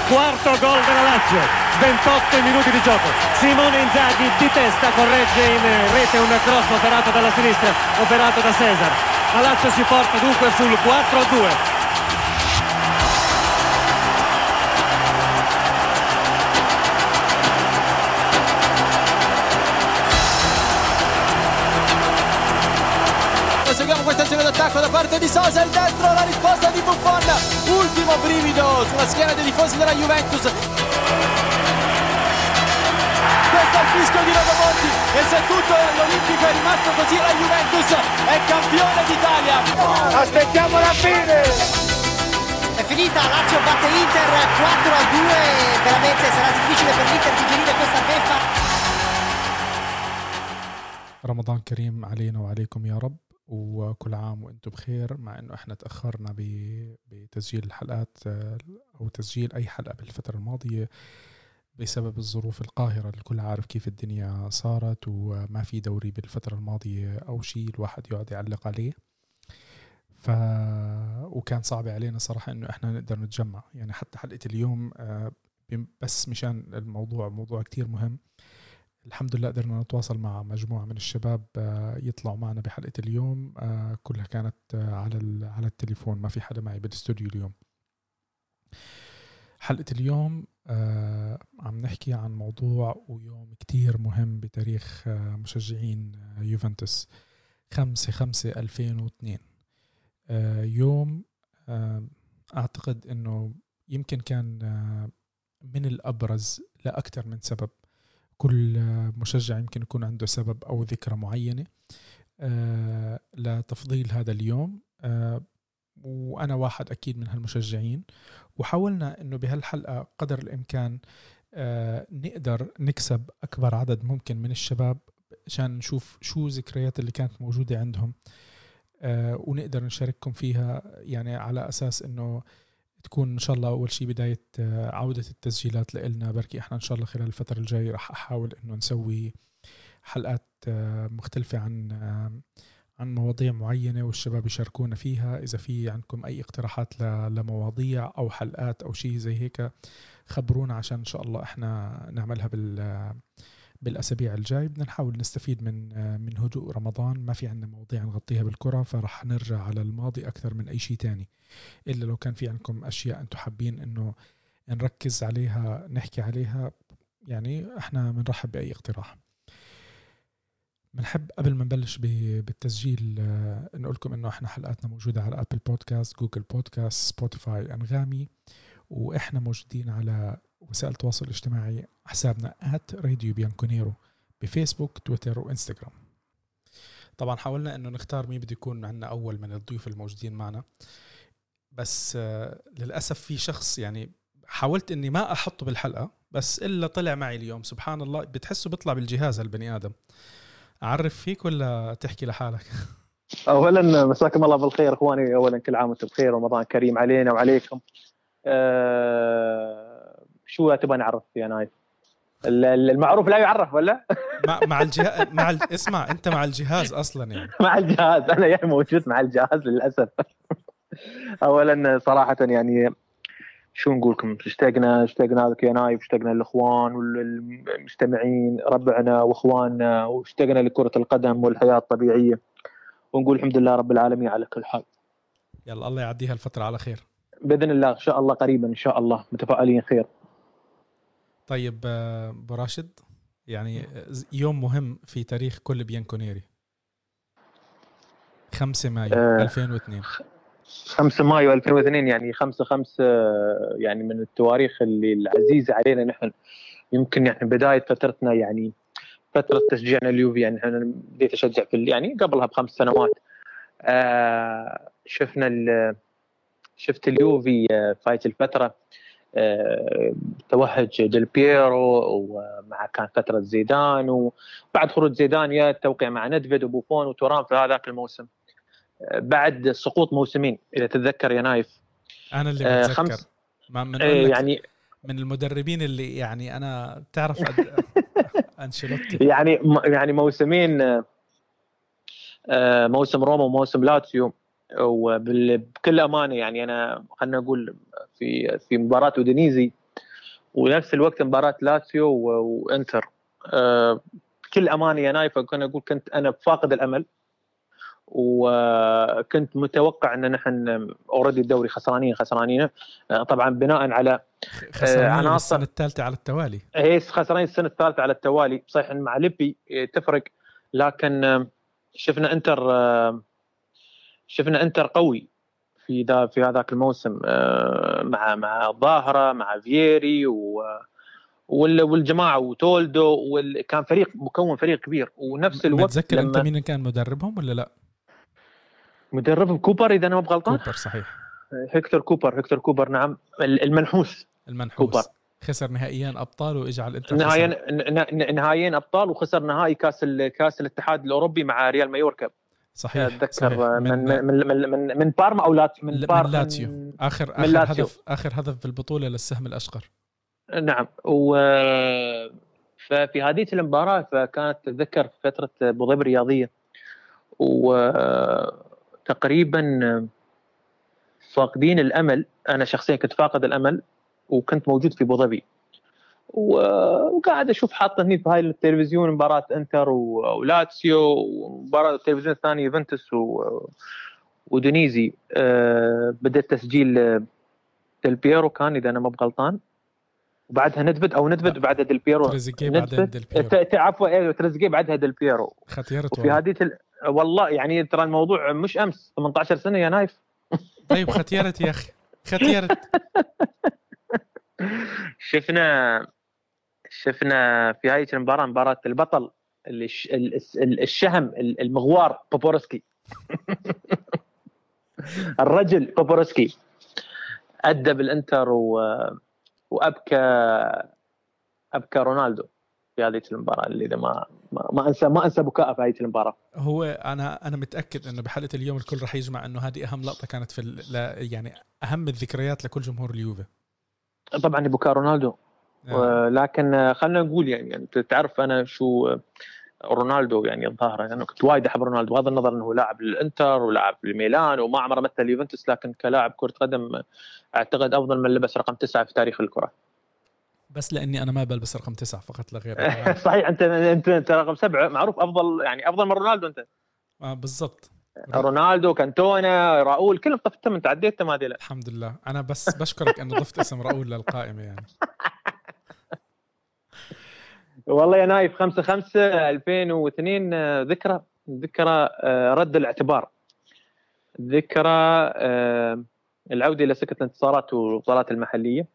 quarto gol della Lazio, 28 minuti di gioco. Simone Inzaghi di testa corregge in rete un cross operato dalla sinistra, operato da Cesar. La Lazio si porta dunque sul 4-2. Seguiamo questa azione d'attacco da parte di Sosa, il destro, la risposta di Buffon, ultimo brivido sulla schiena dei tifosi della Juventus. Questo è il fischio di Rodomonti e se tutto all'Olimpico è rimasto così, la Juventus è campione d'Italia. Aspettiamo la fine! È finita, Lazio batte Inter 4-2, veramente sarà difficile per l'Inter digerire questa beffa. رمضان كريم علينا وعليكم يا رب، وكل عام وانتم بخير. مع انه احنا تأخرنا بتسجيل الحلقات او تسجيل اي حلقة بالفترة الماضية بسبب الظروف القاهرة. الكل عارف كيف الدنيا صارت وما في دوري بالفترة الماضية او شيء الواحد يقعد يعلق عليه. وكان صعب علينا صراحة انه احنا نقدر نتجمع، يعني حتى حلقة اليوم بس مشان موضوع كتير مهم. الحمد لله قدرنا نتواصل مع مجموعة من الشباب يطلعوا معنا بحلقة اليوم. كلها كانت على التليفون، ما في حدا معي بالاستوديو اليوم. حلقة اليوم عم نحكي عن موضوع ويوم كتير مهم بتاريخ مشجعين يوفنتوس، 5/5/2002. يوم أعتقد أنه يمكن كان من الأبرز لأكثر من سبب. كل مشجع يمكن يكون عنده سبب أو ذكرى معينة لتفضيل هذا اليوم، وأنا واحد أكيد من هالمشجعين. وحاولنا أنه بهالحلقة قدر الإمكان نقدر نكسب أكبر عدد ممكن من الشباب عشان نشوف شو ذكريات اللي كانت موجودة عندهم، ونقدر نشارككم فيها، يعني على أساس أنه تكون إن شاء الله أول شيء بداية عودة التسجيلات لإلنا. بركي إحنا إن شاء الله خلال الفترة الجاية رح أحاول إنه نسوي حلقات مختلفة عن مواضيع معينة والشباب يشاركونا فيها. إذا في عندكم أي اقتراحات لمواضيع أو حلقات أو شيء زي هيك خبرونا، عشان إن شاء الله إحنا نعملها بالأسابيع الجاي. بدنا نحاول نستفيد من هدوء رمضان، ما في عندنا مواضيع نغطيها بالكرة، فرح نرجع على الماضي أكثر من أي شيء تاني. إلا لو كان في عندكم أشياء أنتم حابين إنه نركز عليها نحكي عليها، يعني إحنا بنرحب بأي اقتراح. بنحب قبل ما نبلش بالتسجيل نقول لكم إنه إحنا حلقاتنا موجودة على أبل بودكاست، جوجل بودكاست، سبوتيفاي، أنغامي، وإحنا موجودين على وسائل التواصل الاجتماعي حسابنا @راديو بيانكونيرو بفيسبوك، تويتر، وإنستغرام. طبعا حاولنا إنه نختار مين بده يكون عنا أول من الضيوف الموجودين معنا، بس للأسف في شخص يعني حاولت إني ما أحطه بالحلقة بس إلا طلع معي اليوم. سبحان الله، بتحسه بيطلع بالجهاز هالبني آدم. أعرف فيك ولا تحكي لحالك؟ اولا مساكم الله بالخير اخواني، اولا كل عام وانتم بخير، رمضان كريم علينا وعليكم. شو تبغى نعرف يا نايف؟ المعروف لا يعرف ولا؟ مع الجهاز اسمع انت مع الجهاز اصلا يعني. مع الجهاز انا يعني موجود مع الجهاز للاسف. اولا صراحه يعني شو نقولكم، اشتقنا لك يا نايف، اشتقنا للاخوان والمستمعين ربعنا واخواننا، واشتقنا لكره القدم والحياه الطبيعيه، ونقول الحمد لله رب العالمين على كل حال. يلا الله يعديها الفتره على خير باذن الله، ان شاء الله قريبا ان شاء الله، متفائلين خير. طيب براشد، يعني يوم مهم في تاريخ كل بيانكونيري، 5 مايو 2002. 5 مايو 2002 يعني 5/5، يعني من التواريخ اللي العزيزة علينا نحن. يمكن يعني بداية فترتنا، يعني فترة تشجيعنا اليوفي، يعني أنا بديت أشجع في يعني قبلها ب5 سنوات. شفت اليوفي فايت الفترة، توهج ديل بييرو، ومع كان فترة زيدان، وبعد خروج زيدان يا التوقيع مع ندفيد وبوفون وتورام في هذاك الموسم، بعد سقوط موسمين إذا تتذكر يا نايف. أنا اللي بتذكر من يعني من المدربين اللي يعني أنا تعرف أنشيلوتي يعني موسمين، موسم روما وموسم لاتسيو. وبكل أمانة يعني أنا خلنا نقول في مباراة أودينيزي ونفس الوقت مباراة لاتسيو وانتر. بكل امانه يا نايف كنا اقول كنت انا فاقد الامل، وكنت متوقع ان نحن اوريدي الدوري خسرانين طبعا بناء على خسرانين السنة الثالثة على التوالي. هي خسرانين السنة الثالثة على التوالي صحيح، مع ليبي تفرق، لكن شفنا انتر قوي في هذاك الموسم مع ظاهرة مع فييري والجماعة وتولدو، كان فريق مكون فريق كبير. ونفس الوقت متذكر انت مين كان مدربهم ولا لا؟ مدربهم كوبر اذا انا ما بغلطان. كوبر صحيح، هيكتور كوبر نعم، المنحوس كوبر. خسر نهائيا ابطال واجعل انت نهائيين ابطال، وخسر نهائي كاس الاتحاد الاوروبي مع ريال مايوركا. صحيح اتذكر من بارما او من لاتسيو، اخر هدف في البطوله للسهم الاشقر. نعم. ففي هذه المباراه فكانت تتذكر فتره ابو ظبي الرياضيه، وتقريبا فاقدين الامل. انا شخصيا كنت فاقد الامل، وكنت موجود في ابو ظبي وقاعد اشوف حاطني في هاي التلفزيون مباراه انتر ولاتسيو، ومباراه التلفزيون الثاني يوفنتوس ودونيزي. بدا تسجيل ديل بيرو كان اذا انا ما بغلطان، وبعدها ندفد بعدها ديل بيرو، تريزيجيه بعدين ديل بيرو، عفوا تريزيجيه بعدها ديل بيرو. ختيرت والله يعني ترى الموضوع مش امس، 18 سنه يا نايف. طيب ختيرت يا اخي، ختيرت. شفنا في هاي المباراه مباراه البطل الشهم المغوار بوبورسكي. الرجل بوبورسكي ادى بالانتر وابكى رونالدو في هذه المباراه اللي اذا ما انسى بكاء في هذه المباراه. هو انا متاكد انه بحلقه اليوم الكل راح يجمع انه هذه اهم لقطه كانت يعني اهم الذكريات لكل جمهور اليوفي. طبعا بكاء رونالدو. لكن خلينا نقول يعني انت تعرف انا شو رونالدو يعني الظاهره، انا كنت وايد احب رونالدو بغض النظر انه لاعب للانتر ولاعب للميلان وما عمره مثل اليوفنتوس، لكن كلاعب كره قدم اعتقد افضل من لبس رقم 9 في تاريخ الكره. بس لاني انا ما بلبس رقم 9 فقط لا غير. صحيح، انت رقم 7 معروف افضل، يعني افضل من رونالدو انت. بالضبط. رونالدو، كانتونا، راؤول، كلهم طفتهم انت عديتهم هذول. الحمد لله، انا بس بشكرك انه ضفت اسم راؤول للقائمه يعني. والله يا نايف 5/5/2002 ذكرى رد الاعتبار، ذكرى العودة إلى سكة الانتصارات والبطولات المحلية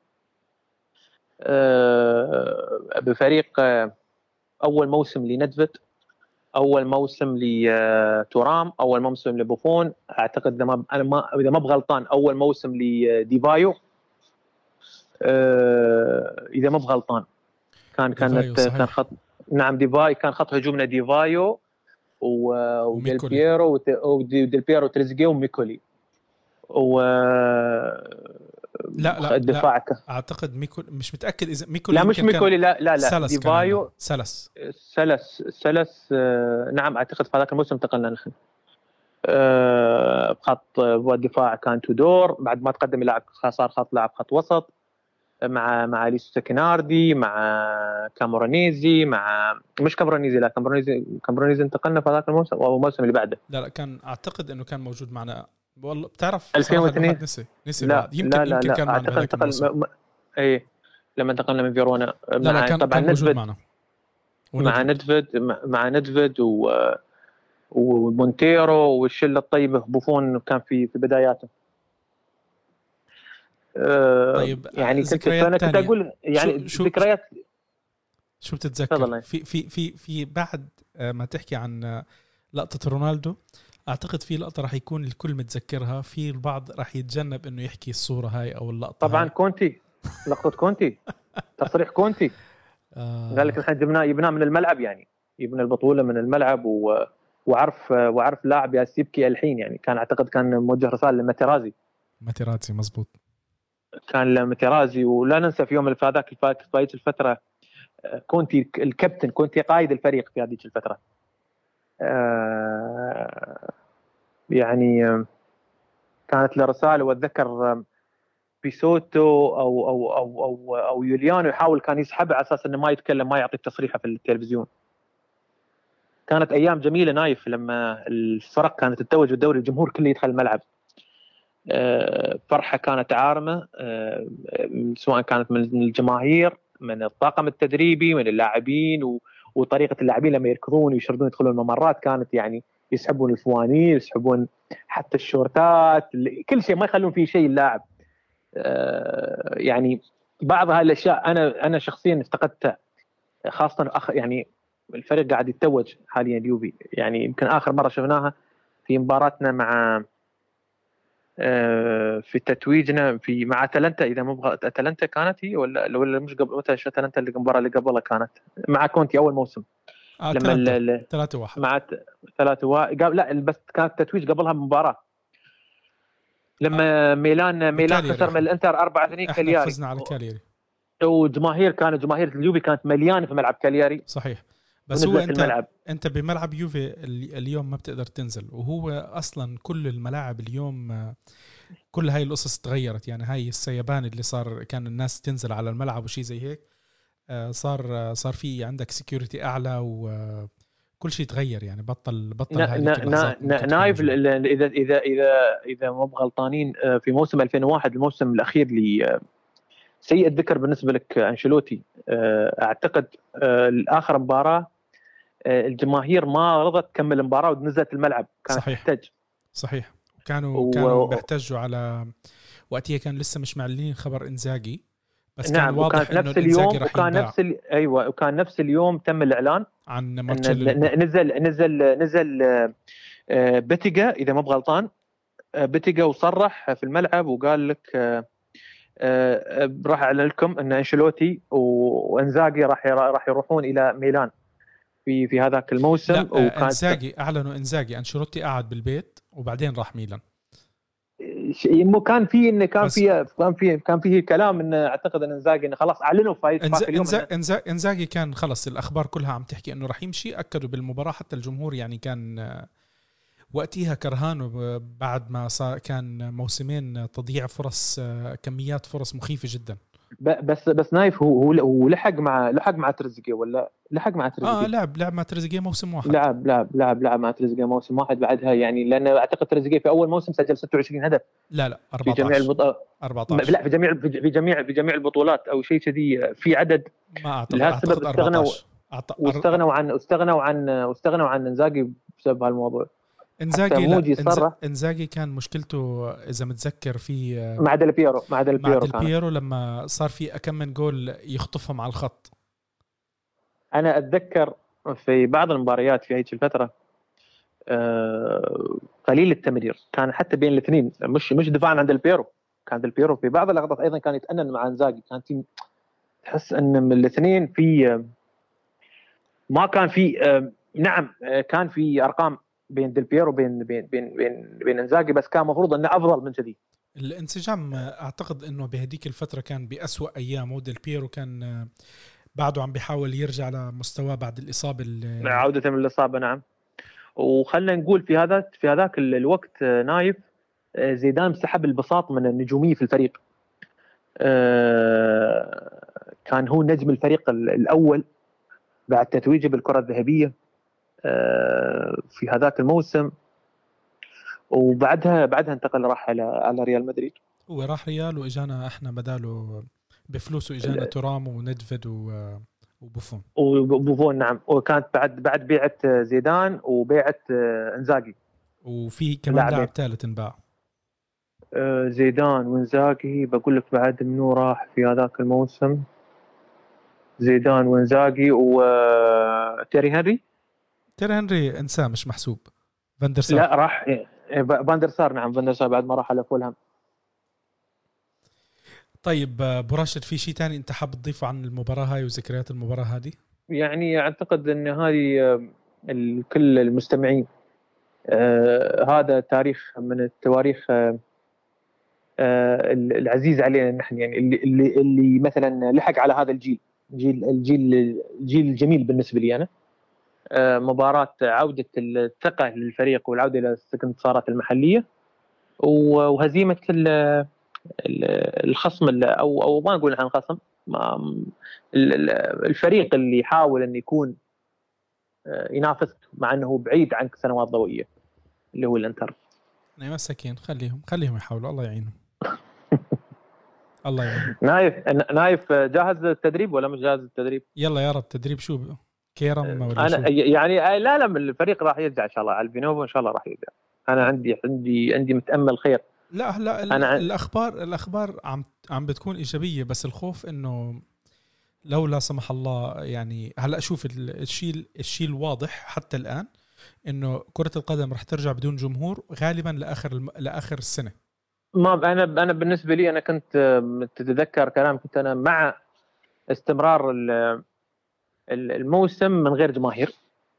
بفريق أول موسم لندفد، أول موسم لتورام، أول موسم لبوفون، أعتقد إذا ما بغلطان أول موسم لديفايو، إذا ما بغلطان كان خط. نعم ديفاي كان خط هجومنا ديفايو وديل بيرو وتريزيجيه وميكولي لا الدفاع اعتقد ميكولي، مش متاكد اذا ميكولي، لا مش ميكولي، لا ديفايو سلس. نعم اعتقد في هذاك الموسم انتقلنا نحن بخط والدفاع كان تودور، بعد ما تقدم لاعب صار خط وسط مع ليسو سكيناردي، مع كامورانيزي، مش كامورانيزي، لا كامورانيزي انتقلنا في هذاك الموسم او الموسم اللي بعده. لا كان اعتقد انه كان موجود معنا، والله بتعرف 2002 نسي لا يمكن كان معنا بهذاك الموسم. اي لما انتقلنا من فيرونا لا كان طبعا موجود معنا مع ندفد ومونتيرو والشله الطيبه. بوفون كان في بداياته. طيب يعني كنت اقول يعني ذكريات شو بتتذكر في بعد ما تحكي عن لقطه رونالدو؟ اعتقد في لقطه راح يكون الكل متذكرها، في البعض راح يتجنب انه يحكي الصوره هاي او اللقطه طبعا هاي. كونتي، لقطه كونتي، تصريح كونتي. قال لك الحين يبناه من الملعب، يعني يبنى البطوله من الملعب وعرف لاعب يبكي الحين، يعني كان اعتقد كان موجه رساله لماتيرازي مزبوط، كان لماتيرازي. ولا ننسى في يوم في هذه الفتره كونتي الكابتن، كونتي قائد الفريق في هذه الفتره. يعني كانت له رساله، واتذكر بيسوتو او يوليانو يحاول كان يسحبه على اساس انه ما يتكلم، ما يعطي تصريحه في التلفزيون. كانت ايام جميله نايف لما الفرق كانت تتوج بالدوري، الجمهور كله يدخل الملعب، فرحه كانت عارمه، سواء كانت من الجماهير، من الطاقم التدريبي، من اللاعبين، وطريقه اللاعبين لما يركضون ويشردون يدخلون الممرات كانت يعني يسحبون الفوانيل، يسحبون حتى الشورتات، كل شيء ما يخلون فيه شيء اللاعب. يعني بعض هاي الاشياء انا شخصيا افتقدتها، خاصه يعني الفريق قاعد يتوج حاليا اليوفي، يعني يمكن اخر مره شفناها في مباراتنا مع في تتويجنا مع اتلانتا، اذا مو اتلانتا كانت هي ولا مش قبل، متى اتلانتا المباراه اللي قبلها كانت مع كونتي اول موسم لما 3-1 مع 3-1 لا بس كانت تتويج قبلها بمباراه لما ميلان خسر من الانتر 4-2 احنا كالياري، فزنا على كالياري، جماهير اليوفي كانت مليانه في ملعب كالياري. صحيح. بس هو الملعب. انت بملعب يوفي اليوم ما بتقدر تنزل، وهو اصلا كل الملاعب اليوم كل هاي القصص تغيرت، يعني هاي السيبان اللي صار كان الناس تنزل على الملعب وشي زي هيك، صار في عندك سيكيورتي اعلى وكل شيء تغير، يعني بطل هاي اللحظات. نايف اذا مو غلطانين في موسم 2001 الموسم الاخير اللي سيء الذكر بالنسبه لك انشيلوتي، اعتقد اخر مباراه الجماهير ما رضت تكمل المباراه ونزلت الملعب، كانت تحتاج. صحيح. كانوا بيحتاجوا على وقتها، كان لسه مش معلنين خبر انزاجي، بس نعم، كان واضح انه اليوم راح ينباع. وكان نفس اليوم تم الاعلان عن مارتشيلو، نزل بيتيجا اذا ما بغلطان، بيتيجا وصرح في الملعب وقال لك راح اعلن لكم ان انشيلوتي وانزاجي راح يروحون الى ميلان في هذاك الموسم. لا، انزاجي اعلنوا انزاجي، انشيلوتي قعد بالبيت وبعدين راح ميلان. كان فيه كلام ان اعتقد ان انزاجي انه خلاص اعلنوا في اليوم. انزاجي كان خلص، الاخبار كلها عم تحكي انه راح يمشي، اكدوا بالمباراه، حتى الجمهور يعني كان وقتها كرهان بعد ما كان موسمين تضييع فرص، كميات فرص مخيفه جدا. بس نايف هو لحق مع تريزيجيه ولا لحق مع تريزيجيه؟ لعب مع تريزيجيه موسم واحد. لعب مع تريزيجيه موسم واحد بعدها، يعني لان اعتقد تريزيجيه في اول موسم سجل 26 هدف. لا 14 في جميع البطولات. 14 لا، في جميع البطولات او شيء كذي، في عدد ما اعتقد 14. واستغنوا عن انزاجي بسبب هالموضوع. انزاجي كان مشكلته اذا متذكر في مع ديل بييرو لما صار في كم من جول يخطفهم على الخط. انا اتذكر في بعض المباريات في هيك الفتره قليل التمرير كان حتى بين الاثنين، مش دفاعا عن ديل بييرو، كان ديل بييرو في بعض اللقطات ايضا كان يتأنن مع انزاجي، كان تحس ان من الاثنين في ما كان في نعم كان في ارقام بين ديل بييرو بين انزاجي، بس كان مفروض انه افضل من كذي. الانسجام اعتقد انه بهديك الفتره كان بأسوأ ايامه، ديل بييرو كان بعده عم بيحاول يرجع لمستواه بعد الاصابه، عوده من الاصابه. نعم، وخلنا نقول في هذاك الوقت نايف زيدان سحب البساط من النجوميه في الفريق، كان هو نجم الفريق الاول بعد تتويجه بالكره الذهبيه في هذاك الموسم، وبعدها انتقل، راح على ريال مدريد. هو راح ريال واجانا احنا بداله بفلوسه، اجانا ترام وندفد وبوفون. نعم، وكانت بعد بيعه زيدان وبيعه انزاجي، وفي كمان لاعب ثالث انباع. زيدان وانزاجي، بقول لك بعد منو راح في هذاك الموسم، زيدان وانزاجي وتيري هنري انساه، مش محسوب. فاندرسار، لا راح فاندرسار. نعم، فاندرسار بعد ما راح على فولهام. طيب براشد، في شيء تاني انت حاب تضيفه عن المباراة هاي وذكريات المباراة هذه؟ يعني اعتقد ان هذه كل المستمعين هذا تاريخ من التواريخ العزيز علينا نحن، يعني اللي مثلا لحق على هذا الجيل الجميل بالنسبه لي انا. مباراة عودة الثقة للفريق والعودة إلى الانتصارات المحلية، وهزيمة الخصم او ما نقول عن خصم، الفريق اللي يحاول انه يكون ينافس مع انه بعيد عنك سنوات ضوئيه، اللي هو الانتر. مساكين، خليهم يحاولوا، الله يعينهم. الله يعينهم. نايف جاهز للتدريب ولا مش جاهز للتدريب؟ يلا يا رب. تدريب شو كيرم ولا انا شو؟ يعني لا الفريق راح يرجع ان شاء الله على الفينوفا، ان شاء الله راح يرجع. انا عندي متامل خير. لا هلا أنا الاخبار عم بتكون ايجابيه، بس الخوف انه لو لا سمح الله يعني هلا شوف الشيء الواضح حتى الان انه كرة القدم رح ترجع بدون جمهور غالبا لاخر السنة. ما انا بالنسبه لي انا كنت تتذكر كلام، كنت انا مع استمرار الموسم من غير جماهير،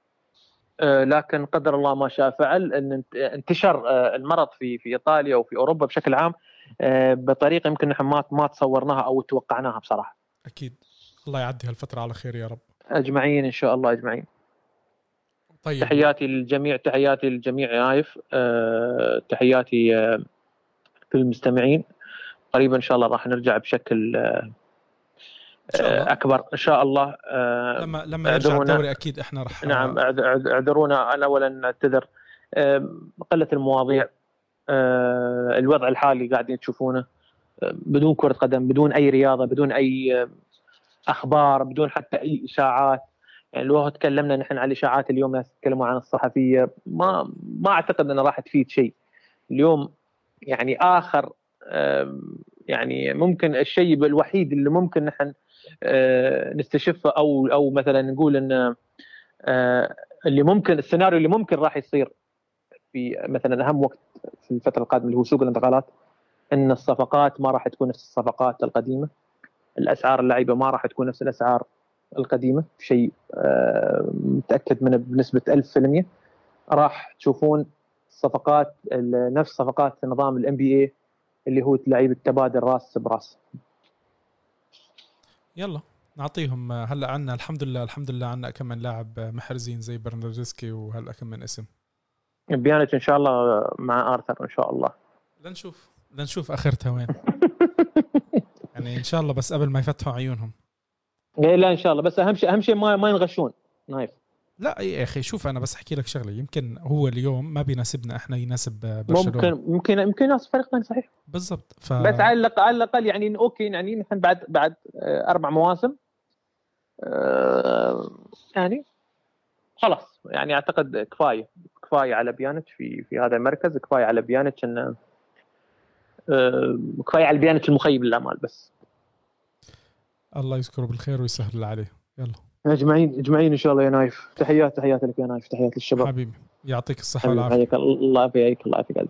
لكن قدر الله ما شاء فعل ان انتشر المرض في ايطاليا وفي اوروبا بشكل عام بطريقه يمكن نحن ما تصورناها او توقعناها بصراحه. اكيد. الله يعدي هالفترة على خير يا رب اجمعين ان شاء الله اجمعين. طيب. تحياتي للجميع يا نايف، تحياتي في المستمعين. قريبا ان شاء الله راح نرجع بشكل إن شاء الله. اكبر ان شاء الله. لما يرجع الدوري اكيد احنا رح. نعم اعذرونا، انا اولا نعتذر قله المواضيع، الوضع الحالي قاعدين تشوفونه، بدون كرة قدم، بدون اي رياضه، بدون اي اخبار، بدون حتى اي اشاعات. يعني لو تكلمنا نحن عن الاشاعات اليوم، ناس يتكلموا عن الصحفيه، ما اعتقد انها راح تفيد شيء اليوم. يعني اخر يعني ممكن الشيء الوحيد اللي ممكن نحن نستشفه او مثلا نقول ان اللي ممكن السيناريو اللي ممكن راح يصير في مثلا اهم وقت في الفتره القادمه اللي هو سوق الانتقالات، ان الصفقات ما راح تكون نفس الصفقات القديمه، الاسعار اللعيبه ما راح تكون نفس الاسعار القديمه، شيء متاكد منه بنسبه 1000%. راح تشوفون صفقات نفس صفقات نظام الام بي اي، اللي هو لعيبه تبادل راس براس. يلا نعطيهم. هلا عنا الحمد لله عنا كم من لاعب محرزين زي برناردسكي وهلا كم من اسم. بيانيتش ان شاء الله مع ارثر ان شاء الله. لنشوف اخرتها وين. يعني ان شاء الله بس قبل ما يفتحوا عيونهم. لا ان شاء الله، بس اهم شيء ما ينغشون نايف. لا يا اخي شوف، انا بس احكي لك شغله، يمكن هو اليوم ما بيناسبنا احنا، يناسب برشلونه. ممكن يناسب فريق ثاني صحيح. بالضبط. بس على الاقل يعني اوكي، يعني نحن بعد 4 مواسم يعني خلاص، يعني اعتقد كفايه على بيانيتش في هذا المركز، كفايه على بيانيتش انه كفايه على بيانيتش المخيب للامال. بس الله يذكره بالخير ويسهل عليه. يلا اجمعين ان شاء الله يا نايف. تحيات لك يا نايف، تحيات للشباب حبيبي، يعطيك الصحه والعافيه. الله يعافيك.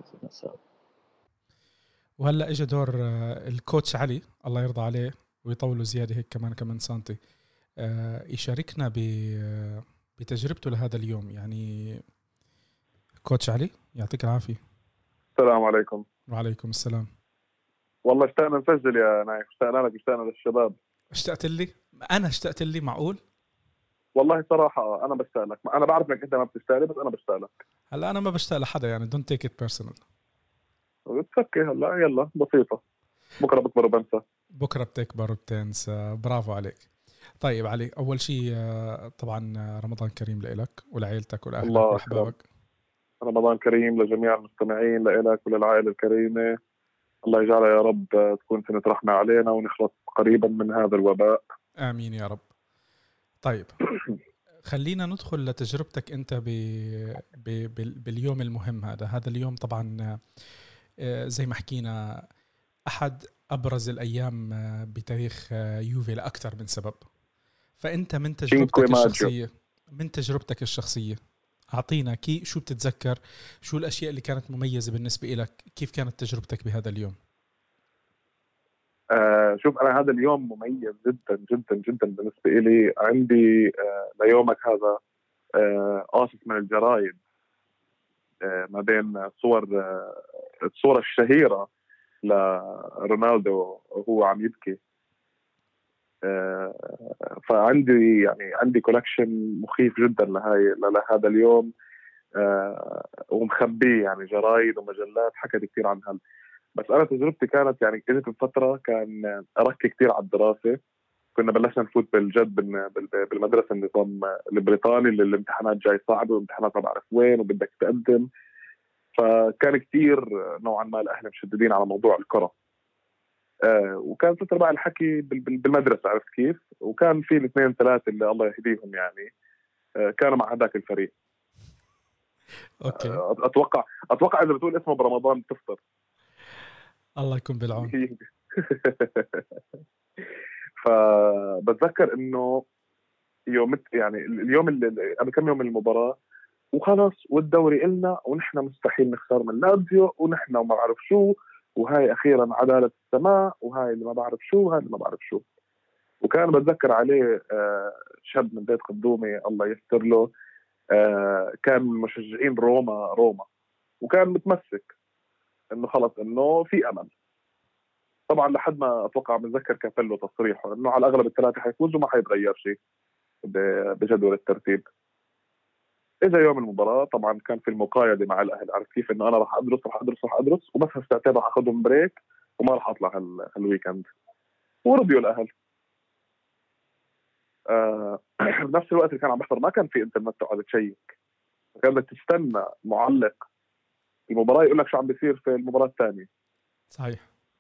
وهلا اجى دور الكوتش علي الله يرضى عليه ويطوله زياده هيك كمان سنتي، يشاركنا بتجربته لهذا اليوم. يعني كوتش علي يعطيك العافيه. السلام عليكم. وعليكم السلام. والله اشتقنا نسجل يا نايف، اشتقنا لك، اشتقنا للشباب. اشتقت لي معقول؟ والله صراحة أنا بشتاق لك، أنا بعرف إنك أنت ما بتشتاق لي، بس أنا بشتاق لك. هلا أنا ما بشتاق لحدا، يعني don't take it personal. بتفكي هلا، يلا بسيطة، بكرة بكبر وبنسى. بكرة بتكبر وبتنسى، برافو عليك. طيب علي، أول شيء طبعا رمضان كريم لإلك ولعائلتك ولأهلك وأحبابك. رمضان كريم لجميع المستمعين، لإلك وللعائلة الكريمة. الله يجعلها يا رب تكون سنة رحمة علينا ونخلص قريبا من هذا الوباء. آمين يا رب. طيب خلينا ندخل لتجربتك أنت باليوم المهم هذا اليوم. طبعا زي ما حكينا أحد أبرز الأيام بتاريخ يوفي لأكثر من سبب. فأنت من تجربتك الشخصية أعطينا شو بتتذكر، شو الأشياء اللي كانت مميزة بالنسبة لك، كيف كانت تجربتك بهذا اليوم؟ شوف، أنا هذا اليوم مميز جدا جدا جدا بالنسبة لي. عندي ليومك هذا قاصص من الجرايد ما بين الصورة الشهيرة لرونالدو وهو عم يبكي. عندي كولكشن مخيف جدا لهذا اليوم، ومخبيه يعني جرايد ومجلات حكت كثير عن بس انا تجربتي كانت يعني اجت بفتره كان اركي كثير على الدراسه. كنا بلشنا نفوت بالجد بالمدرسه النظام البريطاني اللي الامتحانات جاي صعبه والامتحانات ما بعرف وين وبدك تقدم. فكان كثير نوعا ما الاهل مشددين على موضوع الكره. وكان فتره بقى الحكي بالمدرسه، عرفت كيف؟ وكان في الاثنين ثلاثه اللي الله يهديهم يعني كانوا مع هذاك الفريق. اوكي. اتوقع اذا بتقول اسمه برمضان بتفطر. الله يكون بالعون. فبتذكر انه يوم يعني اليوم اللي قبل كم يوم من المباراه وخلص والدوري إلنا ونحن مستحيل نخسر من لازيو ونحن وما بعرف شو، وهاي اخيرا عداله السماء، وهاي اللي ما بعرف شو، وهاي اللي ما بعرف شو. وكان بتذكر عليه شاب من بيت قدومي الله يستر له، كان من مشجعين روما وكان متمسك انه خلص انه في امل. طبعا لحد ما اتوقع بتذكر كان له تصريحه انه على الاغلب الثلاثه حيفوزوا وما حيتغير شيء بجدول الترتيب. اجى يوم المباراه طبعا كان في المقايضه مع الاهل، عرفت كيف؟ انه انا راح ادرس وبس هالساعتين راح اخذهم بريك وما راح اطلع هالويكند. ورضيوا الاهل. بنفس الوقت اللي كان عم بحضر ما كان في انترنت تقعد تشيك، كان بدك تستنى معلق المباراه يقول لك شو عم بيصير في المباراه الثانيه. صحيح.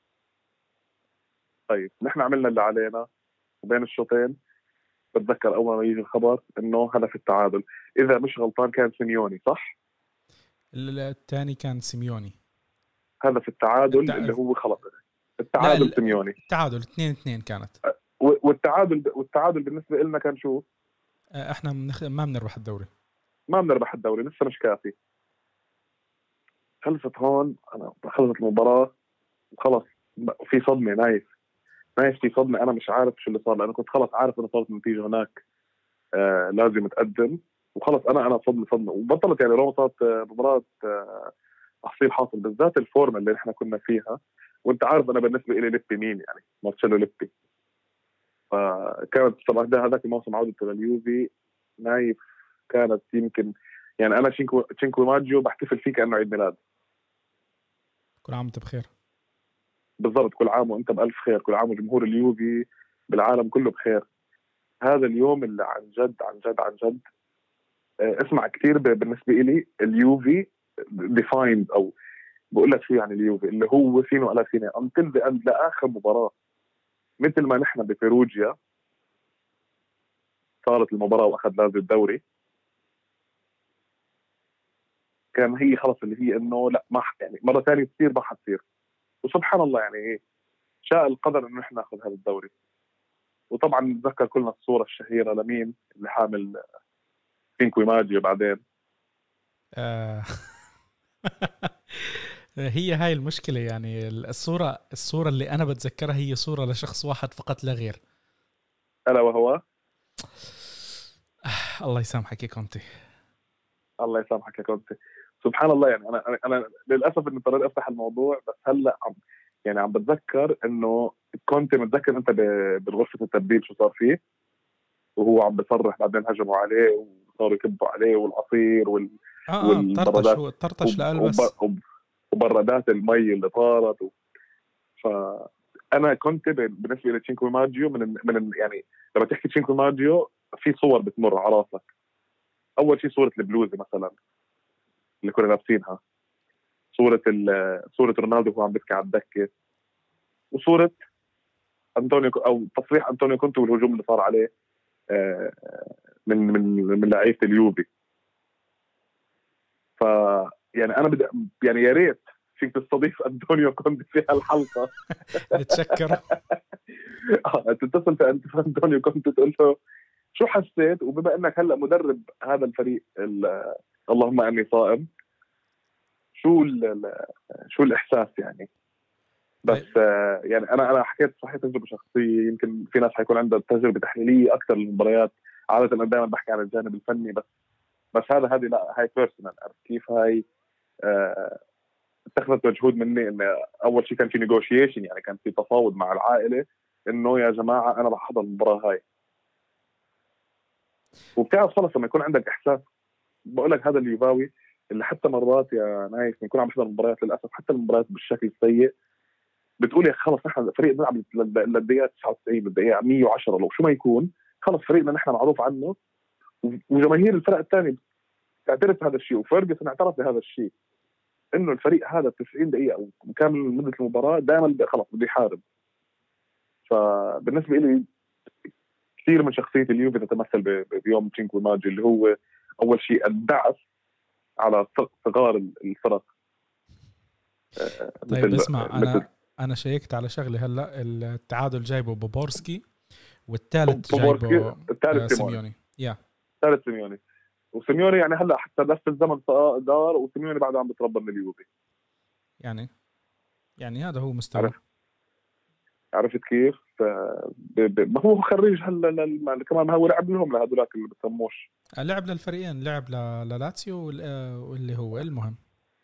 طيب نحن عملنا اللي علينا وبين الشوطين بتذكر اول ما يجي الخبر انه هدف التعادل، اذا مش غلطان كان سيميوني صح؟ الثاني كان سيميوني. هدف التعادل اللي هو خلص التعادل سيميوني. التعادل 2-2 كانت. والتعادل بالنسبه لنا كان شو؟ احنا ما بنربح الدوري. لسه مش كافي. خلصت هون، انا خلصت المباراه وخلص في صدمه، نايف في صدمه، انا مش عارف شو اللي صار لانه كنت خلص عارف انه صارت النتيجه هناك لازم اتقدم وخلص. انا صدمه وبطلت يعني روما صارت مباراه تحصيل حاصل، بالذات الفورمه اللي احنا كنا فيها. وانت عارف انا بالنسبه لي ليبي مين يعني مارتشيلو ليبي. فكانت طبعا هذاك الموسم عودته لليوفي نايف كانت يمكن يعني انا تشينكو ماجيو بحتفل فيه كانه عيد ميلاد. كل عام وانت بخير. بالضبط، كل عام وانت بألف خير، كل عام وجمهور اليوفي بالعالم كله بخير. هذا اليوم اللي عن جد اسمع كثير بالنسبه لي اليوفي ديفايند او بقول لك شو يعني اليوفي اللي هو فينو على فيني انتل ذا اند لاخر مباراه. مثل ما نحن بفيروجيا صارت المباراه واخذ لازم الدوري، كان هي خلص اللي هي انه لا ما يعني مره ثانيه تصير ما حتصير. وسبحان الله يعني شاء القدر انه نحن ناخذ هذا الدوري. وطبعا نتذكر كلنا الصوره الشهيره لمين اللي حامل تشينكو ماجيو بعدين. هي هاي المشكلة يعني الصورة اللي أنا بتذكرها هي صورة لشخص واحد فقط لا غير، ألا وهو الله يسامحك يا كونتي. الله يسامحك يا كونتي. سبحان الله يعني أنا للأسف إني اضطريت أفتح الموضوع، بس هلا عم بتذكر إنه كونتي متذكر أنت بالغرفة التبديل شو صار فيه وهو عم بصرح، بعدين هجموا عليه وصاروا يكبوا عليه والعصير والبرادات طرطش لألبس وبرادات المي اللي طارت فأنا كنت بالنسبة لتشينكو ماجيو من يعني لما تحكي تشينكو ماجيو في صور بتمر على راسك. أول شيء صورة البلوزة مثلا اللي كنا لابسينها، صورة رونالدو وهو عم بيبكي على الدكة، وصورة أنطونيو أو تصريح أنطونيو كونتي والهجوم اللي صار عليه من لعيبة اليوفي. ف يعني أنا يعني يا ريت فيك تستضيف أنطونيو كونتي في هالحلقة. نتشكر. تتصل في أنطونيو كونتي تقول له شو حسيت، وبما أنك هلأ مدرب هذا الفريق اللهم أني صائم، شو الإحساس يعني. بس يعني أنا حكيت صحيح تجربة شخصية، يمكن في ناس حيكون عندها تجربة تحليلية أكثر للمباريات. عادة أنا دائما بحكي عن الجانب الفني بس هذه لا، هاي بيرسونال. كيف هاي اتخذت مجهود مني إن أول شيء كان في نيغوشيشن، يعني كان في تفاوض مع العائلة إنه يا جماعة أنا راح أحضر المباراة هاي. وبتعرف خلص لما يكون عندك إحساس، بقول لك هذا اليوفاوي اللي حتى مرات يا نايف بنكون عم نحضر المباريات للاسف حتى المباريات بالشكل السيء بتقول يا خلص نحن فريق بنلعب للدقيقه 99 للدقيقه 110 لو شو ما يكون خلص فريقنا نحن معروف عنه وجماهير الفرق الثانيه تعترف بهذا الشيء وفيرجسون اعترف بهذا الشيء انه الفريق هذا 90 دقيقه وكامل مده المباراه دائما خلص بده يحارب. فبالنسبه لي كثير من شخصيه اليوفي تتمثل بيوم تشينكو ماجي اللي هو اول شيء الدعس على صغار الفرق. طيب اسمع انا شيكت على شغله هلا التعادل جايبه بوبورسكي والثالث جايبه سيميوني ثالث سيميوني وسيميوني يعني هلا حتى بس الزمن دار وسيميوني بعده عم بتربى من اليوفي يعني هذا هو مستوى. عرفت كيف؟ ما هو خريج هلا كمان ما هو لعب لهم لهذولاك اللي بسموش لعب للفريقين لعب للاتسيو واللي هو المهم.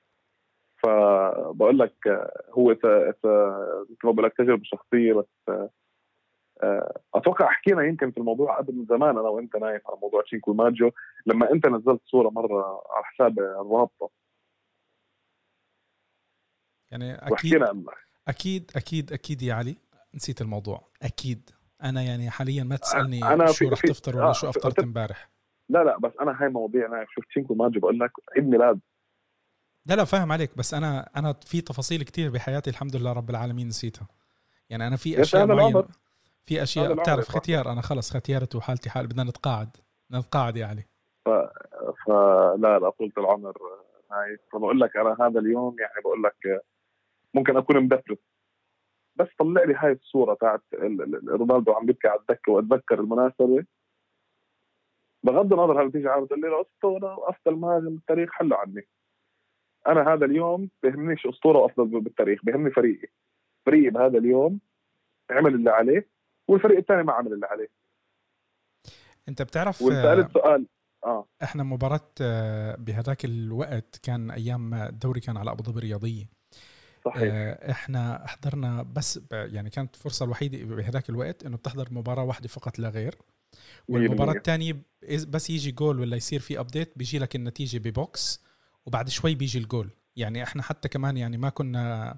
فبقول لك هو مثل ما بقول لك تجربه شخصيه بس اتوقع حكينا يمكن في الموضوع قبل من زمان انا وانت نايف على موضوع تشينكو ماجو لما انت نزلت صوره مره على حساب الرابطه يعني اكيد يا علي نسيت الموضوع اكيد. انا يعني حاليا ما تسالني شو رح تفطر ولا شو افطرت امبارح. لا بس انا هاي مواضيع نايف شفت تشينكو ماجو بقول لك عيد ميلاد. لا فاهم عليك بس انا في تفاصيل كتير بحياتي الحمد لله رب العالمين نسيتها. يعني انا في اشياء معينه في اشياء بتعرف ختيار انا خلص ختيارت وحالتي حال بدنا نتقاعد يا علي. لا طولة العمر هاي. فبقول لك انا هذا اليوم يعني بقول لك ممكن اكون مدفرس بس طلع لي هاي الصوره تاعت رونالدو عم بيبكي على الدكه واتذكر المناسبه بغض النظر هل تيجي عارف تقول لي اسطوره افضل مهاجم بالتاريخ حلوا عني. انا هذا اليوم بيهمنيش اسطوره افضل بالتاريخ بيهمني فريقي بهذا اليوم عمل اللي عليه والفريق الثاني ما عمل اللي عليه. انت بتعرف وسألت سؤال احنا مباراة بهذاك الوقت كان ايام الدوري كان على ابو ظبي الرياضيه صحيح. احنا حضرنا بس يعني كانت الفرصه الوحيده بهذاك الوقت انه بتحضر مباراه واحده فقط لا غير والمباراه الثانيه بس يجي جول ولا يصير في ابديت بيجي لك النتيجه ببوكس وبعد شوي بيجي الجول. يعني احنا حتى كمان يعني ما كنا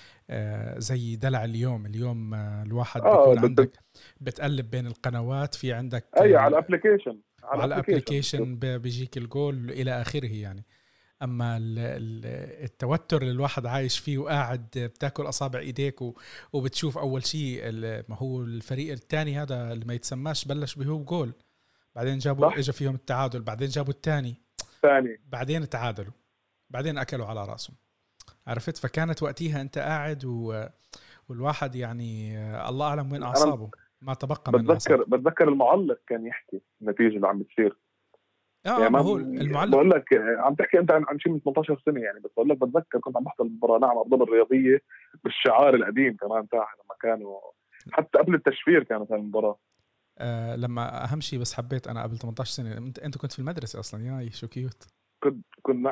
زي دلع اليوم الواحد بيكون عندك بتقلب بين القنوات في عندك على الابليكيشن بيجيك الجول الى اخره يعني. اما التوتر اللي الواحد عايش فيه وقاعد بتاكل اصابع ايديك وبتشوف اول شيء ما هو الفريق الثاني هذا اللي ما يتسماش بلش بهو جول بعدين جابوا اجى فيهم التعادل بعدين جابوا الثاني بعدين تعادلوا بعدين اكلوا على راسهم عرفت. فكانت وقتها انت قاعد والواحد يعني الله اعلم وين اعصابه ما تبقى من بتذكر المعلق كان يحكي النتيجه اللي عم بتصير يعني ما هو المعلق بقول لك عم تحكي انت عن شيء من 18 سنه يعني بس بقول لك بتذكر كنت عم بحضر المباراه نعم ابو ظبي الرياضيه بالشعار القديم كمان تاعها لما كانوا حتى قبل التشفير كانت هالمباراه لما اهم شيء بس حبيت انا قبل 18 سنه انت كنت في المدرسه اصلا يا شو كيوت. كنت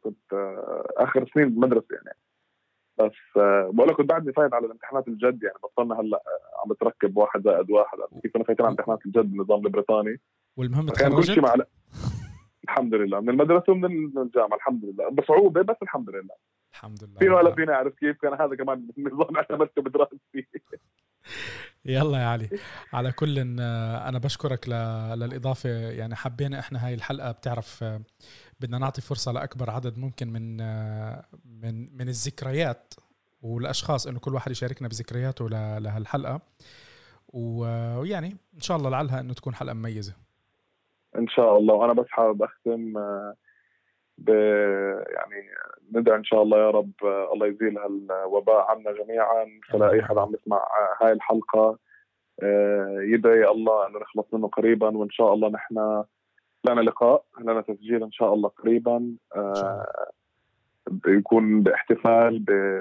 اخر سنين بالمدرسه يعني بس بقول لك كنت بعدني فايت على الامتحانات الجد يعني بطلنا هلا عم بتركب 1+1 كيف انا فايتين على الامتحانات الجد بالنظام البريطاني والمهم كان كل شيء الحمد لله من المدرسه ومن الجامعه الحمد لله بصعوبه بس الحمد لله فينا ولا فينا عارف كيف كان هذا كمان النظام اعتمدته بدراستي. يلا يا علي على كل انا بشكرك للاضافه يعني حبينا احنا هاي الحلقه بتعرف بدنا نعطي فرصه لاكبر عدد ممكن من الذكريات والاشخاص انه كل واحد يشاركنا بذكرياته لهالحلقه ويعني ان شاء الله لعلها انه تكون حلقه مميزه ان شاء الله. وانا بس حابب اختم يعني ندعي ان شاء الله يا رب الله يزيل هالوباء عنا جميعا فلا اي حدا عم يسمع هاي الحلقه يدعي الله انه نخلص منه قريبا وان شاء الله نحن لنا لقاء لنا تسجيل ان شاء الله قريبا يكون باحتفال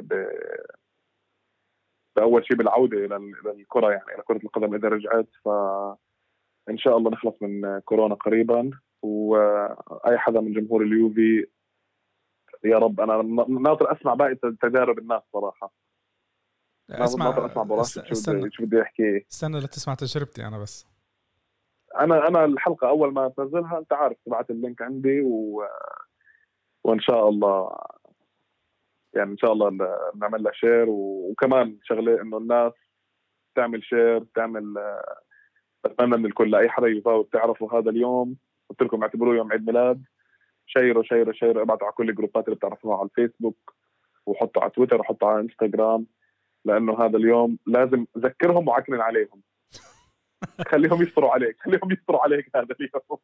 بأول شيء بالعوده للكره يعني الى كره القدم اذا رجعت فان شاء الله نخلص من كورونا قريبا. واي حدا من جمهور اليوفي يا رب انا ناطر اسمع باقي تجارب الناس صراحه ناطر اسمع براسي شو بدي احكي. استنى لتسمع تجربتي انا بس انا الحلقه اول ما تنزلها انت عارف تبعت اللينك عندي وان شاء الله يعني ان شاء الله نعمل لها شير. وكمان شغله انه الناس تعمل شير، تعمل بتمنى من الكل اي حدا يفوت تعرفوا هذا اليوم، قلت لكم اعتبروه يوم عيد ميلاد، شيروا شيروا شيروا، ابعتوا على كل الجروبات اللي بتعرفوها على الفيسبوك، وحطوا على تويتر، وحطوا على انستغرام، لانه هذا اليوم لازم ذكرهم وعكنن عليهم. خليهم يسطروا عليك، خليهم يسطروا عليك هذا اليوم.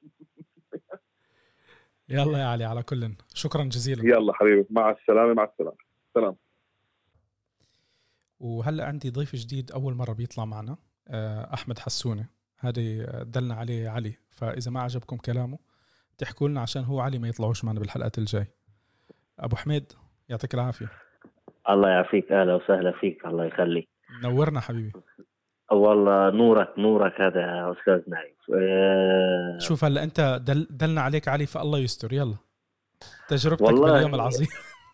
يلا يا علي، على كل شكرا جزيلا. يلا حبيبي، مع السلامة. مع السلامة. سلام. وهلأ عندي ضيف جديد أول مرة بيطلع معنا، أحمد حسونة. هذا دلنا عليه علي، فإذا ما عجبكم كلامه تحكوا لنا عشان هو علي ما يطلعوش معنا بالحلقات الجاي. أبو حميد يعطيك العافية. الله يعافيك، أهلا وسهلا فيك، الله يخليك. نورنا حبيبي. والله نورك هذا يا أستاذ نايف. شوف هلا أنت دلنا عليك علي، فالله يستر. يلا تجربتك باليوم العظيم.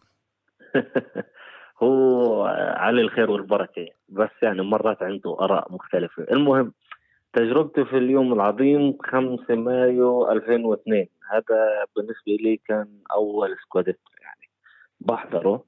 هو علي الخير والبركة، بس يعني مرات عنده آراء مختلفة. المهم تجربتي في اليوم العظيم 5 مايو 2002، هذا بالنسبة لي كان أول سكواديتو يعني بحضره.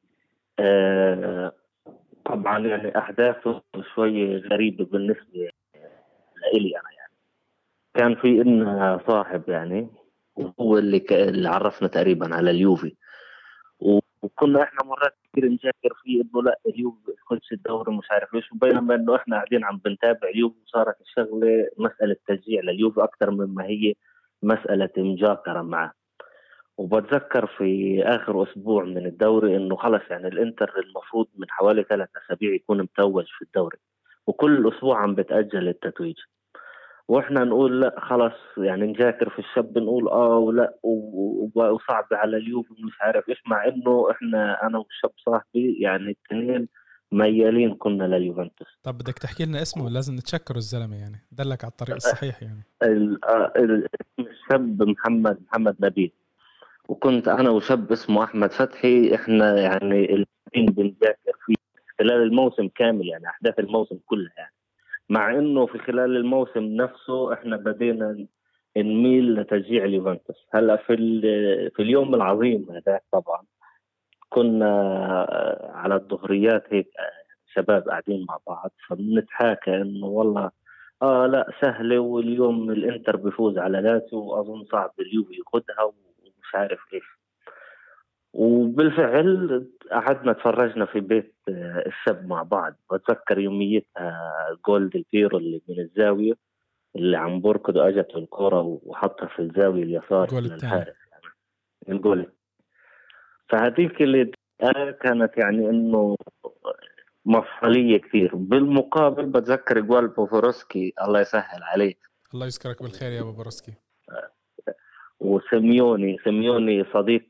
طبعا يعني أحداثه شوي غريبة بالنسبة لي أنا. يعني كان في إن صاحب يعني، وهو اللي عرفنا تقريبا على اليوفي، وكنا إحنا مرات كثير نشاكر فيه إنه لا اليوفي ياخدش الدوري مش عارف إيش، وبينما إنه إحنا قاعدين عم بنتابع اليوفي، صارت الشغلة مسألة تشجيع لليوفي أكثر مما هي مسألة مجاكرة معه. وبتذكر في آخر أسبوع من الدوري إنه خلص يعني الإنتر المفروض من حوالي 3 أسابيع يكون متوج في الدوري، وكل أسبوع عم بتأجل التتويج، وإحنا نقول لا خلص يعني نجاكر في الشاب، نقول ولا وصعب على اليوفي مش عارف إيش، مع إنه إحنا أنا والشاب صاحبي يعني الاثنين ميالين كنا لليوفنتوس. طب بدك تحكي لنا اسمه، لازم نتشكر الزلمة يعني دلك على الطريق الصحيح. يعني الشاب محمد نبيل، وكنت أنا وشاب اسمه أحمد فتحي، إحنا يعني الاثنين بنذاكر فيه خلال الموسم كامل، يعني أحداث الموسم كلها يعني. مع إنه في خلال الموسم نفسه إحنا بدينا نميل لتشجيع اليوفنتوس. هلا في اليوم العظيم هذا طبعا كنا على الظهريات هيك شباب قاعدين مع بعض، فبنتحاكى إنه والله لا سهلة، واليوم الإنتر بيفوز على لاتسيو، وأظن صعب اليوفي ياخدها ومش عارف إيش. وبالفعل قعدنا تفرجنا في بيت الشاب مع بعض. بتذكر يوميتها جول ديل بيرو اللي من الزاوية اللي عم بركض أجت الكرة وحطها في الزاوية اليسار للحارس يعني الجول. فهذيك اللي كانت يعني إنه مفصلية كثير. بالمقابل بتذكر جوال بوفوروسكي الله يسهل عليه، الله يذكرك بالخير يا بوفوروسكي، وسيميوني صديق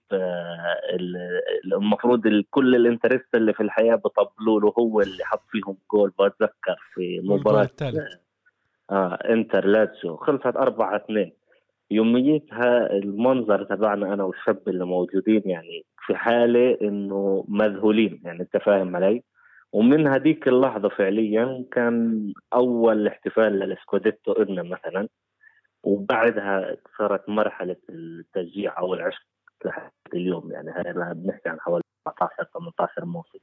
المفروض كل الانترست اللي في الحياة بطبلوا له، هو اللي حط فيهم جول. بتذكر في مباراة انتر لاتسيو خلصت 4-2. يوميتها المنظر تبعنا أنا والشاب اللي موجودين يعني في حالة إنه مذهولين، يعني أنت فاهم علي. ومن هذيك اللحظة فعليا كان أول احتفال للسكوديتو إبنا مثلا، وبعدها صارت مرحلة التشجيع أو العشق لحد اليوم. يعني هذا بنحكي عن حوالي 14-18 موسم.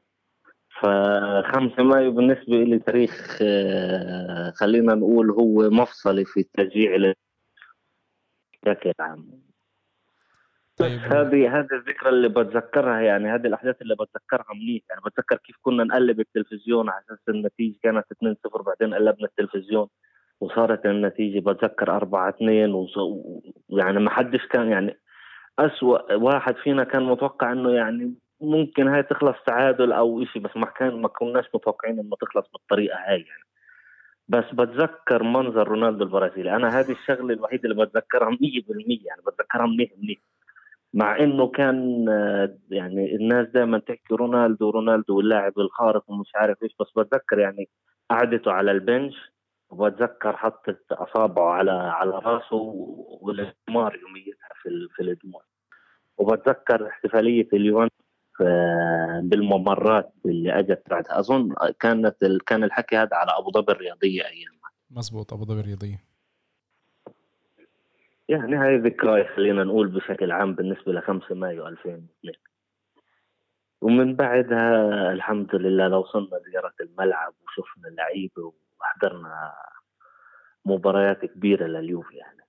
ف5 مايو بالنسبة لي تاريخ خلينا نقول هو مفصلي في التشجيع بشكل عام. طيب هذه الذكرى اللي بتذكرها، يعني هذه الأحداث اللي بتذكرها منيح. يعني بتذكر كيف كنا نقلب التلفزيون على أساس النتيجة كانت 2-0، بعدين قلبنا التلفزيون وصارت النتيجة بتذكر 4-2. يعني ما حدش كان يعني أسوأ واحد فينا كان متوقع إنه يعني ممكن هاي تخلص تعادل أو إشي، بس ما كناش متوقعين إنه تخلص بالطريقة هاي يعني. بس بتذكر منظر رونالدو البرازيلي، أنا هذه الشغلة الوحيدة اللي بتذكرها 100%، يعني بتذكرها منيح. مع إنه كان يعني الناس دائما تحكي رونالدو واللاعب الخارق ومش عارف إيش، بس بتذكر يعني قعدته على البنش، وبتذكر حطت أصابعه على راسه والدمار يوميتها في الدموع. وبتذكر احتفالية اليوفنتوس بالممرات اللي أجت بعدها، أظن كان الحكي هذا على أبو ظبي الرياضية أيامها. مزبوط، أبو ظبي الرياضية. يعني هاي ذكرى خلينا نقول بشكل عام بالنسبة ل5 مايو 2002. ومن بعدها الحمد لله لو وصلنا زيارة الملعب وشفنا اللعيبة وحضرنا مباريات كبيرة لليوفي يعني.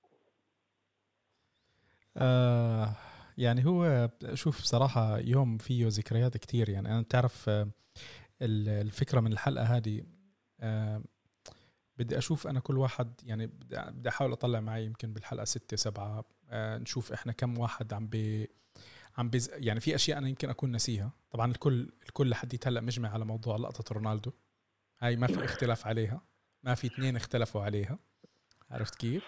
يعني هو شوف صراحة يوم فيه ذكريات كتير. يعني أنا تعرف الفكرة من الحلقة هذه بدي أشوف أنا كل واحد، يعني بدي أحاول أطلع معي يمكن بالحلقة 6-7 نشوف إحنا كم واحد يعني في أشياء أنا يمكن أكون نسيها. طبعا الكل لحد هلأ مجمع على موضوع لقطة رونالدو، هاي ما في اختلاف عليها، ما في 2 اختلفوا عليها. عرفت كيف؟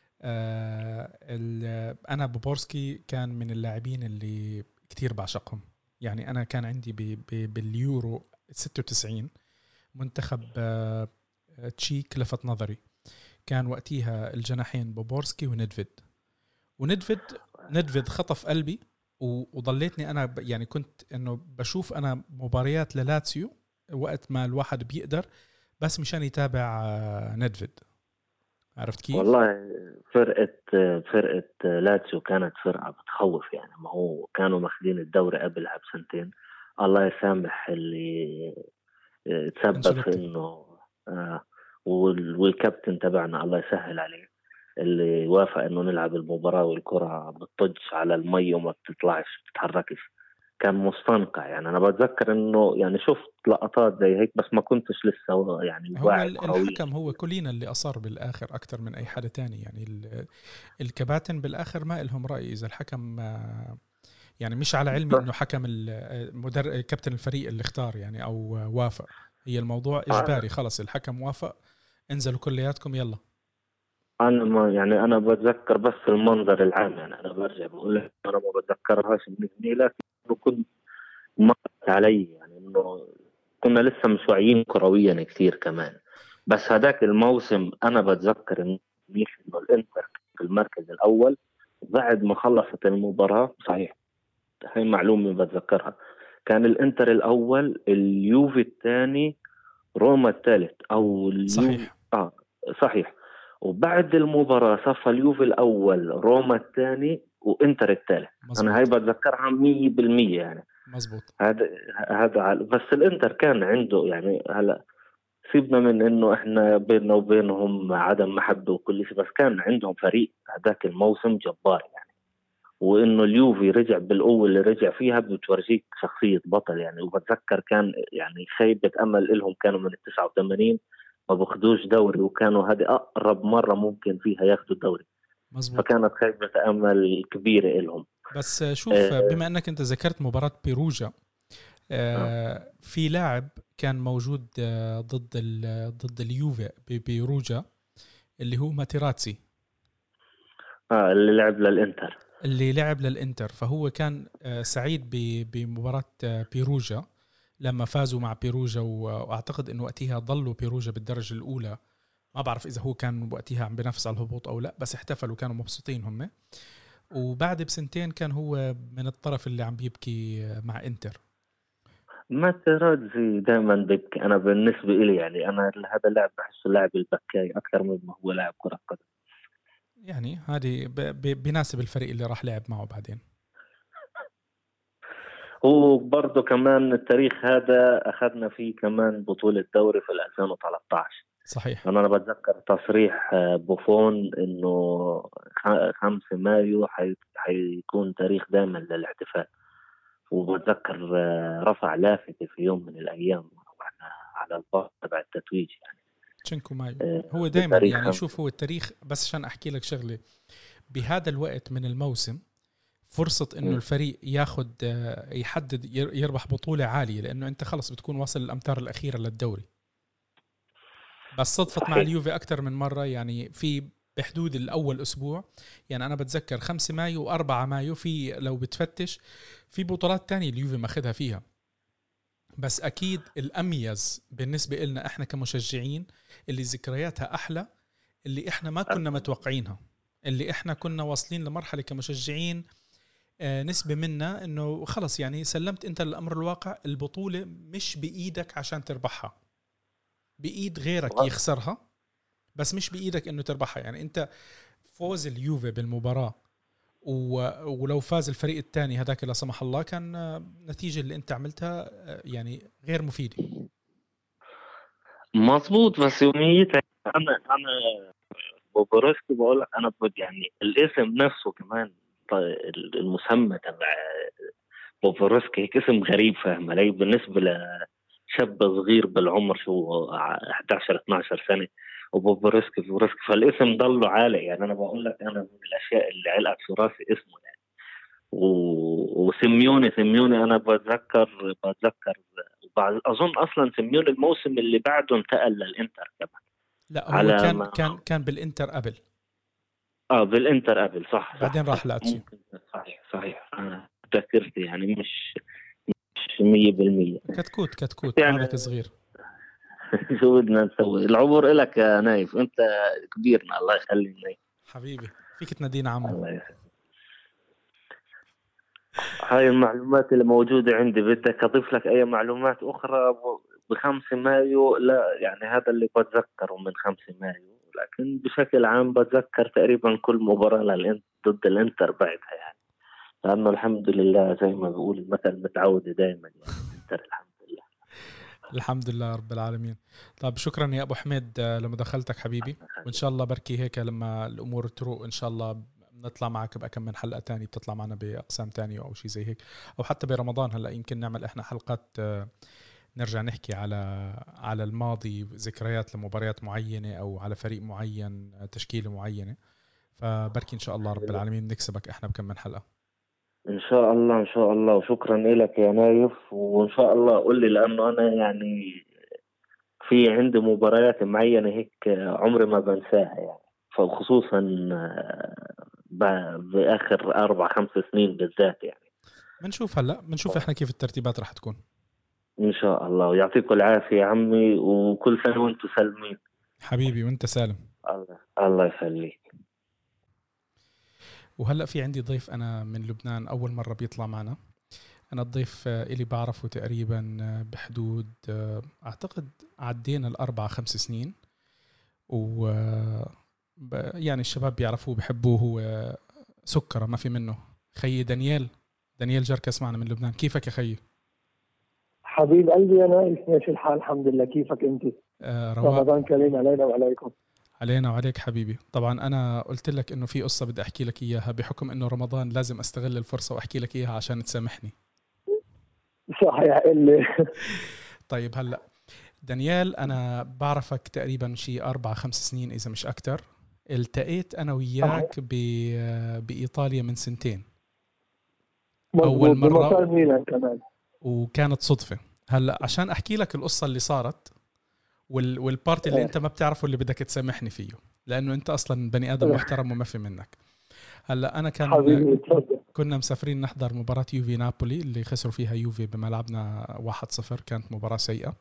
أنا بوبورسكي كان من اللاعبين اللي كتير بعشقهم. يعني أنا كان عندي باليورو 96 منتخب تشيك لفت نظري. كان وقتها الجناحين بوبورسكي ندفيد خطف قلبي، وضليتني أنا يعني كنت إنه بشوف أنا مباريات للاتسيو وقت ما الواحد بيقدر بس مشان يتابع ندفيد. عرفت كيف؟ والله فرقة لاتسيو كانت فرقة بتخوف يعني. ما هو كانوا ماخذين الدوري قبلها ب2 الله يسامح اللي تسبب في انه والكابتن تبعنا الله يسهل عليه اللي وافق انه نلعب المباراة والكرة بتطج على المي وما بتطلعش بتتحركش. كان مستنقع يعني. انا بتذكر انه يعني شفت لقطات زي هيك بس ما كنتش لسه يعني هو واعي كرويا. الحكم هو كلنا اللي أصر بالآخر أكتر من أي حدا تاني. يعني الكباتن بالآخر ما إلهم رأي. إذا الحكم يعني مش على علمي إنه حكم كابتن الفريق اللي اختار يعني أو وافق. هي الموضوع إجباري، خلص الحكم وافق انزلوا كلياتكم يلا. أنا ما يعني أنا بتذكر بس المنظر العام يعني. أنا برجع بقول لك أنا ما بتذكرهاش مني، لكن كنت مرت علي يعني إنه كنا لسه مش واعيين كرويا كثير كمان. بس هذاك الموسم أنا بتذكر إنه الإنتر في المركز الأول بعد ما خلصت المباراة. صحيح هاي معلومة بتذكرها. كان الإنتر الأول، اليوفي الثاني، روما الثالث أو صحيح. صحيح. وبعد المباراة صفى اليوفي الأول، روما الثاني، وإنتر الثالث. أنا هاي بتذكرها 100% يعني. مزبوط. هذا بس الإنتر كان عنده يعني. هلا سيبنا من إنه إحنا بيننا وبينهم عدم محبة وكل شيء، بس كان عندهم فريق هذاك الموسم جبار يعني. وإنه اليوفي رجع بالقوة اللي رجع فيها بتورجيك شخصية بطل يعني. وبتذكر كان يعني خيبة أمل إلهم، كانوا من 89 ما بخدوش دوري، وكانوا هذه أقرب مرة ممكن فيها ياخدوا الدوري. مزبوط. فكانت خيبة أمل كبيرة إلهم. بس شوف بما أنك أنت ذكرت مباراة بيروجا، في لاعب كان موجود ضد اليوفي ببيروجا اللي هو ماتيراتسي، اللي لعب للإنتر. فهو كان سعيد بمباراة بيروجا لما فازوا مع بيروجا، وأعتقد أنه وقتها ظلوا بيروجا بالدرجة الأولى. ما بعرف إذا هو كان وقتها عم بنفس على الهبوط أو لا، بس احتفلوا كانوا مبسوطين هم. وبعد ب2 كان هو من الطرف اللي عم بيبكي مع إنتر. ماتيراتزي دائما بيبكي. أنا بالنسبة إلي يعني أنا هذا اللاعب بحسه لاعب البكاي أكثر مما هو لاعب كرة قدم. يعني هذه بيناسب الفريق اللي راح لعب معه بعدين. وبرضه كمان التاريخ هذا أخذنا فيه كمان بطولة دوري في 2013. صحيح. أنا بتذكر تصريح بوفون إنه 5 مايو حيكون تاريخ دائما للاحتفال. وبتذكر رفع لافتة في يوم من الأيام على الباص تبع التتويج يعني 5 مايو. هو دائما يعني شوف هو التاريخ. بس عشان أحكي لك شغلة، بهذا الوقت من الموسم فرصة إنه الفريق ياخد يحدد يربح بطولة عالية، لأنه أنت خلص بتكون واصل الأمتار الأخيرة للدوري. بس صدفت مع اليوفي أكتر من مرة يعني في بحدود الأول أسبوع. يعني أنا بتذكر 5 مايو و4 مايو في لو بتفتش في بطولات تانية اليوفي ماخدها فيها. بس أكيد الأميز بالنسبة لنا إحنا كمشجعين اللي ذكرياتها أحلى، اللي إحنا ما كنا متوقعينها، اللي إحنا كنا واصلين لمرحلة كمشجعين نسبة منا إنه خلص يعني سلمت أنت الأمر الواقع. البطولة مش بإيدك عشان تربحها، بإيد غيرك يخسرها، بس مش بإيدك إنه تربحها. يعني أنت فوز اليوفي بالمباراة ولو فاز الفريق الثاني هذاك لا سمح الله كان النتيجة اللي انت عملتها يعني غير مفيدة. مظبوط، بس يوميتها انا بوبروسكي بقول لك انا يعني الاسم نفسه كمان المسمى تبع بوبروسكي هيك اسم غريب، فاهم علي؟ بالنسبة لشاب صغير بالعمر شو 11 12 سنة وبوبروسكي فالاسم ضله عالي. يعني انا بقول لك انا من الاشياء اللي علقت في راسي اسمه يعني. وسيميوني انا بتذكر اظن اصلا سيميوني الموسم اللي بعده انتقل للانتر كمان. لا هو كان بالانتر قبل. بالانتر قبل صح. بعدين راح لاتسيو. صحيح انا ذاكرتي يعني مش 100%. كتكوت يعني مالك صغير. شو بدنا نسوي؟ العمر إلك يا نايف، انت كبيرنا الله يخليك نايف حبيبي، فيك تنادينا عمو. الله يخليك. هاي المعلومات اللي موجودة عندي، بدك أضيف لك أي معلومات أخرى ب5 مايو؟ لا يعني هذا اللي بتذكره من 5 مايو، لكن بشكل عام بتذكر تقريبا كل مباراة ضد الانتر بعدها يعني، لأنه الحمد لله زي ما بقول المثل متعود دائما يعني الانتر الحمد لله رب العالمين. طيب شكرا يا أبو حميد لمداخلتك حبيبي، وإن شاء الله بركي هيك لما الأمور تروق إن شاء الله نطلع معك بقى كم من حلقة تانية، بتطلع معنا بأقسام تانية أو شيء زي هيك، أو حتى برمضان هلأ يمكن نعمل إحنا حلقات نرجع نحكي على الماضي، ذكريات لمباريات معينة أو على فريق معين، تشكيلة معينة. فبركي إن شاء الله رب العالمين نكسبك إحنا بكم من حلقة إن شاء الله. وشكرا لك يا نايف، وإن شاء الله قل لي، لأنه أنا يعني في عندي مباريات معينة هيك عمري ما بنساها يعني، فخصوصا بآخر 4-5 سنين بالذات يعني. بنشوف إحنا كيف الترتيبات رح تكون إن شاء الله. ويعطيكم العافية يا عمي، وكل سنة وانتم سالمين حبيبي، وانت سالم. الله يخليك. وهلأ في عندي ضيف أنا من لبنان أول مرة بيطلع معنا. أنا الضيف اللي بعرفه تقريبا بحدود أعتقد عدينا 4-5 سنين، و يعني الشباب بيعرفوه بيحبوه، هو سكرة ما في منه. خي دانيال جركس معنا من لبنان. كيفك يا خي؟ حبيب قلبي أنا ماشي الحال الحمد لله. كيفك أنت؟ رمضان كريم علينا وعليكم. علينا وعليك حبيبي. طبعا أنا قلت لك إنه في قصة بدي أحكي لك إياها، بحكم إنه رمضان لازم أستغل الفرصة وأحكي لك إياها عشان تسامحني. صحيح اللي طيب هلأ دانيال أنا بعرفك تقريبا شيء 4-5 سنين إذا مش أكتر. التقيت أنا وياك بإيطاليا من 2 سنين أول مرة ميلان كمان، وكانت صدفة. هلأ عشان أحكي لك القصة اللي صارت والبارت اللي أنت ما بتعرفه اللي بدك تسامحني فيه، لأنه أنت أصلا بني آدم محترم وما في منك. هلأ أنا كنا مسافرين نحضر مباراة يوفي نابولي اللي خسروا فيها يوفي بملعبنا 1-0، كانت مباراة سيئة.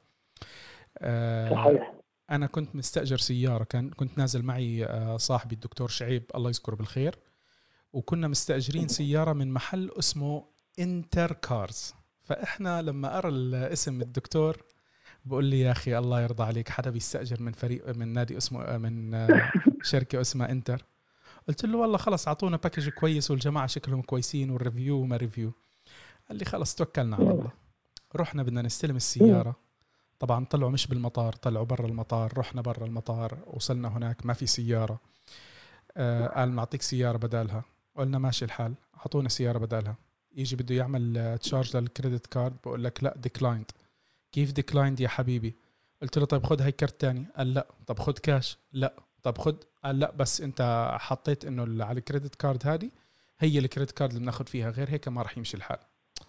صحيح. أنا كنت مستأجر سيارة، كنت نازل معي صاحبي الدكتور شعيب الله يذكره بالخير، وكنا مستأجرين سيارة من محل اسمه انتر كارز. فإحنا لما أرى الاسم الدكتور بقول لي يا أخي الله يرضى عليك، حدا بيستأجر من فريق من نادي اسمه من شركة اسمها انتر. قلت له والله خلص عطونا باكج كويس والجماعة شكلهم كويسين والريفيو وما ريفيو. قال لي خلص توكلنا على الله. رحنا بدنا نستلم السيارة، طبعا طلعوا مش بالمطار، طلعوا برا المطار. رحنا برا المطار، وصلنا هناك ما في سيارة. قال نعطيك سيارة بدالها. قلنا ماشي الحال، عطونا سيارة بدالها. يجي بده يعمل تشارج للكريدت كارد، بقول لك لا ديكلايند. كيف ديكلايند يا حبيبي؟ قلت له طيب خد هاي كارت تاني. قال لا. طب خد كاش. لا. طب خد. قال لا بس انت حطيت انه على الكريدت كارد هذه هي الكريدت كارد اللي بناخد فيها، غير هيك ما راح يمشي الحال.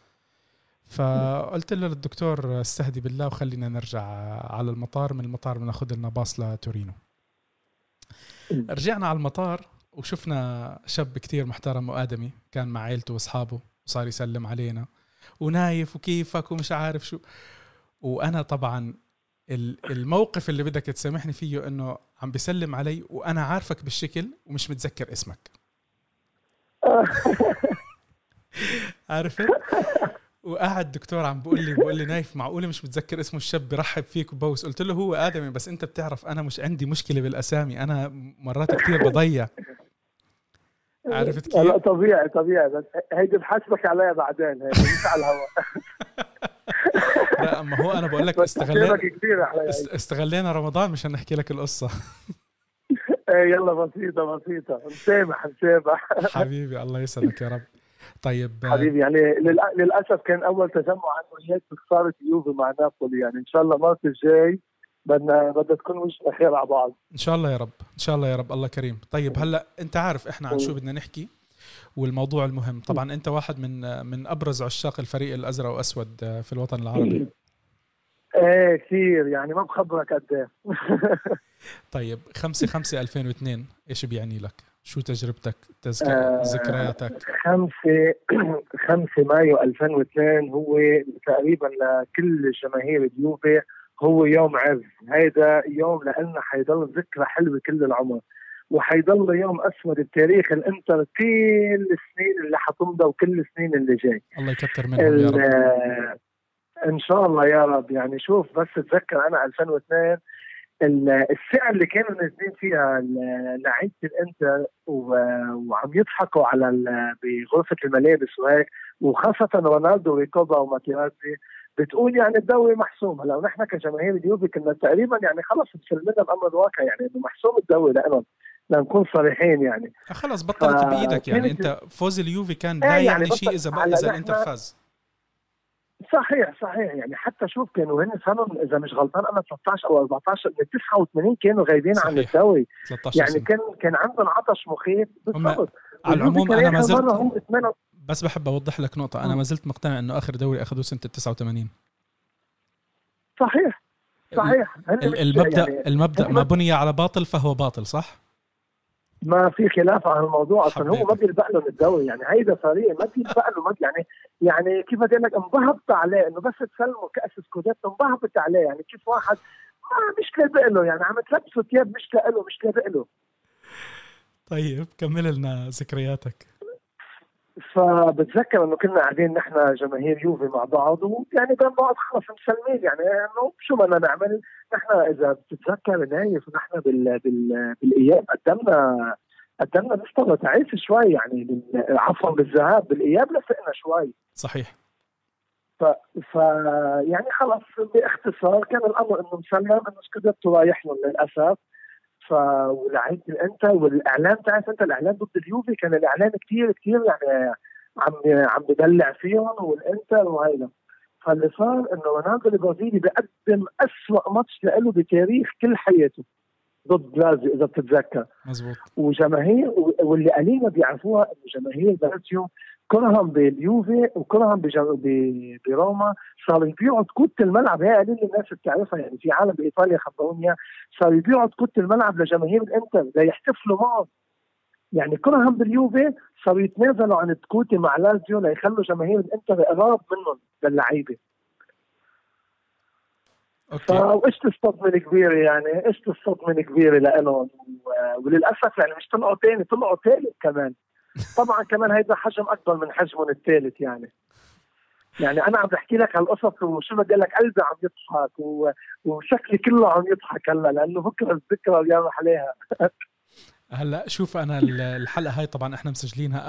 فقلت له للدكتور استهدي بالله وخلينا نرجع على المطار، من المطار بناخد لنا باص لتورينو. رجعنا على المطار وشفنا شاب كتير محترم وآدمي كان مع عائلته واصحابه، وصار يسلم علينا ونايف وكيفك ومش عارف شو. وانا طبعا الموقف اللي بدك تسامحني فيه انه عم بيسلم علي وانا عارفك بالشكل ومش متذكر اسمك. عارفه؟ وقاعد الدكتور عم بقول لي نايف معقوله مش متذكر اسمه الشاب برحب فيك وبوس. قلت له هو آدمي، بس انت بتعرف انا مش عندي مشكله بالاسامي، انا مرات كتير بضيع. عرفت كيف؟ لا طبيعي بس هيدي بحاسبك عليها بعدين، هيدي مش على الهواء. لا ما هو انا بقول لك استغلينا رمضان مشان نحكي لك القصه. يلا بسيطه مسامح. حبيبي الله يسعدك يا رب. طيب حبيبي يعني للاسف كان اول تجمع عنه وياك بخساره يوفي مع نابولي، يعني ان شاء الله المره الجاي بدنا تكون وشنا خير على بعض ان شاء الله يا رب، ان شاء الله يا رب. الله كريم. طيب هلا انت عارف احنا عن شو بدنا نحكي، والموضوع المهم طبعا انت واحد من ابرز عشاق الفريق الازرق واسود في الوطن العربي. ايه كثير، يعني ما بخبرك قد ايه. طيب 5/5/2002 ايش بيعني لك؟ شو تجربتك؟ ذكرياتك؟ 5 مايو 2002 هو تقريبا لكل جماهير اليوفي هو يوم عز. هيدا يوم لأنه حيضل ذكرى حلوة كل العمر، وحيضل يوم أسود بتاريخ الانتر كل السنين اللي حتمضى وكل السنين اللي جاي. الله يكتر منهم يا رب. إن شاء الله يا رب. يعني شوف بس تذكر أنا 2002 الساعة اللي كانوا نازلين فيها لعيبة الانتر وعم يضحكوا على بغرفة الملابس وهيك، وخاصة رونالدو وريكوبا وماتيراتي، بتقول يعني الدوري محسوم. هلا ونحن كجماهير اليوفي كنا تقريبا يعني خلص بسلمنا الامر الواقع، يعني انه محسوم الدوري لانه لنكون صريحين يعني خلص بطلت بايدك. يعني انت فوز اليوفي كان لا يعني شيء اذا الانتر فاز. صحيح يعني حتى شوف كانوا هن سنة اذا مش غلطان انا 13 او 14 من 89 كانوا غايبين عن الدوري، يعني كان عندهم عطش مخيف بالضبط. على العموم انا ما زلت بس بحب اوضح لك نقطه، انا ما زلت مقتنع انه اخر دوري اخذوه سنه 89. صحيح المبدأ ما بني على باطل فهو باطل، صح؟ ما في خلاف عن الموضوع اصلا. هو ما بيلبق له الدوري، يعني هيدا فريق ما بيلبق له، يعني كيف بدي لك انبهبت عليه انه بس تسلموا كاس سكوديتو، انبهبت عليه. يعني كيف واحد مش لابق له، يعني عم تلبسه ثياب مش لابق له. طيب كمل لنا ذكرياتك. فبتذكر انه كنا قاعدين نحن جماهير يوفي مع بعض، ويعني بين بعض خلص مسلمين، يعني انه شو بدنا نعمل نحن. اذا بتتذكر نايف نحن بالاياب قدمنا مستوى تعيس شوي، يعني عفوا بالذهاب، بالاياب لفقنا شوي. صحيح. يعني خلص باختصار كان الامر انه مسلم انه سكوديتو رايح له للاسف. ولعيبه الانتر والاعلام، تعرف انت الاعلام ضد اليوفي كان الاعلام كثير يعني عم بدلع فيهم والانتر وهيدا. فاللي صار انه رونالدو البرازيلي بيقدم أسوأ ماتش له بتاريخ كل حياته ضد لازيو اذا بتتذكر. مزبوط. وجماهير واللي قليلا بيعرفوها انه جماهير لازيو كرهم باليوفي وكرهم بروما صاروا يبيعوا تكوت الملعب. هي قليل الناس بتعرفها، يعني في عالم بايطاليا خبروني صاروا يبيعوا تكوت الملعب لجماهير الانتر ليحتفلوا معهم. يعني كرهم باليوفي صاروا يتنازلوا عن التكوت مع لازيو ليخلوا جماهير الانتر قراب منهم للعيبه. وإيش الصدمة الكبيرة، يعني إيش الصدمة الكبيرة لهم. وللأسف يعني مش طلعوا تاني، طلعوا ثالث كمان. طبعا كمان هيدا حجم أكبر من حجمهم الثالث. يعني أنا عم بحكي لك هالقصص وشو بدي لك قلبي عم يضحك وشكلي كله عم يضحك هلا لأنه بكرة الذكرى اللي راح عليها. هلا شوف أنا الحلقة هاي طبعا إحنا مسجلينها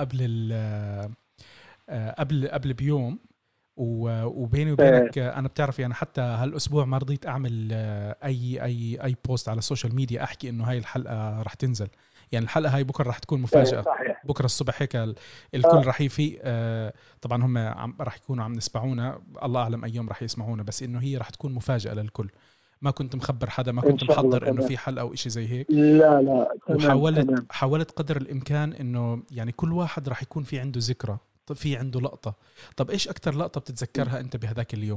قبل بيوم، وبيني وبينك انا بتعرف يعني حتى هالاسبوع ما رضيت اعمل اي بوست على السوشيال ميديا احكي انه هاي الحلقه رح تنزل. يعني الحلقه هاي بكره رح تكون مفاجاه. بكره الصبح هيك الكل رح يفيق. طبعا هم رح يكونوا عم يسمعونا، الله اعلم اي يوم رح يسمعونا، بس انه هي رح تكون مفاجاه للكل. ما كنت مخبر حدا، ما كنت محضر انه في حلقه او إشي زي هيك. لا وحاولت قدر الامكان انه يعني كل واحد رح يكون في عنده ذكرى، في عنده لقطة. طب إيش أكتر لقطة بتتذكرها أنت بهذاك اليوم؟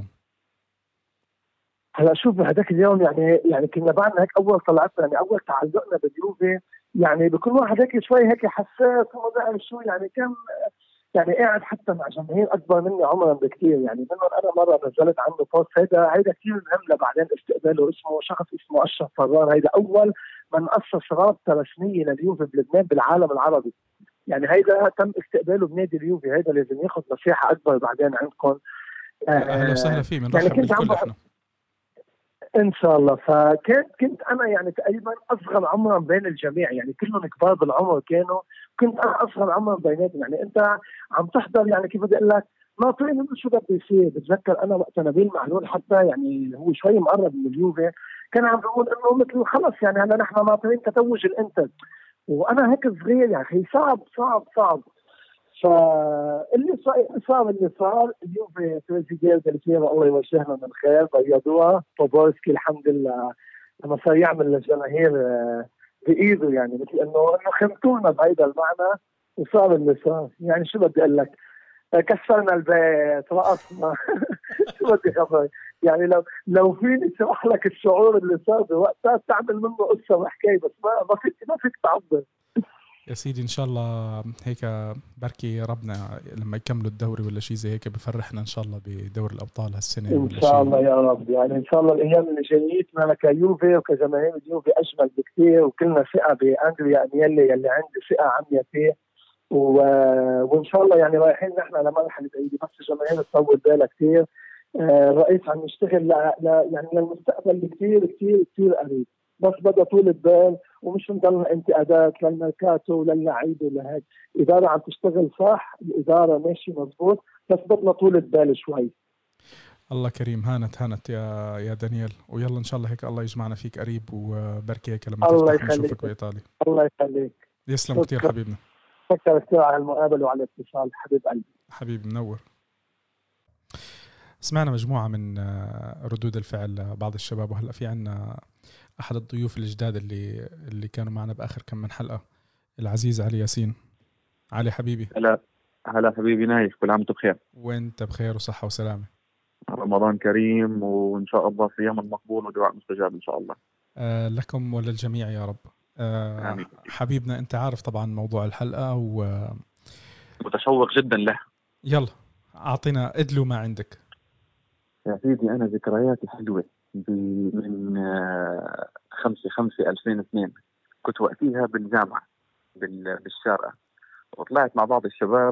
هلا شوف بهذاك اليوم يعني كنا بعدنا هيك أول طلعتنا، يعني أول تعلقنا باليوفي، يعني بكل واحد هيك شوي هيك حساس وما بعرف شو، يعني كان يعني قاعد حتى مع جماهير أكبر مني عمرا بكثير. يعني منهم أنا مرة نزلت عنه بوست، هيدا كثير مهم لبعدين استقباله. اسمه شخص اسمه أشرف فران، هيدا أول من أسس رابطة رسمية لليوفي بلبنان بالعالم العربي. يعني هيدا تم استقباله بنادي اليوفي، هيدا لازم ياخذ مساحه اكبر بعدين عندكم. اهلا وسهلا فيه، بنرحب يعني بالكل احنا. ان شاء الله. كنت انا يعني تقريبا اصغر عمرا بين الجميع، يعني كلهم كبار بالعمر كانوا، كنت انا اصغر عمرا بيناتهم. يعني انت عم تحضر يعني كيف بدي اقول لك ناطرين انه شو بده يصير. بتذكر انا وقت نبيل معلول حتى يعني هو شوي مقرب من اليوفي كان عم بيقول انه مثل خلص يعني هلا نحن ناطرين تتوج الانتر، وانا هيك صغير يا اخي صعب صعب صعب. اللي صار اليوفي تريزيجيه ديلفيرو الله يوجهنا من خير بيضوها. بوبولسكي الحمد لله لما صار يعمل للجماهير بايده، يعني مثل انه خمتونا بهيدا المعنى، وصار اللي صار. يعني شو بدي اقول لك، كسرنا البيت، رقصنا شو بدي خبر. يعني لو فيني اشرح لك الشعور اللي صار بوقتها تعمل منه قصه وحكايه، بس ما فيك تعبر يا سيدي. ان شاء الله هيك بركي ربنا لما يكملوا الدوري ولا شيء زي هيك بفرحنا ان شاء الله بدور الابطال هالسنه ان ولا شاء شيء. الله يا رب. يعني ان شاء الله الايام اللي جايتنا كيوفي وكجماهير اليوفي اجمل بكثير، وكلنا ثقه باندريا انيلي يلي عندي ثقه عمياء فيه، وان شاء الله يعني رايحين نحن لمرحله بعيده، بس الجماهير تطول بالها كثير. الرئيس عم يشتغل يعني للمستقبل كثير كثير كثير قريب، بس بدها طولة بال، ومش نضلنا انتقادات للميركاتو وللعيبه ولهيك. الاداره عم تشتغل صح، الاداره ماشي مضبوط، بس بدنا طولة بال شوي. الله كريم. هانت يا دانيال، ويلا ان شاء الله هيك الله يجمعنا فيك قريب، وبركي هيك لما تفتح نشوفك بايطاليا. الله يخليك. يسلم كثير حبيبنا. شكرا كثير على المقابله وعلى الاتصال حبيب قلبي. حبيبي منور. سمعنا مجموعة من ردود الفعل بعض الشباب، وهلأ في عنا أحد الضيوف الجداد اللي كانوا معنا بآخر كم من حلقة، العزيز علي ياسين. علي حبيبي. هلا حبيبي نايف، كل عام وانت بخير. وانت بخير وصحة وسلامة. رمضان كريم وإن شاء الله صيام مقبول ودعاء مستجاب إن شاء الله. لكم وللجميع يا رب. حبيبنا أنت عارف طبعا موضوع الحلقة متشوق جدا له. يلا أعطينا ادلو ما عندك يا سيدي. أنا ذكرياتي حلوة من 5/5/2002. كنت وقتها بالجامعة بالشارقة، وطلعت مع بعض الشباب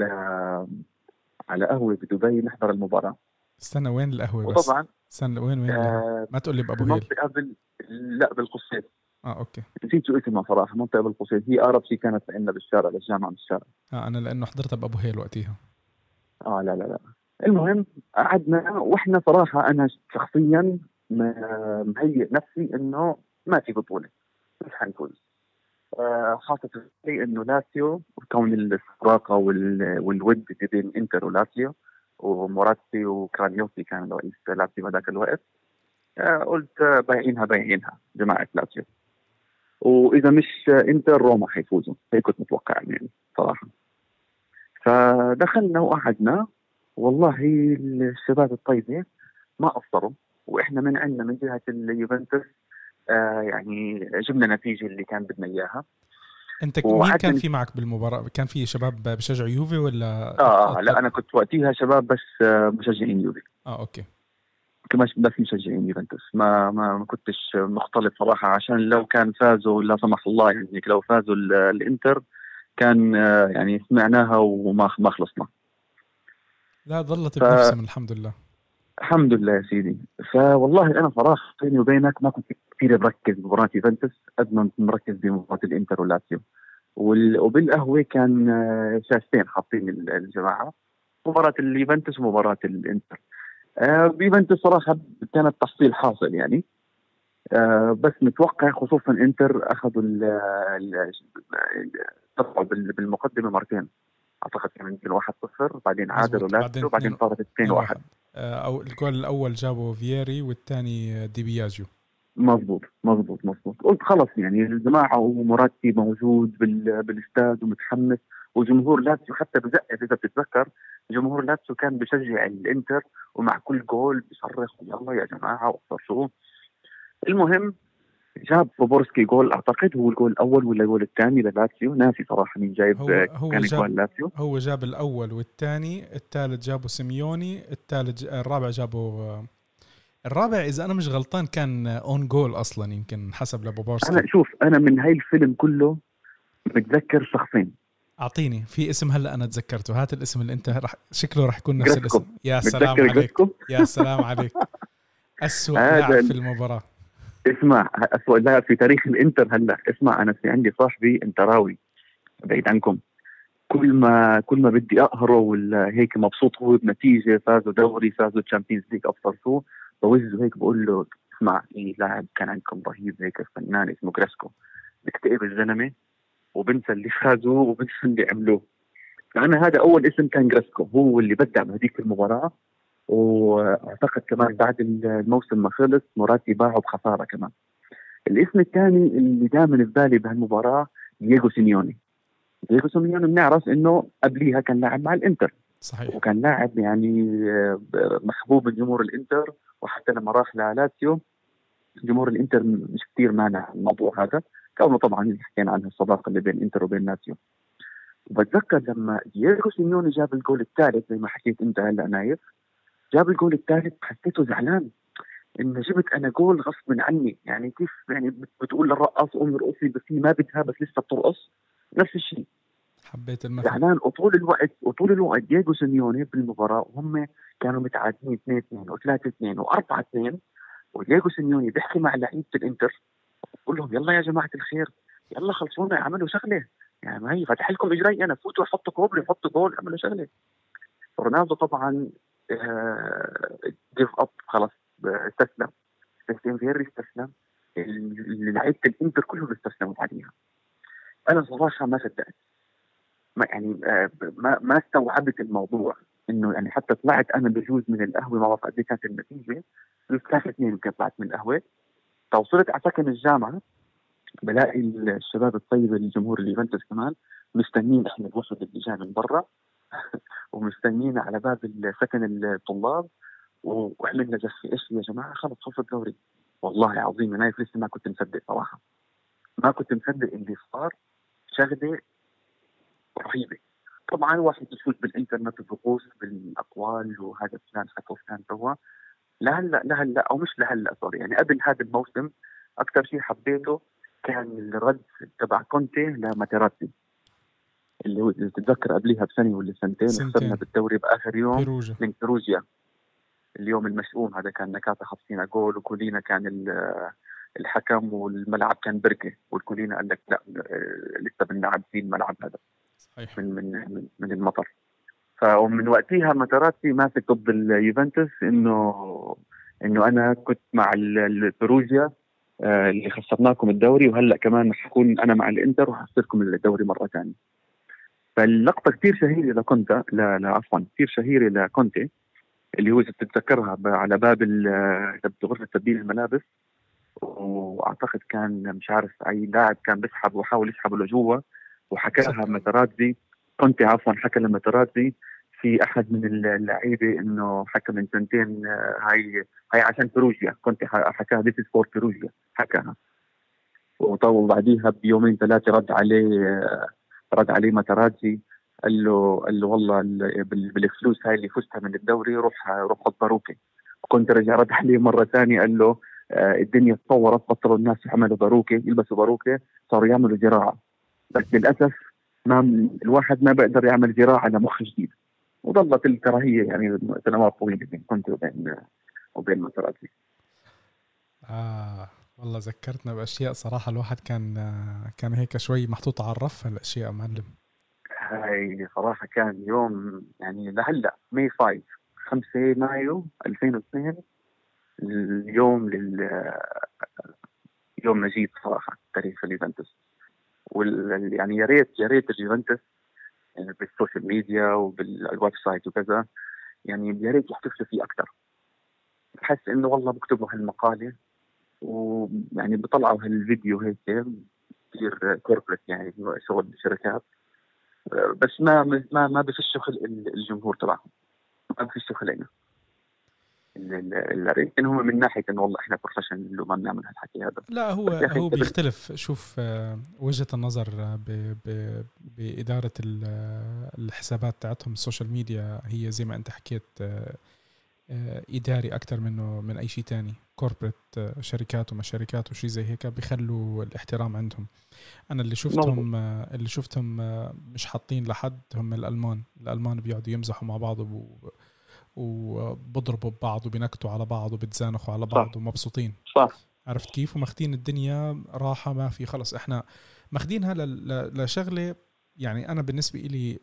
على قهوة بدبي نحضر المباراة. استنى وين القهوة بس؟ وطبعا استنى وين ما تقول لي بأبو هيل. لا بالقصير. أوكي. نسيت شو اسمها صراحة. منطقة بالقصير، هي أقرب شيء كانت عندنا بالشارع بالجامعة بالشارع. أنا لأنه حضرتها بأبو هيل وقتها. لا. المهم قعدنا، وإحنا صراحة أنا شخصيا مهيئ نفسي إنه ما في بطولة، مش حنفوز. حاطط لي إنه لاتسيو، وكون الصراقة والود بين إنتر ولاتسيو، وموراتي وكرانيوتي كان رئيس لاتسيو هذاك الوقت. قلت بايعينها جماعة لاتسيو، وإذا مش إنتر روما حيفوزوا، هيك كنت متوقع يعني صراحة. فدخلنا وقعدنا، والله الشباب الطيبة ما قصروا، وإحنا من عندنا من جهة اليوفنتوس يعني جبنا نتيجة اللي كان بدنا إياها. أنت مين كان في معك بالمباراة؟ كان في شباب بشجع يوفي ولا؟ لا أنا كنت وقتها شباب بس مشجعين يوفي. أوكي. بس مشجعين يوفنتوس، ما كنتش مختلط صراحة، عشان لو كان فازوا لا سمح الله، يعني لو فازوا الإنتر كان يعني سمعناها وما خلصنا. لا ظلت بنفسهم الحمد لله. الحمد لله يا سيدي. فوالله أنا صراحة بيني وبينك ما كنت كثير مركز بمباراة يوفنتوس قد ما مركز بمباراة الإنتر واللاتسيو. وبالقهوة كان شاشتين حاطين الجماعة، مباراة اليوفنتوس ومباراة الإنتر. بيوفنتوس صراحة كانت تحصيل حاصل يعني، بس متوقع خصوصا إنتر أخذوا طلعوا بالمقدمة مرتين، أعتقد كان يمكن 1-0 بعدين عادلوا لاتسيو بعدين صارت 2-1. أو الجول الأول جابوا فييري والثاني دي بياجيو. مظبوط. قلت خلص يعني الجماعة ومراتي موجود بالاستاد ومتحمس، وجمهور لاتسيو حتى بزقف. إذا بتتذكر جمهور لاتسيو كان بيشجع الإنتر، ومع كل جول بيصرخ يلا يا جماعة وأكثر شو. المهم جاب بوبولسكي جول، أعتقد هو الجول الأول ولا الجول الثاني للاتسيو، ناسي صراحة مين جايب. كان جول لاتسيو. هو جاب الأول والثاني، الثالث جابه سيميوني، الرابع جابه الرابع إذا أنا مش غلطان كان أون جول أصلا يمكن حسب لبوبولسكي. أنا من هاي الفيلم كله متذكر شخصين. أعطيني في اسم هلأ أنا تذكرته. هات الاسم اللي أنت شكله رح يكون نفس الاسم. يا سلام عليك. يا سلام عليك. أسوأ لاعب في المباراة. اسمع، أسوأ لاعب في تاريخ الانتر. هلا اسمع، انا في عندي صاحبي انتراوي بعيد عنكم، كل ما بدي اقهره ولا هيك مبسوط هو بنتيجه، فازوا دوري، فازوا تشامبيونز ليج، ابصرتوه، بوزه هيك بقول له اسمع، في لاعب كان عندكم رهيب هيك فنان اسمه جريسكو، بكتئب الزلمه وبنسى اللي فازوا وبنسى اللي عملوه. فانا هذا اول اسم كان جريسكو، هو اللي بدع بهذيك المباراه. واعتقد كمان بعد الموسم ما خلص مراتي باعوا بخساره كمان. الاسم الثاني اللي دائما في بالي بهالمباراه دييغو سيميوني. دييغو سيميوني بنعرف انه قبليها كان لاعب مع الانتر، صحيح. وكان لاعب يعني محبوب من جمهور الانتر، وحتى لما راح لالاتسيو جمهور الانتر مش كثير مانع الموضوع هذا، كونه طبعا حكينا عن الصداقه اللي بين الانتر وبين لاتسيو. وبتذكر لما دييغو سيميوني جاب الجول الثالث زي ما حكيت انت هلا نايف، جاب الجول الثالث حسيته زعلان انه جبت انا جول غصب عني، يعني كيف يعني بتقول للرقاص قومي ارقصي بس هي ما بدها بس لسه بترقص، نفس الشيء. حبيت المثل. زعلان. وطول الوقت دييغو سيميوني بالمباراه وهم كانوا متعادلين 2-2 و3-2 و4-2، ودييغو سيميوني بيحكي مع لعيبه الانتر بقول لهم يلا يا جماعه الخير، يلا خلصونا اعملوا شغله، يعني ما هي فتح لكم اجري انا، فوتوا حطوا كوبري حطوا جول اعملوا شغله. رونالدو طبعا جيف اب خلص، استسلم. ستيفن فيري استسلم، لعيبه الانتر كلهم استسلموا بعديها. انا صراحه ما صدقت، ما استوعبت الموضوع، انه يعني حتى طلعت انا بجوز من القهوه، ما بعرف قد ايه كانت النتيجه، 3-2 يمكن طلعت من القهوه. توصلت على سكن الجامعه بلاقي الشباب الطيبه الجمهور اليوفنتوس كمان مستنين احنا الوفد اللي جاي من برا ومستنين على باب سكن الطلاب، وعملنا زفه ايش يا جماعه خلص خلص الدوري. والله العظيم انا لسه ما كنت مصدق صراحه، ما كنت مصدق اللي صار، شغله رهيبه. طبعا واحد يفوت بالانترنت الرقوص بالاقوال وهذا فلان حكى وفلان سوى، لهلا او مش لهلا سوري، يعني قبل هذا الموسم اكثر شيء حبيته كان الرد تبع كونتي لماتيراتي، اللي هو تتذكر قبليها بسنه ولا سنتين خسرنا بالدوري باخر يوم من بيروجيا، اليوم المشؤوم هذا كان نكاتا حاطين جول وكلنا كان الحكم والملعب كان بركه، والكلنا قال لك لا لسه بنلعب في الملعب هذا صحيح. من المطر. فمن وقتها ماتيراتي ماسك ضد اليوفنتوس انه انا كنت مع البيروجيا اللي خسرناكم الدوري، وهلا كمان حكون انا مع الانتر وحصلكم الدوري مره ثانيه. فاللقطه كثير شهيره لكونتا، عفوا كثير شهيره لكونتي، اللي هو اذا بتتذكرها على باب غرفه تبديل الملابس، واعتقد كان مش عارف اي لاعب كان بيسحب وحاول يسحبه لجوا، وحكاها ماتيراتي، كونتي عفوا حكى لماتيراتي في احد من اللعيبه انه حكى من سنتين هاي عشان بيروجيا، كونتي حكاها ذيس فور بيروجيا حكاها. وطول بعديها بيومين ثلاثه رد عليه ماتيراتي قال له والله بالفلوس هاي اللي فزتها من الدوري روح خذ باروكه. كنت رجع رد عليه مره ثانيه قال له الدنيا تطورت، بطلوا الناس يعملوا باروكه يلبسوا باروكه صاروا يعملوا زراعه، بس للاسف الواحد ما بيقدر يعمل زراعه لمخ جديد، وظلت الكراهيه يعني سنوات طويله بين كنت وبين ماتيراتي. والله ذكرتنا باشياء صراحه الواحد كان هيك شوي محطوط على الرف هالاشياء معلم. هاي صراحه كان يوم يعني لهلا ماي 5 مايو 2002 اليوم يوم مجيد صراحه تاريخ اليوفنتوس. يعني يا ريت اليوفنتوس يعني بالسوشيال ميديا وبالويب سايت وكذا، يعني يا ريت يحتفلوا فيه اكثر. بحس انه والله بكتبوا هالمقاله ويعني بيطلعوا هالفيديو هيك كثير كوربريت، يعني شغل الشركات، بس ما بفشوا خلق الجمهور تبعهم، ما بفشوا خلقنا يمكن هم من ناحيه انه والله احنا بروفيشنال وما بنعمل هالحكي هذا. لا هو بيختلف. شوف وجهه النظر باداره الحسابات تاعتهم السوشيال ميديا هي زي ما انت حكيت إداري أكتر منه من أي شيء تاني. كوربريت شركات وما شركات وشي زي هيك بيخلوا الاحترام عندهم. أنا اللي شفتهم مش حاطين لحد هم الألمان بيقعدوا يمزحوا مع بعض وبضربوا ببعض وبينكتوا على بعض وبتزانخوا على بعض ومبسوطين. صح. عرفت كيف؟ وماخدين الدنيا راحة، ما في خلص احنا ماخدينها لشغلة. يعني انا بالنسبة لي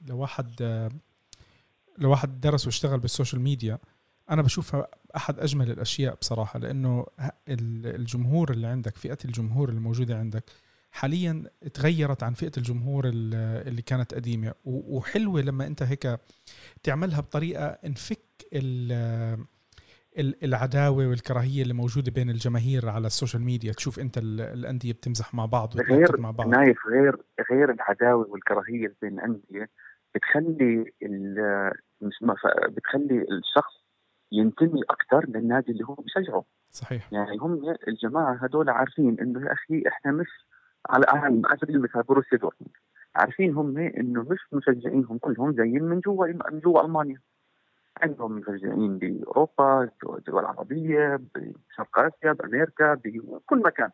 لواحد درس واشتغل بالسوشيال ميديا، انا بشوفها احد اجمل الاشياء بصراحة، لانه الجمهور اللي عندك، فئة الجمهور اللي موجودة عندك حاليا تغيرت عن فئة الجمهور اللي كانت قديمة، وحلوة لما انت هيك تعملها بطريقة نفك العداوة والكراهية اللي موجودة بين الجماهير على السوشيال ميديا. تشوف انت الأندية بتمزح مع بعض وتنكت مع بعض. نايف، غير العداوة والكراهية بين الأندية بتخلي الشخص ينتمي أكثر للنادي اللي هو بيشجعه. صحيح. يعني هم الجماعة هدول عارفين إنه يا أخي إحنا مش على سبيل المثال بروسيا دورتموند، عارفين هم إنه مش مشجعينهم كلهم جايين من جوا ألمانيا، عندهم مشجعين بأوروبا، الدول العربية، بشرق آسيا، بأمريكا، بكل مكان.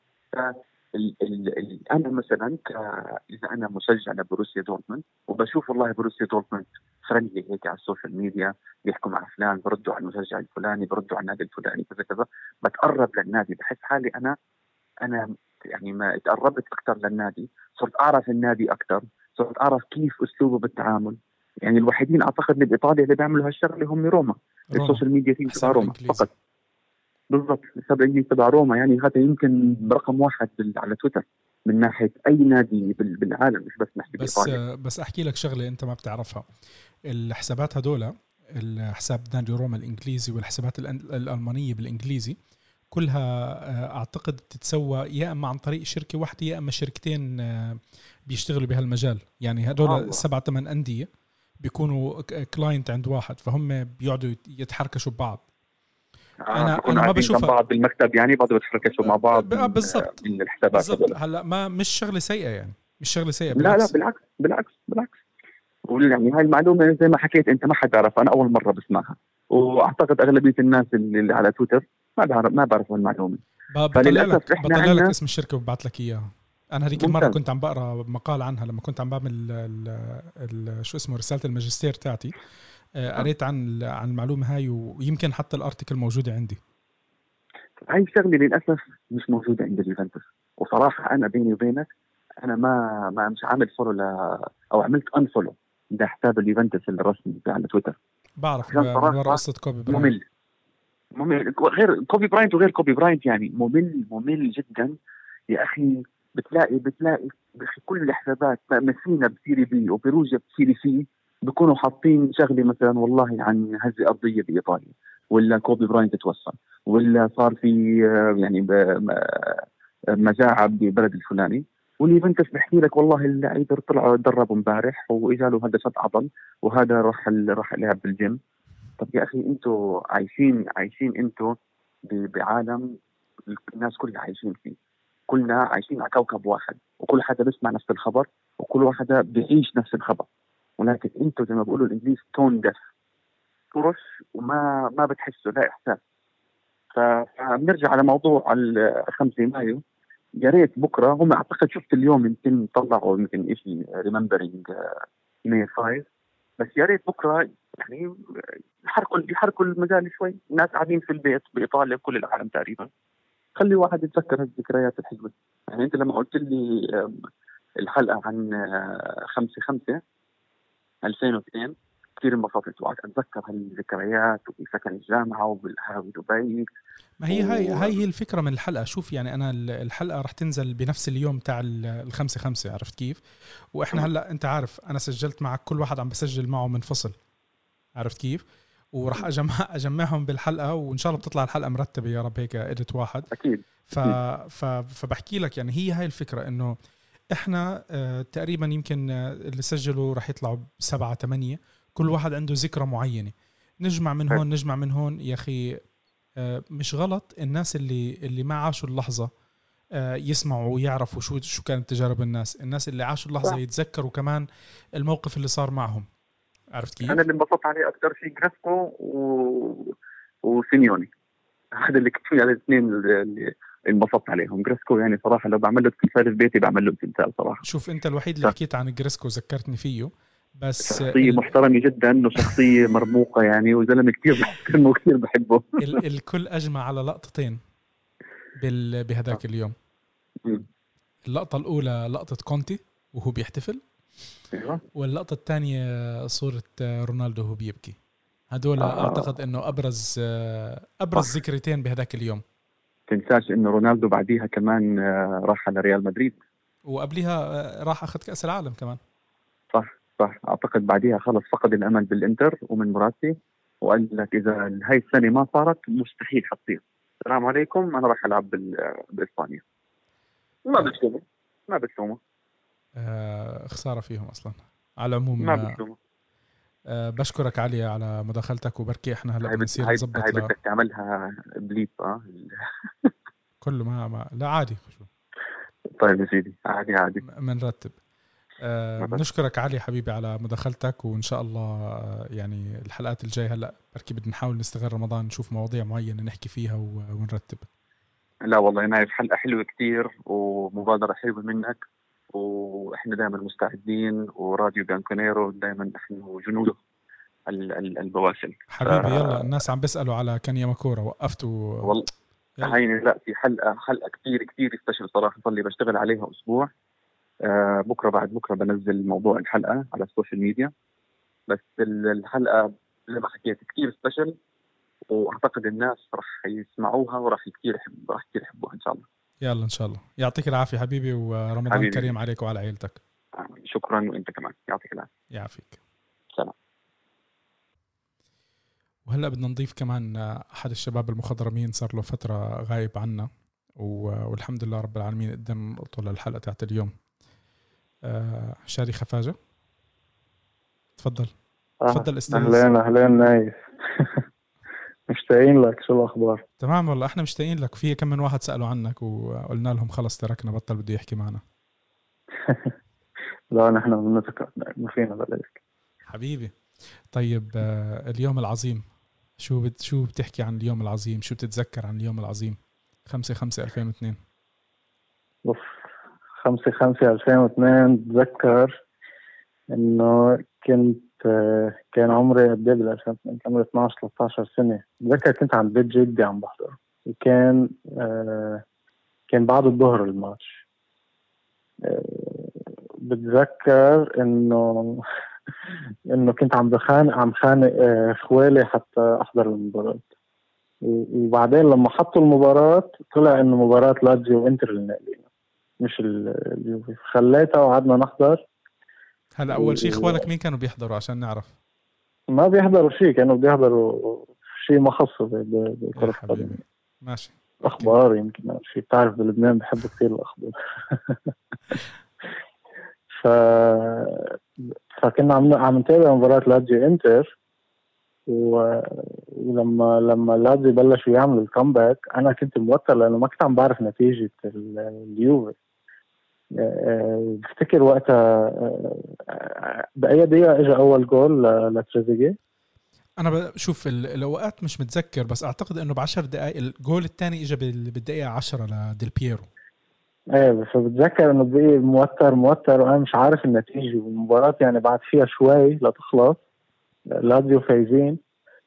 أنا مثلا إذا أنا مشجع لبروسيا دورتموند وبشوف والله بروسيا دورتموند فرندلي هيك على السوشيال ميديا، بيحكوا مع فلان، بردوا على المشجع الفلاني، بردوا على النادي الفلاني كذا كذا، بتقرب للنادي، بحس حالي أنا يعني ما تقربت أكثر للنادي، صرت أعرف النادي أكثر، صرت أعرف كيف أسلوبه بالتعامل. يعني الوحيدين أعتقد اللي بإيطاليا اللي بيعملوا هالشغلة هم روما. السوشيال ميديا فيه تبع روما فقط. بالضبط، الحساب الإنجليزي تبع روما، يعني هذا يمكن رقم 1 على تويتر من ناحية أي نادي بالعالم، مش بس نحكي بإيطاليا. بس أحكي لك شغلة أنت ما بتعرفها. الحسابات هدول، الحساب نادي روما الإنجليزي والحسابات الألمانية بالإنجليزي كلها أعتقد تتسوى يا أما عن طريق شركة واحدة يا أما شركتين بيشتغلوا بهالمجال. يعني هدول 7-8 أندية بيكونوا كلاينت عند واحد، فهم بيقعدوا يتحركشوا ببعض. انا ما بشوف بعض بالمكتب، يعني بعض بيتحركوا مع بعض بالضبط من الحسابات. هلا ما مش شغله سيئه، يعني مش شغله سيئه، بالعكس. لا بالعكس. يعني هاي المعلومه زي ما حكيت انت ما حد يعرفها، انا اول مره بسمعها، واعتقد اغلبيه الناس اللي على تويتر ما بعرفوا المعلومه. بطلع لك اسم الشركه وببعث لك اياها. انا هذيك المره كنت عم بقرا مقال عنها لما كنت عم بعمل شو اسمه رساله الماجستير تاعتي، قريت عن المعلومه هاي، ويمكن حتى الارتيكل موجوده عندي. هاي الشغله للاسف مش موجوده عند اليوفنتوس، وصراحه انا بيني وبينك انا ما مش عامل فولو او عملت انفولو لحساب اليوفنتوس الرسمي على تويتر. بعرف من وراء قصه كوبي براينت. ممل غير كوبي براينت وغير كوبي براينت، يعني ممل جدا يا اخي. بتلاقي كل الحسابات مسينا بسيري بي وبيروجيا بسيري سي بيكونوا حاطين شغله مثلا والله عن هزة أرضية بإيطاليا، ولا كوبي براينت توصل، ولا صار في يعني مجاعة ببلد الفلاني، واليوفنتوس بحكي لك والله اللعيبه طلعوا تدربوا امبارح واجا له هذا شد عضل وهذا راح لعب بالجيم. طب يا اخي انتوا عايشين انتوا بعالم الناس كلها عايشين فيه، كلنا عايشين على كوكب واحد، وكل حدا بيسمع نفس الخبر وكل واحد بيعيش نفس الخبر، ولكن انتوا زي ما بيقولوا الانجليز تون ديف، فرش وما بتحسوا لا احساس. فبنرجع على موضوع 5 مايو، يا ريت بكره هم اعتقد شفت اليوم يمكن طلعوا يمكن شيء ريمبرينج ماي 5، بس يا ريت بكره يعني يحركوا المجال شوي. الناس قاعدين في البيت بايطاليا وكل العالم تقريبا، خلي واحد يتذكر هالذكريات الحلوه. يعني انت لما قلت لي الحلقه عن 5/5/2002 كثير انبسطت وقعدت اتذكر هالذكريات وبسكن الجامعه وبالقهوه دبي. ما هي الفكره من الحلقه. شوف يعني انا الحلقه راح تنزل بنفس اليوم تاع 5/5، عرفت كيف؟ واحنا هلا انت عارف انا سجلت معك كل واحد عم بسجل معه منفصل، عرفت كيف؟ وراح اجمعهم بالحلقه، وان شاء الله بتطلع الحلقه مرتبه يا رب، هيك اديت واحد اكيد. فبحكي لك يعني هي هاي الفكره، انه احنا تقريبا يمكن اللي سجلوا راح يطلعوا 7-8، كل واحد عنده ذكرى معينه، نجمع من هون نجمع من هون. يا اخي مش غلط الناس اللي ما عاشوا اللحظه يسمعوا ويعرفوا شو كانت تجارب الناس اللي عاشوا اللحظه يتذكروا كمان الموقف اللي صار معهم، عرفت كيف؟ انا اللي انبسطت عليه اكثر شيء جريسكو وسيميوني، هذا اللي كنت على الاثنين اللي انبسطت عليهم. جريسكو يعني صراحه لو بعمل له تمثال في بيتي بعمل له تمثال صراحه. شوف انت الوحيد اللي حكيت عن جريسكو ذكرتني فيه، بس شخصية محترمة جدا وشخصية مرموقة يعني، وزلمة كتير بحترمه وكتير بحبه. الكل أجمع على لقطتين بهداك اليوم. اللقطة الأولى لقطة كونتي وهو بيحتفل، واللقطة الثانية صورة رونالدو وهو بيبكي. هدول أعتقد أنه أبرز ذكرتين بهداك اليوم. تنساش أنه رونالدو بعديها كمان راح على ريال مدريد، وقبلها راح أخذ كأس العالم كمان. صح أعتقد بعديها خلص فقد الأمل بالإنتر ومن مراتي، وقال لك إذا هاي السنة ما صارت مستحيل حتصير، السلام عليكم أنا راح ألعب بإسبانيا. ما بتلومه خسارة فيهم أصلا. على العموم ما بتلومه. بشكرك علي على مداخلتك، وبركي احنا هلا بدنا نظبط. هاي بدك تعملها بليب كله ما لا عادي. طيب يا سيدي، عادي منرتب. بنشكرك علي حبيبي على مداخلتك، وإن شاء الله يعني الحلقات الجاية هلأ بركي بدنا نحاول نستغل رمضان نشوف مواضيع معينة نحكي فيها ونرتب. لا والله أنا في حلقة حلوة كتير ومبادرة حلوة منك، وإحنا دائما مستعدين، وراديو بيانكونيرو دائما إحنا جنوده البواسل حبيبي. يلا الناس عم بيسألوا على كان ياماكورا، وقفتوا والله هيني. لا في حلقة كتير سبيشل صراحة، صار لي بشتغل عليها أسبوع. بكرة بعد بكرة بنزل موضوع الحلقة على السوشيال ميديا، بس الحلقة زي ما حكيت كتير سبيشل، وأعتقد الناس راح يسمعوها وراح كتير يحبوها إن شاء الله. يلا إن شاء الله. يعطيك العافية حبيبي، ورمضان حبيبي كريم عليك وعلى عائلتك. شكرا، وأنت كمان يعطيك العافية. يعافيك. سلام. وهلأ بدنا نضيف كمان أحد الشباب المخضرمين صار له فترة غايب عنا، والحمد لله رب العالمين قدرنا نلقطه للحلقة تاعت اليوم. شادي خفاجة، تفضل. تفضل استاذ. أهلين نايف. مشتاقين لك، شو الأخبار؟ تمام والله احنا مشتاقين لك. في كم من واحد سألوا عنك وقلنا لهم خلص تركنا، بطل بده يحكي معنا. لا نحن بنتذكر، ما فينا بلاك حبيبي. طيب اليوم العظيم، شو بتحكي عن اليوم العظيم؟ شو بتتذكر عن اليوم العظيم 5/5/2002؟ 5/5/2002 بتذكر انه كان عمري قد ايه كان عمري 12-13 سنة. بتذكر كنت عند بيت جدي عم بحضر، وكان كان بعد الظهر الماتش. بتذكر انه كنت عم خانق اخوالي حتى احضر المباراة، وبعدين لما حطوا المباراة طلع انه مباراة لاتزيو وانتر النقلين مش اليوفي، خليتها وقعدنا نحضر. هلا اول شيء اخوالك مين كانوا بيحضروا عشان نعرف؟ ما بيحضروا شيء، كانوا بيحضروا شيء مخصص بكرة القدم. ماشي. اخبار يمكن او شيء، بتعرف بلبنان بحبوا كثير الاخبار. فكنا عم نتابع مباراة لاتزيو انتر، ولما لاتزيو بلشوا يعملوا الكامباك انا كنت موتر لانه ما كنت عم بعرف نتيجة اليوفي. بفتكر وقتها بأي دقيقة اجى اول جول لتريزيجيه. انا بشوف الاوقات مش متذكر، بس اعتقد انه ب10 دقائق الجول الثاني اجى بالدقيقة 10 لديل بييرو. ايه فبتذكر انه بقي موتر وانا مش عارف النتيجة، والمباراة يعني بعد فيها شوي لتخلص لاتزيو فايزين،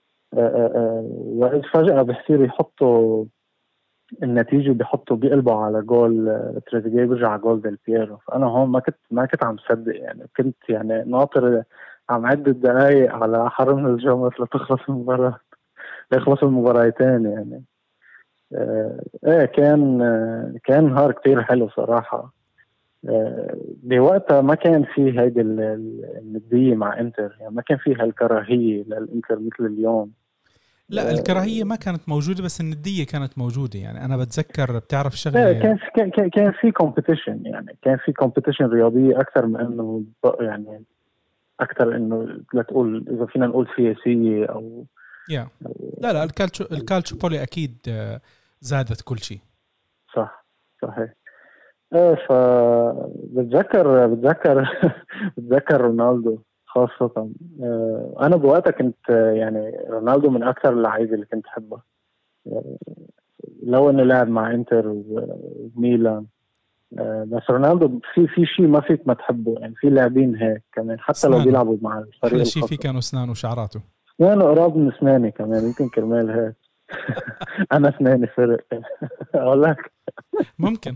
وإذ فجأة بيصير يحطوا النتيجة، بيقلبوا على جول تريزيجيه بيرجع جول ديل بييرو. فأنا هون ما كنت عم صدق، يعني كنت يعني ناطر عم عد الدقايق على حرم الجمر لتخلص المباراة، يخلص المباراتين يعني. ايه كان نهار كتير حلو صراحة. بوقتها ما كان في هيدي الندية مع انتر، يعني ما كان في هالكراهية للانتر مثل اليوم. لا الكراهية ما كانت موجودة، بس الندية كانت موجودة. يعني أنا بتذكر بتعرف شغلة، كان في كومبيتيشن، يعني كان في كومبيتيشن رياضية أكثر من إنه يعني أكثر إنه لا تقول إذا فينا نقول سياسية أو لا الكالتشو بولي أكيد زادت كل شيء. صح صحيح. بتذكر رونالدو خاصة. أنا بوقتها كنت يعني رونالدو من أكثر اللعيبة اللي كنت أحبها، لو إنه لعب مع إنتر وميلان. بس رونالدو في شيء ما فيك ما تحبه يعني. في لاعبين هيك كمان حتى لو بيلعبوا مع الفريق أحلى شيء فيه كانوا أسنان وشعراته. أنا قراب من أسناني كمان يمكن كرمال هيك. أنا أسناني فرق أقول لك ممكن.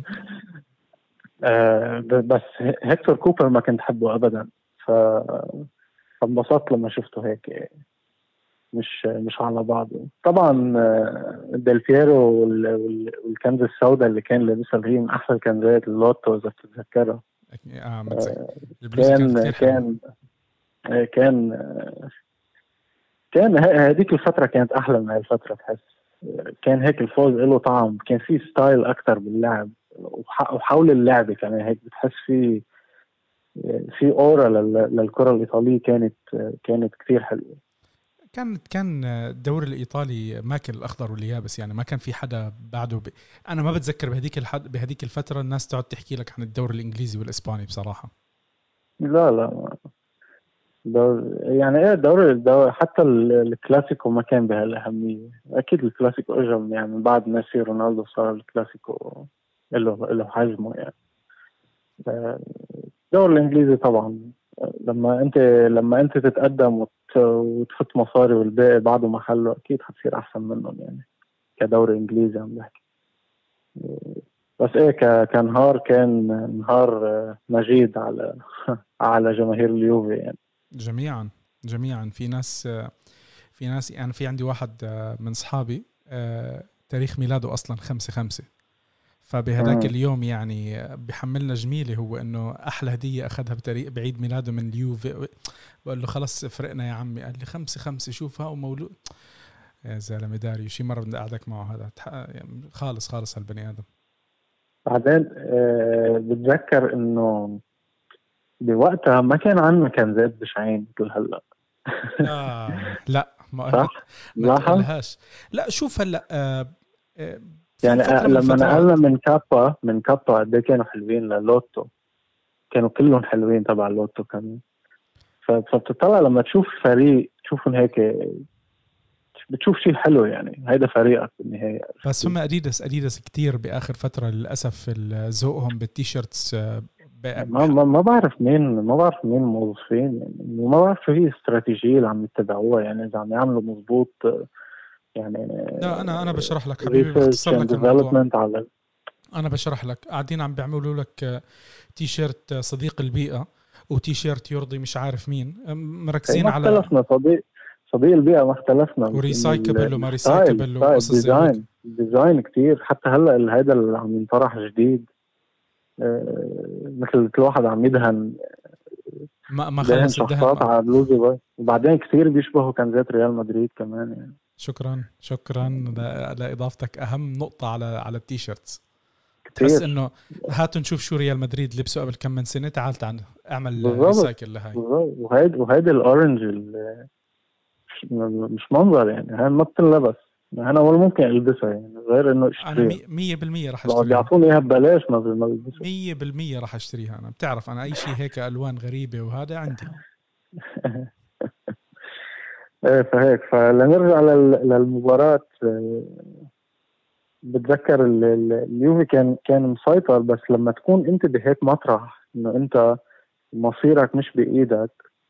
بس هيكتور كوبر ما كنت حبه أبدا. فانبسطت لما شفته هيك مش على بعضه. طبعا ديل بييرو والكنز السوداء اللي كان لابسها هي من احسن كنزات اللوتو اذا بتتذكرها. كان هذيك الفتره كانت احلى من هاي الفتره. تحس كان هيك الفوز له طعم، كان في ستايل اكتر باللعب وحول اللعبه كمان هيك بتحس في اورا للكره الايطاليه. كانت كثير حلوه. كان الدوري الإيطالي ماكل الأخضر واليابس يعني. ما كان في حدا بعده أنا ما بتذكر بهديك الفترة الناس تقعد تحكي لك عن الدوري الإنجليزي والإسباني بصراحة. لا يعني ايه الدوري حتى الكلاسيكو ما كان بهالأهمية. أكيد الكلاسيكو أجل يعني من بعد ميسي رونالدو صار الكلاسيكو له حجمه يعني. الدوري الإنجليزي طبعا لما أنت تتقدم وتحط مصاري والباقي بعده محله أكيد حتصير أحسن منهم يعني كدوري إنجليزي عم بحكي. بس إيه كنهار كان نهار مجيد على جماهير اليوفي يعني. جميعا في ناس يعني في عندي واحد من صحابي تاريخ ميلاده أصلا 5/5. فبهذاك اليوم يعني بحملنا جميلة هو إنه أحلى هدية أخذها بعيد ميلاده من اليوفي. بقول له خلص فرقنا يا عمي. قال لي 5/5 شوفها ومولود يا زلمة داري شي مرة بدي أقعدك معه. هذا خالص هالبني آدم. بعدين بتذكر إنه بوقتها ما كان عندنا كنزات بشعين مثل هلا. لا ما تقلهاش. لا شوف هلا يعني لما نقلنا من كابا قد كانوا حلوين للوتو. كانوا كلهم حلوين تبع اللوتو كمان. فبتطلع لما تشوف فريق تشوفهم هيك بتشوف شيء حلو يعني. هيدا فريقك بالنهاية. بس هم أديداس كتير بآخر فترة للأسف ذوقهم بالتيشيرتس ما بعرف مين موظفين يعني. ما بعرف شو هي الاستراتيجية اللي عم يتبعوها يعني. إذا عم يعملوا مزبوط يعني. لا أنا بشرح لك حبيبي باختصر لك الموضوع. أنا بشرح لك قاعدين عم بيعملوا لك تيشيرت صديق البيئة وتيشيرت يرضي مش عارف مين. مركزين على ما اختلفنا صديق البيئة. ما اختلفنا وريسايكبل وما ريسايكبل وقصص ديزاين كتير. حتى هلا هيدا اللي عم ينطرح جديد مثل كل واحد عم يدهن ما خلص الدهن على بلوزة. وبعدين كتير بيشبهوا كنزات ريال مدريد كمان يعني. شكرا لإضافتك أهم نقطة على التيشيرتس. تحس إنه هاتوا نشوف شو ريال مدريد لبسوا قبل كم من سنة. تعال اعمل ريسايكل لهاي. وهيدا الأورنج مش منظر يعني. هاي ما بتنلبس. أنا ولا ممكن ألبسها يعني غير إنه أنا 100% راح أشتريها. بيعطوني إياها ببلاش ما بلبسها. 100% راح أشتريها. أنا بتعرف أنا أي شيء هيك ألوان غريبة وهذا عندي. فهيك فلنرجع للمباراة. بتذكر اليوفي كان مسيطر. بس لما تكون انت بهيك مطرح انه انت مصيرك مش بايدك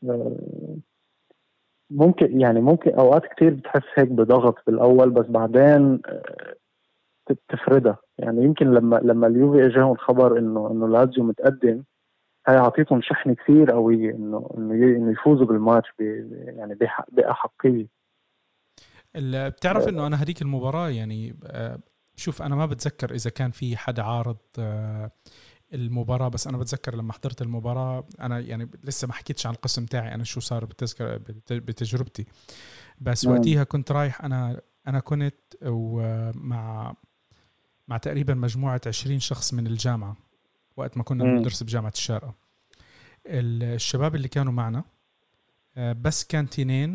ممكن اوقات كتير بتحس هيك بضغط بالاول. بس بعدين تفردها يعني. يمكن لما اليوفي اجاهم خبر انه لازيو متقدم هاي عطيتهم شحنة كثير قوية انه يفوزوا بالماتش يعني بأحقية. بتعرف انه انا هديك المباراة يعني شوف انا ما بتذكر اذا كان في حدا عارض المباراة. بس انا بتذكر لما حضرت المباراة انا يعني لسه ما حكيتش عن القسم تاعي انا شو صار بتجربتي. بس وقتها كنت رايح انا كنت مع تقريبا مجموعة 20 شخص من الجامعة وقت ما كنا ندرس بجامعة الشارقة. الشباب اللي كانوا معنا بس كان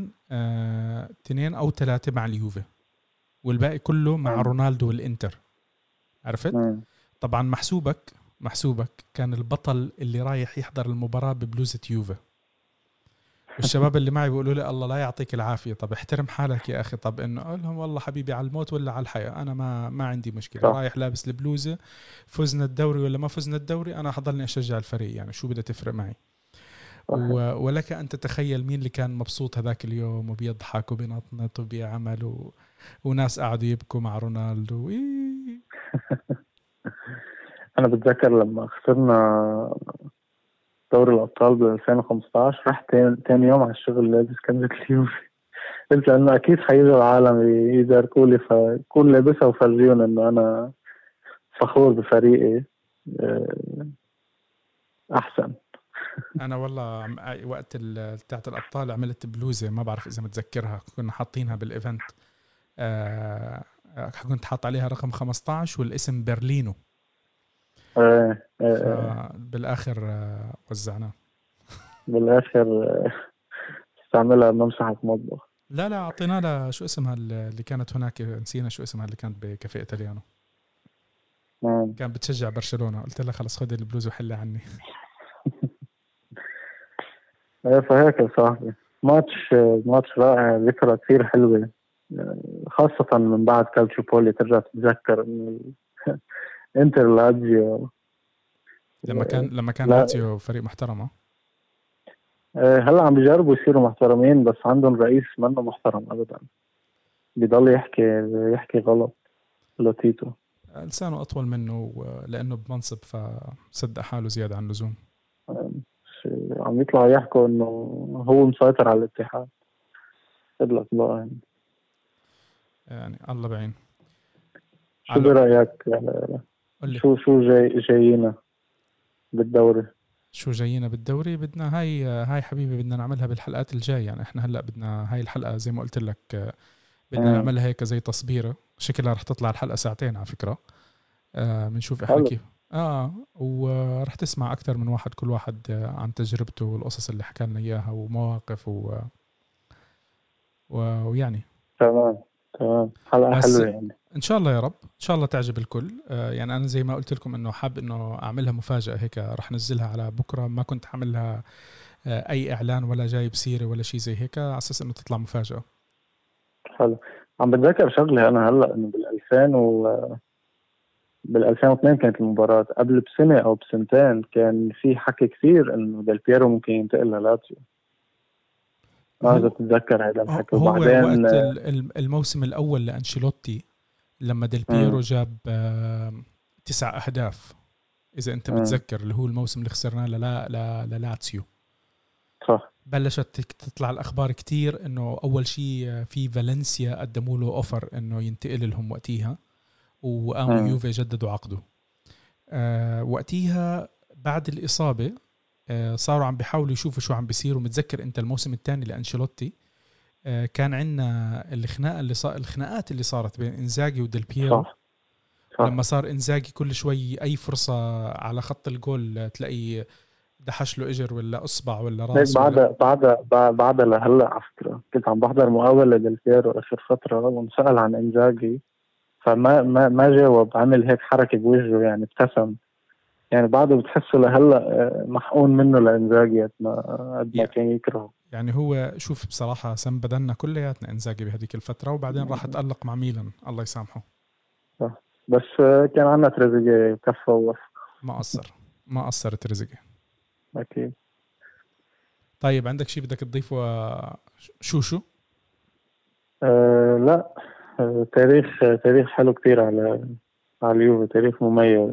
2 أو 3 مع اليوفي والباقي كله مع رونالدو والإنتر. عرفت؟ طبعا محسوبك كان البطل اللي رايح يحضر المباراة ببلوزة يوفي. والشباب اللي معي بيقولوا لي الله لا يعطيك العافية، طب احترم حالك يا أخي. طب إنه أقول لهم والله حبيبي على الموت ولا على الحياة، أنا ما عندي مشكلة. صح. رايح لابس البلوزة، فزنا الدوري ولا ما فزنا الدوري، أنا حضلني أشجع الفريق، يعني شو بدها تفرق معي. ولك أن تتخيل مين اللي كان مبسوط هذاك اليوم وبيضحك وبينطنط وبيعمل وناس قاعدوا يبكوا مع رونالدو. أنا بتذكر لما خسرنا دوري الأبطال ب 2015 رحت تاني يوم على الشغل لابس كنزة اليوفي. قلت لأنه أكيد حيجوا العالم يداركوا لي، فكون لابسها وفرجيهم إنه أنا فخور بفريقي أحسن. أنا والله وقت بتاعت الأبطال عملت بلوزة، ما بعرف إذا متذكرها، كنا حاطينها بالإيفنت، كنت حاط عليها رقم 15 والاسم برلينو. بالآخر وزعناه. بالآخر استعملها ممسحة مطبخ. لا أعطينا لها شو اسمها اللي كانت هناك، نسينا شو اسمها، اللي كانت بكافيه إيطاليانو، كان بتشجع برشلونة. قلت لها خلص خذي البلوز وحلي عني. فهيك يا صاحبي، ماتش رائع، ذكرى كثير حلوة، خاصة من بعد كالتشوبولي ترجع تتذكر إنه إنتر لاتزيو لما كان لاتزيو فريق محترم. هلا عم بيجربوا يصيروا محترمين، بس عندهم رئيس منه محترم أبدا، بيضل يحكي غلط. لوتيتو لسانه أطول منه لأنه بمنصب فصدق حاله زيادة عن اللزوم. عم يطلعوا يحكوا إنه هو مسيطر على الاتحاد. قلت الله يعني الله بعين. شو برأيك شو جايينا بالدوري؟ شو جايينا بالدوري؟ بدنا هاي حبيبي بدنا نعملها بالحلقات الجاية. يعني احنا هلأ بدنا هاي الحلقة زي ما قلت لك بدنا نعملها هيك زي تصبيرة، شكلها رح تطلع الحلقة ساعتين على فكرة. بنشوف احنا كيف ورح تسمع أكتر من واحد، كل واحد عن تجربته والقصص اللي حكى لنا إياها ومواقف ويعني تمام حلقة حلوة يعني. إن شاء الله يا رب، إن شاء الله تعجب الكل. يعني أنا زي ما قلت لكم إنه حاب إنه أعملها مفاجأة هيك، رح نزلها على بكرة، ما كنت عاملها أي إعلان ولا جايب سيرة ولا شيء زي هيك، على أساس إنه تطلع مفاجأة. حلو. عم بتذكر شغلة أنا هلأ إنه بال 2002 كانت المباراة، قبل بسنة أو بسنتين كان في حكي كثير إنه ديل بيرو ممكن ينتقل للاتسيو. إذا تتذكر هذا الحكي. وبعدين وقت الموسم الأول لأنشيلوتي لما ديل بيرو جاب 9 أهداف، إذا أنت بتذكر، اللي هو الموسم اللي خسرناه للاتسيو. صح. بلشت تطلع الأخبار كتير إنه أول شيء في فالنسيا قدموا له أوفر إنه ينتقل لهم وقتيها، وقاموا يوفي جددوا عقده. وقتيها بعد الإصابة صاروا عم بيحاولوا يشوفوا شو عم بيصير. ومتذكر أنت الموسم الثاني لأنشيلوتي كان عندنا الخناقات اللي صارت بين إنزاغي وديل بيرو. صح. لما صار إنزاغي كل شوي أي فرصة على خط الجول تلاقي دحش له إجر ولا أصبع ولا راس. بعد لهلا على فكرة كنت عم بحضر مقابلة ديل بيرو آخر فترة ونسأل عن إنزاغي، فما ما جاوب، عمل هيك حركة بوجهه يعني ابتسم. يعني بعده بتحسه لهلا محقون منه لإنزاغي قد ما كان يكرهه. يعني هو شوف بصراحة سم بدلنا كلياتنا إنزاغي بهذيك الفترة، وبعدين راح تألق مع ميلان الله يسامحه. بس كان عنا تريزيجيه كفى ووفق. ما قصر تريزيجيه أكيد. طيب عندك شيء بدك تضيفه شو؟ لا، تاريخ حلو كتير على اليوفي، تاريخ مميز.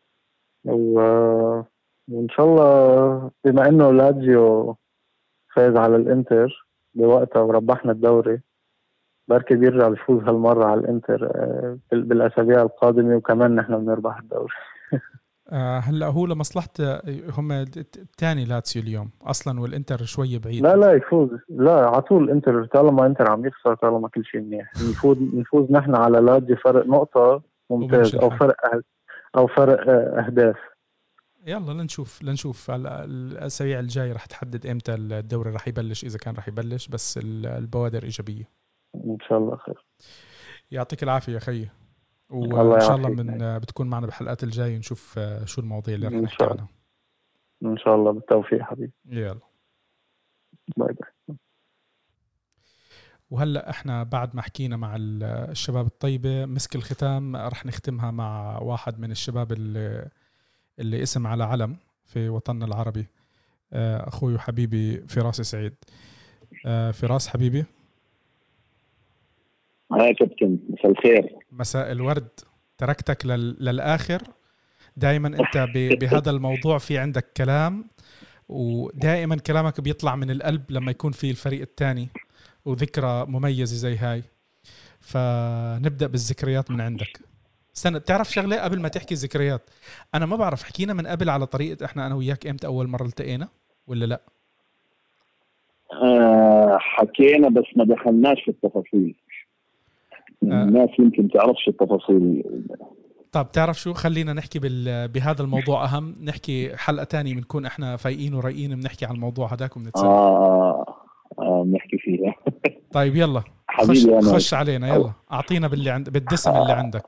وإن شاء الله بما إنه لاتزيو فاز على الإنتر بوقتها وربحنا الدوري، بركي بيرجع بيفوز هالمرة على الإنتر بالأسابيع القادمة، وكمان نحن بنربح الدوري. هلا هو لمصلحة هم الثاني لاتسيو اليوم أصلا، والإنتر شوية بعيد. لا يفوز، لا على طول إنتر، طالما إنتر عم يخسر، طالما كل شيء منيح نفوز نحن على لاتزيو فرق نقطة ممتاز، أو فرق أهداف. يلا لنشوف الأسابيع الجاية رح تحدد إمتى الدوري رح يبلش، إذا كان رح يبلش، بس البوادر إيجابية إن شاء الله خير. يعطيك العافية يا خي، وإن شاء الله بتكون معنا بالحلقات الجاية نشوف شو المواضيع اللي رح نحكي عنها. إن شاء الله بالتوفيق حبيبي. يلا باي باي. وهلأ احنا بعد ما حكينا مع الشباب الطيبة، مسك الختام رح نختمها مع واحد من الشباب اللي اسم على علم في وطننا العربي، أخوي وحبيبي فراس سعيد. فراس حبيبي، كابتن مساء الخير. مساء الورد. تركتك للآخر. دائما أنت بهذا الموضوع في عندك كلام، ودائما كلامك بيطلع من القلب لما يكون في الفريق الثاني وذكرى مميزة زي هاي. فنبدأ بالذكريات من عندك. استنى، بتعرف شغلة قبل ما تحكي الذكريات؟ أنا ما بعرف، حكينا من قبل على طريقة إحنا أنا وياك إمتى أول مرة التقينا ولا لا؟ حكينا بس ما دخلناش في التفاصيل. الناس يمكن تعرفش التفاصيل. طب تعرف شو، خلينا نحكي بهذا الموضوع أهم، نحكي حلقة تانية بنكون إحنا فايقين ورقين بنحكي عن الموضوع هداك وبنتسلى. نحكي فيها. طيب يلا خش علينا، يلا أعطينا بالدسم اللي عندك.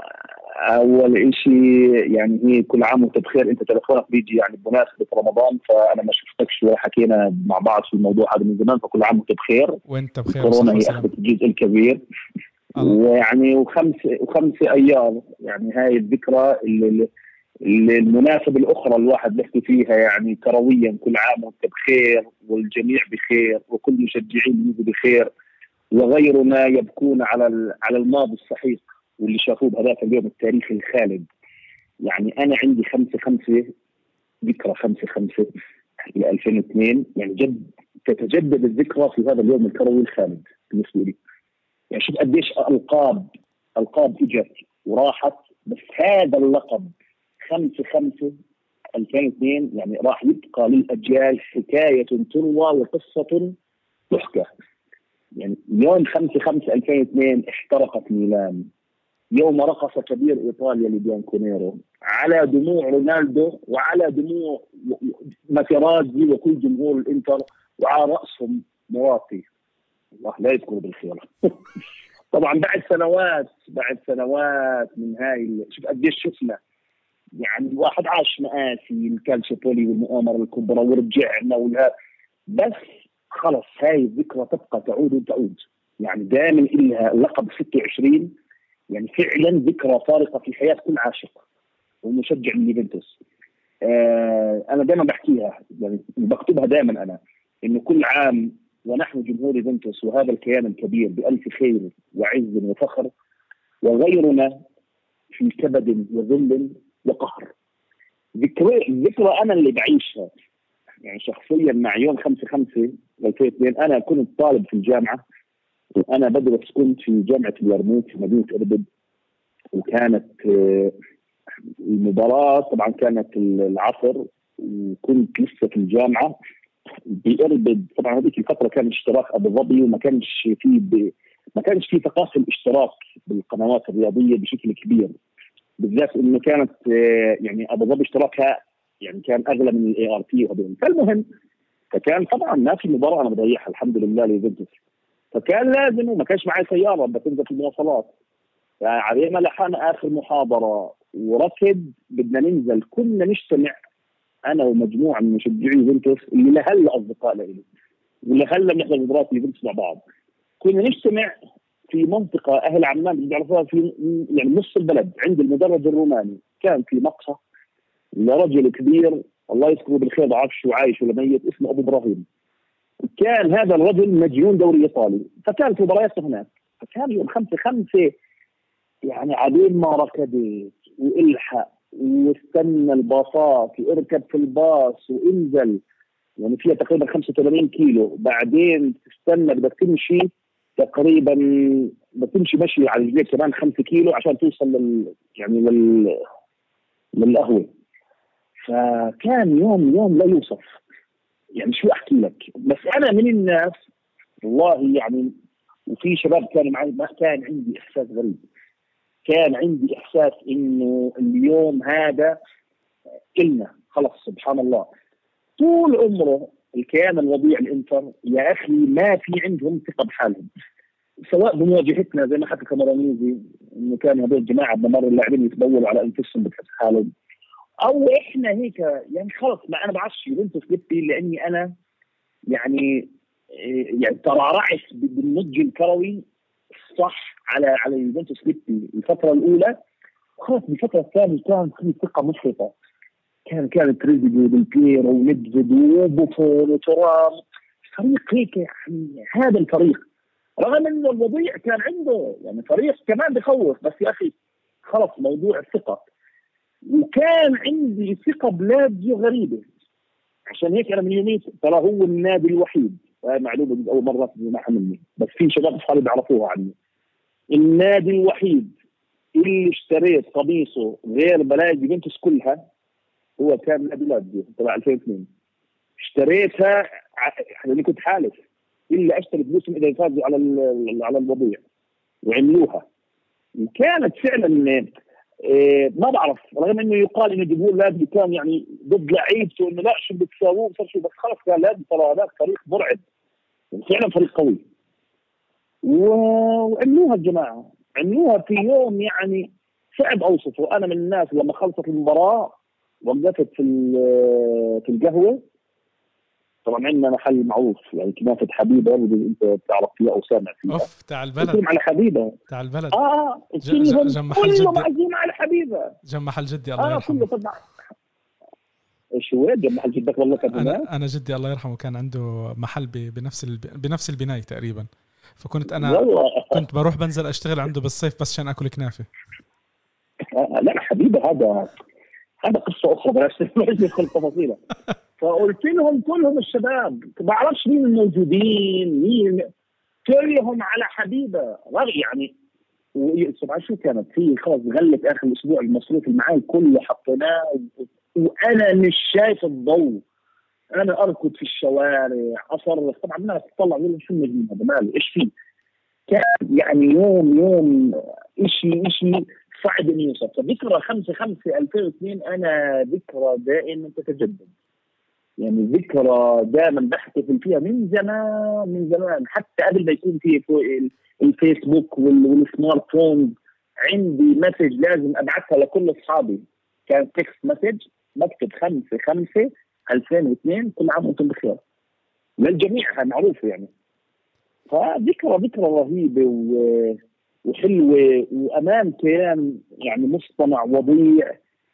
أول إشي يعني هي كل عام وأنت بخير. أنت تلفونك بيجي يعني بمناسبة رمضان، فأنا ما شفتكش ولا حكينا مع بعض في الموضوع هذا من زمان، فكل عام وأنت بخير. وأنت بخير. كورونا هي أخذت الجزء الكبير. ويعني وخمس أيام يعني هاي الذكرى اللي المناسبة الأخرى الواحد بيحكي فيها يعني كرويا كل عام وأنت بخير والجميع بخير وكل مشجعين يجوا بخير، وغيرنا يبكون على الماضي السحيق واللي شافوه بهذاك اليوم التاريخي الخالد. يعني أنا عندي 5/5 ذكرى 5/5 إلى 2002، يعني جد تتجدد الذكرى في هذا اليوم الكروي الخالد بالنسبة لي. يعني شوف قديش ألقاب إجت وراحت، بس هذا اللقب 5/5 2002 يعني راح يبقى للأجيال حكاية تروى وقصة تحكى. يعني يوم 5/5 2002 احترقت ميلان، يوم رقص كبير إيطاليا لبيانكونيرو على دموع رونالدو وعلى دموع ماتيرازي وكل جمهور الإنتر، وعلى رأسهم مراتي الله لا يذكره بالخير. طبعا بعد سنوات من هاي، شوف قديش شفنا يعني الواحد عاش مآسي الكالشيبولي والمؤامرة الكبرى ورجعنا بس خلص هاي الذكرى تبقى تعود وتعود. يعني دائما إلها اللقب 26 يعني فعلا ذكرى فارقة في حياة كل عاشق ومشجع من يوفنتوس. أنا دائما بحكيها يعني بكتبها دائما أنا، إنه كل عام ونحن جمهور يوفنتوس وهذا الكيان الكبير بألف خير وعز وفخر، وغيرنا في كبد وذل وقهر. ذكرى أنا اللي بعيشها يعني شخصيا مع يوم 5/5 2002. أنا كنت طالب في الجامعة وأنا بدرس، كنت في جامعة اليرموك في مدينة إربد، وكانت المباراة طبعا كانت العصر، وكنت لسه في الجامعة بإربد. طبعا هذيك الفترة كان اشتراك أبو ظبي وما كانش فيه ثقافة الاشتراك بالقنوات الرياضية بشكل كبير، بالذات إنه كانت يعني أبو ظبي اشتراكها يعني كان أغلى من ART وهذول. فالمهم فكان طبعا ما في مباراة أنا بضيعها الحمد لله ليوفنتوس، فكان لازم وما كانش معي سيارة بتنزل في المواصلات. يعني ما لحقنا آخر محاضرة وركض بدنا ننزل، كنا نجتمع أنا ومجموعة من مشجعي يوفنتوس اللي لهلا أصدقاء لي ولهلا بنحضر مباريات يوفنتوس مع بعض. كنا نجتمع في منطقة أهل عمان بيعرفوها في يعني نص البلد عند المدرج الروماني. كان في مقهى لرجل كبير الله يذكره بالخير، بعرفش شو عايش ولا ميت، اسمه أبو إبراهيم. كان هذا الرجل مجنون دوري إيطالي، فكانت مباريات هناك. فكان يوم 5/5 يعني عبين ما ركضت والحق واستنى الباصات واركب في الباص وانزل، يعني فيها تقريبا 85 كيلو. بعدين تستنى بدك تمشي تقريبا بتمشي مشي على رجليك كمان 5 كيلو عشان توصل للقهوة. فكان يوم لا يوصف. يعني شو احكي لك، بس انا من الناس والله يعني، وفي شباب كانوا معي، ما كان عندي احساس غريب. كان عندي احساس انه اليوم هذا إلنا خلص سبحان الله. طول عمره الكيان الوضيع الانتر يا اخي ما في عندهم ثقه بحالهم، سواء بمواجهتنا زي ما حكى كاميرانيزي انه كان هذول الجماعه بمر اللاعبين يتبولوا على انفسهم بتحس حالهم، او احنا هيك يعني خلص. ما انا بعرفش يوفنتوس جبتي لاني انا يعني يعني ترعرعت بالنضج الكروي صح على يوفنتوس الفتره الاولى. خلاص بالفتره الثانيه كان في ثقه مفرطه، كان تريزيجي وديلبيرو ونيدفيد وبوفون وترام، فريق هيك يعني. هذا الفريق رغم انه الوضيع كان عنده يعني فريق كمان بخوف، بس يا اخي خلص موضوع الثقه. وكان عندي ثقه بلازيو غريبه، عشان هيك انا من يومين ترى هو النادي الوحيد، هاي معلومه اول مره تسمعها مني، بس في شباب اصحابي بيعرفوها عني. النادي الوحيد اللي اشتريت قميصه غير بلاعب يوفنتوس كلها هو كان نادي لازيو تبع 2002. اشتريتها لاني كنت حالف الا اشتري فلوسهم اذا يفازوا على الوضيع، وعملوها. وكانت فعلا ما بعرف، رغم انه يقال انه جمهور لازم كان يعني ضد لعيبته انه لا شو بتساووه صار شو، بس خلص كان لازم ترى هذاك فريق مرعب فعلا، فريق قوي. وعملوها الجماعه، عملوها في يوم يعني صعب اوصفه. انا من الناس لما خلصت المباراه وقفت في القهوه، طبعا عندنا محل معروف يعني كنافه حبيبه، انت بتعرف فيها او سامع فيها. اوف تاع البلد، على حبيبه تاع البلد. جنب محل جدي، كله معزوم على حبيبه، جنب محل جدي الله يرحمه. كله طبعا. ايش هو جنب محل جدك؟ والله كان انا جدي الله يرحمه كان عنده محل بنفس البنايه تقريبا، فكنت انا كنت بروح بنزل اشتغل عنده بالصيف بس عشان اكل كنافه. لا حبيبه هذا قصه اخرى بس ما ندخل تفاصيلها. فقلت لهم كلهم الشباب ما بعرفش مين الموجودين مين، كلهم على حبيبه يعني. وسبحان شو كانت في خلاص غلت اخر الاسبوع المصروف اللي معي كله حطيناه، وانا مش شايف الضوء، انا اركض في الشوارع اصرخ. طبعا الناس تطلع يقولوا شو المجنون هذا ماله ايش فيه. كان يعني يوم شيء صعب ان يوصف. فذكرى 5/5/2002 انا ذكرى دائما تتجدد، يعني ذكرى دائما بحتفل فيها من زمان حتى قبل ما يكون في الفيسبوك والسمارت فون. عندي مسج لازم ابعثها لكل اصحابي، كان تكست مسج بكتب 5/5/2002 كل عام وانتم بخير للجميع، معروفه يعني. فذكرى رهيبه وحلوه، وامام كيان يعني مصطنع وضيع.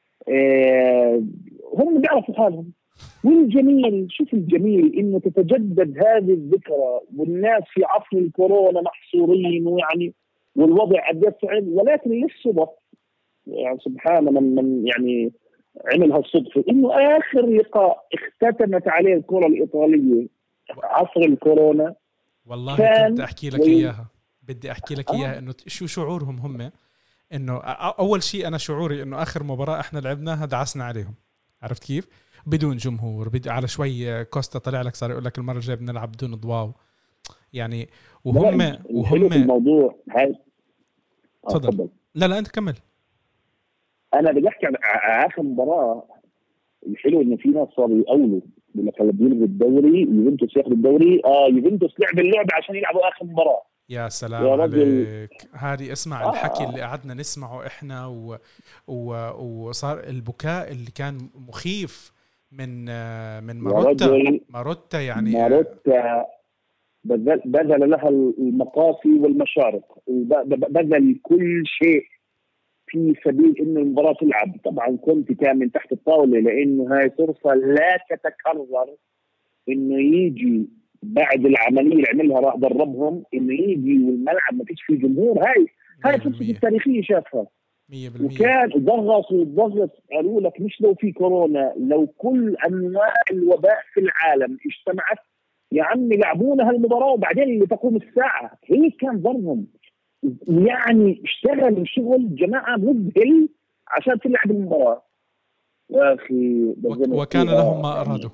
هم بيعرفوا حالهم. والجميل، شوف الجميل انه تتجدد هذه الذكرى والناس في عصر الكورونا محصورين ويعني والوضع قد صعب، ولكن للصدف يعني سبحان من يعني عمل هالصدفه انه اخر لقاء اختتمت عليه الكره الايطاليه عصر الكورونا. والله كنت احكي لك اياها، بدي احكي لك اياها انه شو شعورهم هم. انه اول شيء انا شعوري انه اخر مباراه احنا لعبناها دعسنا عليهم، عرفت كيف؟ بدون جمهور، على شوي كوستا طلع لك صار يقول لك المره الجايه بنلعب بدون ضواو يعني. وهم الموضوع هاي تفضل. لا انت كمل. انا بدي احكي عن اخر مباراه. الحلو انه في ناس صاروا يقولوا لما كانوا بيلغوا الدوري يوفنتوس ياخذ الدوري، يوفنتوس لعب اللعبه عشان يلعبوا اخر مباراه. يا سلام عليك، هذه اسمع الحكي اللي قعدنا نسمعه احنا وصار البكاء اللي كان مخيف من ماروتا يعني. ماروتا بذل لها المقاصي والمشارق، بذل كل شيء في سبيل انه المباراه تلعب. طبعا كنت كان من تحت الطاوله لانه هاي فرصه لا تتكرر، انه يجي بعد العمليه اللي عملها راح دربهم انه يجي والملعب ما فيش فيه جمهور. هاي فرصه التاريخيه شافها 100%. وكان ضغط قالوا لك مش لو في كورونا، لو كل انواع الوباء في العالم اجتمعت يا عمي لعبونا هالمباراه وبعدين اللي تقوم الساعه. هيك كان ضربهم يعني، اشتغل شغل جماعه مذهل عشان تلعب المباراه يا اخي. وكان لهم ما ارادوا.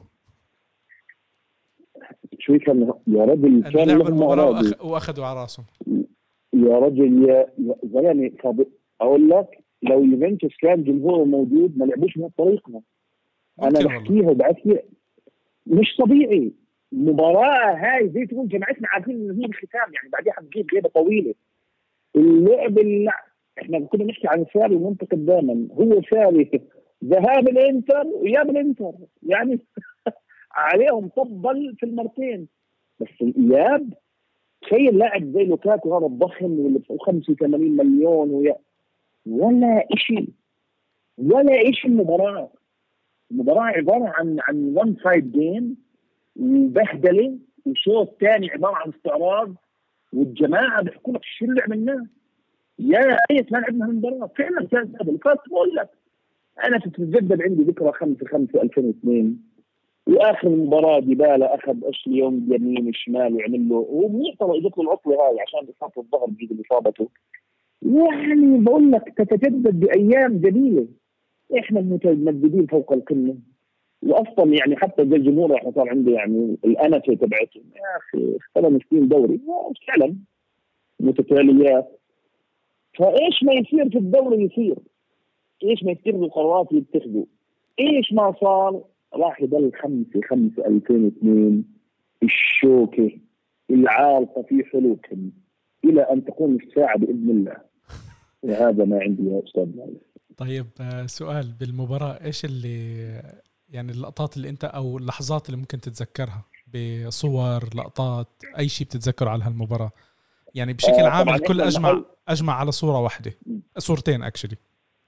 شو كان يا رجل؟ كان لعب المباراه واخذوا على راسهم يا رجل يا زلمه. اقول لك لو يوفنتوس كان جمهوره موجود ما لعبوش بهالطريقه. انا بحكيها وبحكي مش طبيعي. المباراه هاي زي تقول جماعتنا عارفين انه هي الختام، يعني بعدها حتجيب غيبه طويله. اللعب احنا كنا نحكي عن ساري ومنتقد دائما، هو ساري ذهاب الانتر واياب الانتر يعني عليهم طبل في المرتين. بس الاياب تخيل لاعب زي لوكاكو هذا الضخم واللي ب 85 مليون ولا شيء المباراه عباره عن وان سايد جيم وبهدله، وشوط ثاني عباره عن استعراض، والجماعه بيحكوا لك شو اللي عملناه يا ريت ما لعبنا هالمباراه. فعلا كان هذا الفاس. بقول لك انا تتجدد عندي ذكرى 5/5/2002 واخر المباراه ديبالا اخذ اشلي يونغ يمين شمال وعمل له، ومنيح ترى اجت له العطله هاي عشان اصابه الظهر بيجي اصابته. يعني بقول لك تتجدد بايام جميله. احنا المتمددين فوق القمه، واصلا يعني حتى زي الجمهور احنا صار عندي يعني الانفه تبعتهم يا اخي اختلوا مسكين دوري فعلا متتاليات. فايش ما يصير في الدوري يصير، ايش ما يصير بالقرارات اللي بتاخذوا، ايش ما صار راح يضل 5/5/2002 الشوكه العالقه في حلوكهم الى ان تقوم الساعه باذن الله. وهذا ما عندي يا استاذ مالك. طيب سؤال بالمباراة، ايش اللي يعني اللقطات اللي انت او اللحظات اللي ممكن تتذكرها بصور لقطات اي شيء بتتذكره على هالمباراة؟ يعني بشكل عام الكل اجمع على صورة واحدة، صورتين اكشلي.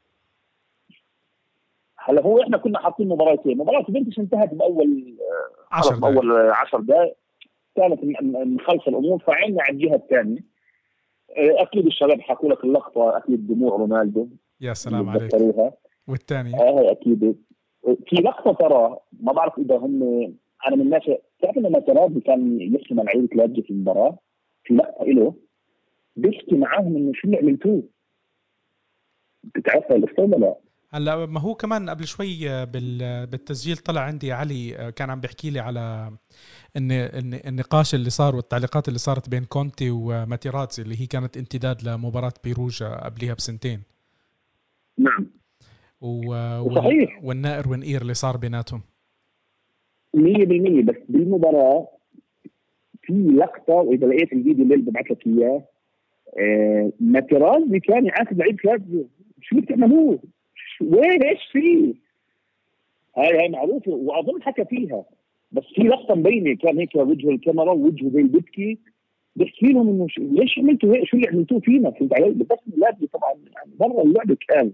هلا هو احنا كنا حاطين مباراتين، مباراة بنتش انتهت باول 10 دقائق كانت مخلص الامور، فعنا على الجهة الثانية. اكيد الشباب حكوا لك اللقطة، اكيد دموع رونالدو يا سلام عليك. والثانية اكيد في لقطة ترى ما بعرف اذا هم، انا من الناس تعرف ان ماترازي كان يحكي مع لعيبة لاتزيو في المباراة، في لقطة له بيحكي معاهم انه شو اللي عملتوه. بتعرفها القصة ولا لا؟ هلا ما هو كمان قبل شوي بالتسجيل طلع عندي علي كان عم بيحكي لي على ان النقاش اللي صار والتعليقات اللي صارت بين كونتي وماتيراتزي اللي هي كانت امتداد لمباراة بيروجا قبلها بسنتين. نعم. صحيح. والنائر ونقير اللي صار بيناتهم 100%. بس بالمباراة في لقطة، وإذا لقيت الفيديو اللي ببعث لك إياه، ماتيرازي كان يعاقب لعيب لاتزيو، شو بتعملوه؟ وين ايش فيه؟ هاي معروفة وأظن حكى فيها. بس في لقطة مبينة كان هيك وجه الكاميرا ووجهه زي بيبكي، بيحكي لهم إنه ليش عملتوا هيك؟ شو اللي عملتوه فينا؟ فهمت علي؟ بس لاتزيو طبعا يعني برا اللعبة كان.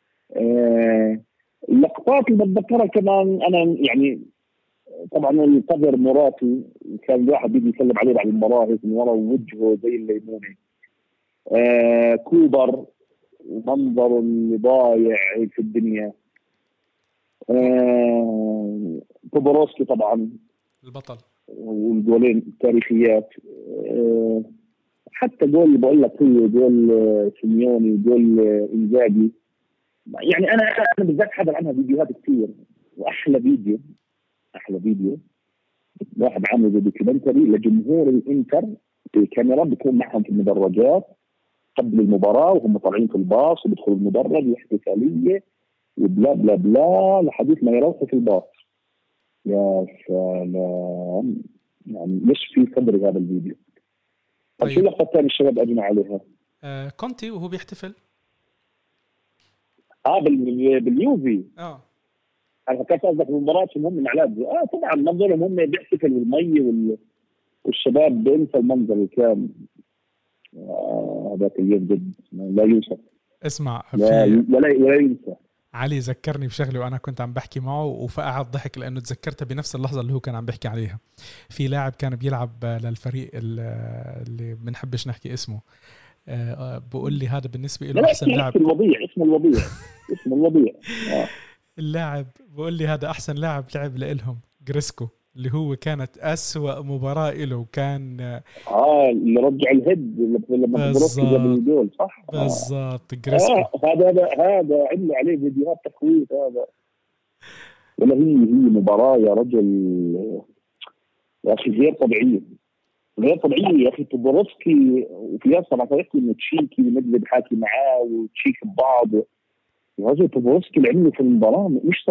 اللقطات اللي بتذكرها كمان أنا يعني طبعا القدر مراتي كان الواحد بيجي يسلم عليه بعد المباراة هيك من ورا ووجهه زي الليمونة. كوبر ومنظر اللي ضايع في الدنيا. توبوروسكي طبعا البطل والجولين التاريخيات. حتى جول اللي بقول لك هو جول سيميوني جول إنزاجي. يعني أنا بالذات حضر عنها فيديوهات كثير، وأحلى فيديو واحد عامل زي دوكيومنتري لجمهور الإنتر بكاميرا بيكون معهم في المدرجات قبل المباراة وهم طالعين في الباص وبيدخلوا المدرج واحتفالية وبلا بلا بلا لحديث ما يروحوا في الباص. يا سلام، يعني مش في صدر هذا الفيديو. طيب شو اللقطة الثانية الشباب أجمع عليها؟ كونتي وهو بيحتفل باليوفي. أنا فكرت قصدك المباراة المهم مع لاتزيو. طبعا منظرهم هم بيحتفل بالمية والشباب بينسى المنظر اللي كان هذاك اليوم جد لا يوصف. اسمع ولا ينسى. علي ذكرني بشغله وأنا كنت عم بحكي معه وفقع الضحك لأنه تذكرته بنفس اللحظة اللي هو كان عم بحكي عليها. في لاعب كان بيلعب للفريق اللي بنحبش نحكي اسمه، بقول لي هذا بالنسبة له أحسن لاعب. اسمه الوضيع. اللاعب بقول لي هذا أحسن لاعب لعب لإلهم جريسكو، اللي هو كانت أسوأ مباراة له، وكان اللي رجع الهيد لما بروسكي جاب الجول صح. بالضبط جريسكو. هذا عملوا عليه فيديوهات تخويف هذا. ولا هي مباراة يا رجل يا أخي غير طبيعية يا أخي. بروسكي وفي ياسر عم يحكي إنه تشيكي ومدلب حاكي معاه وتشيك ببعض. يا رجل بروسكي اللي عمله في المباراة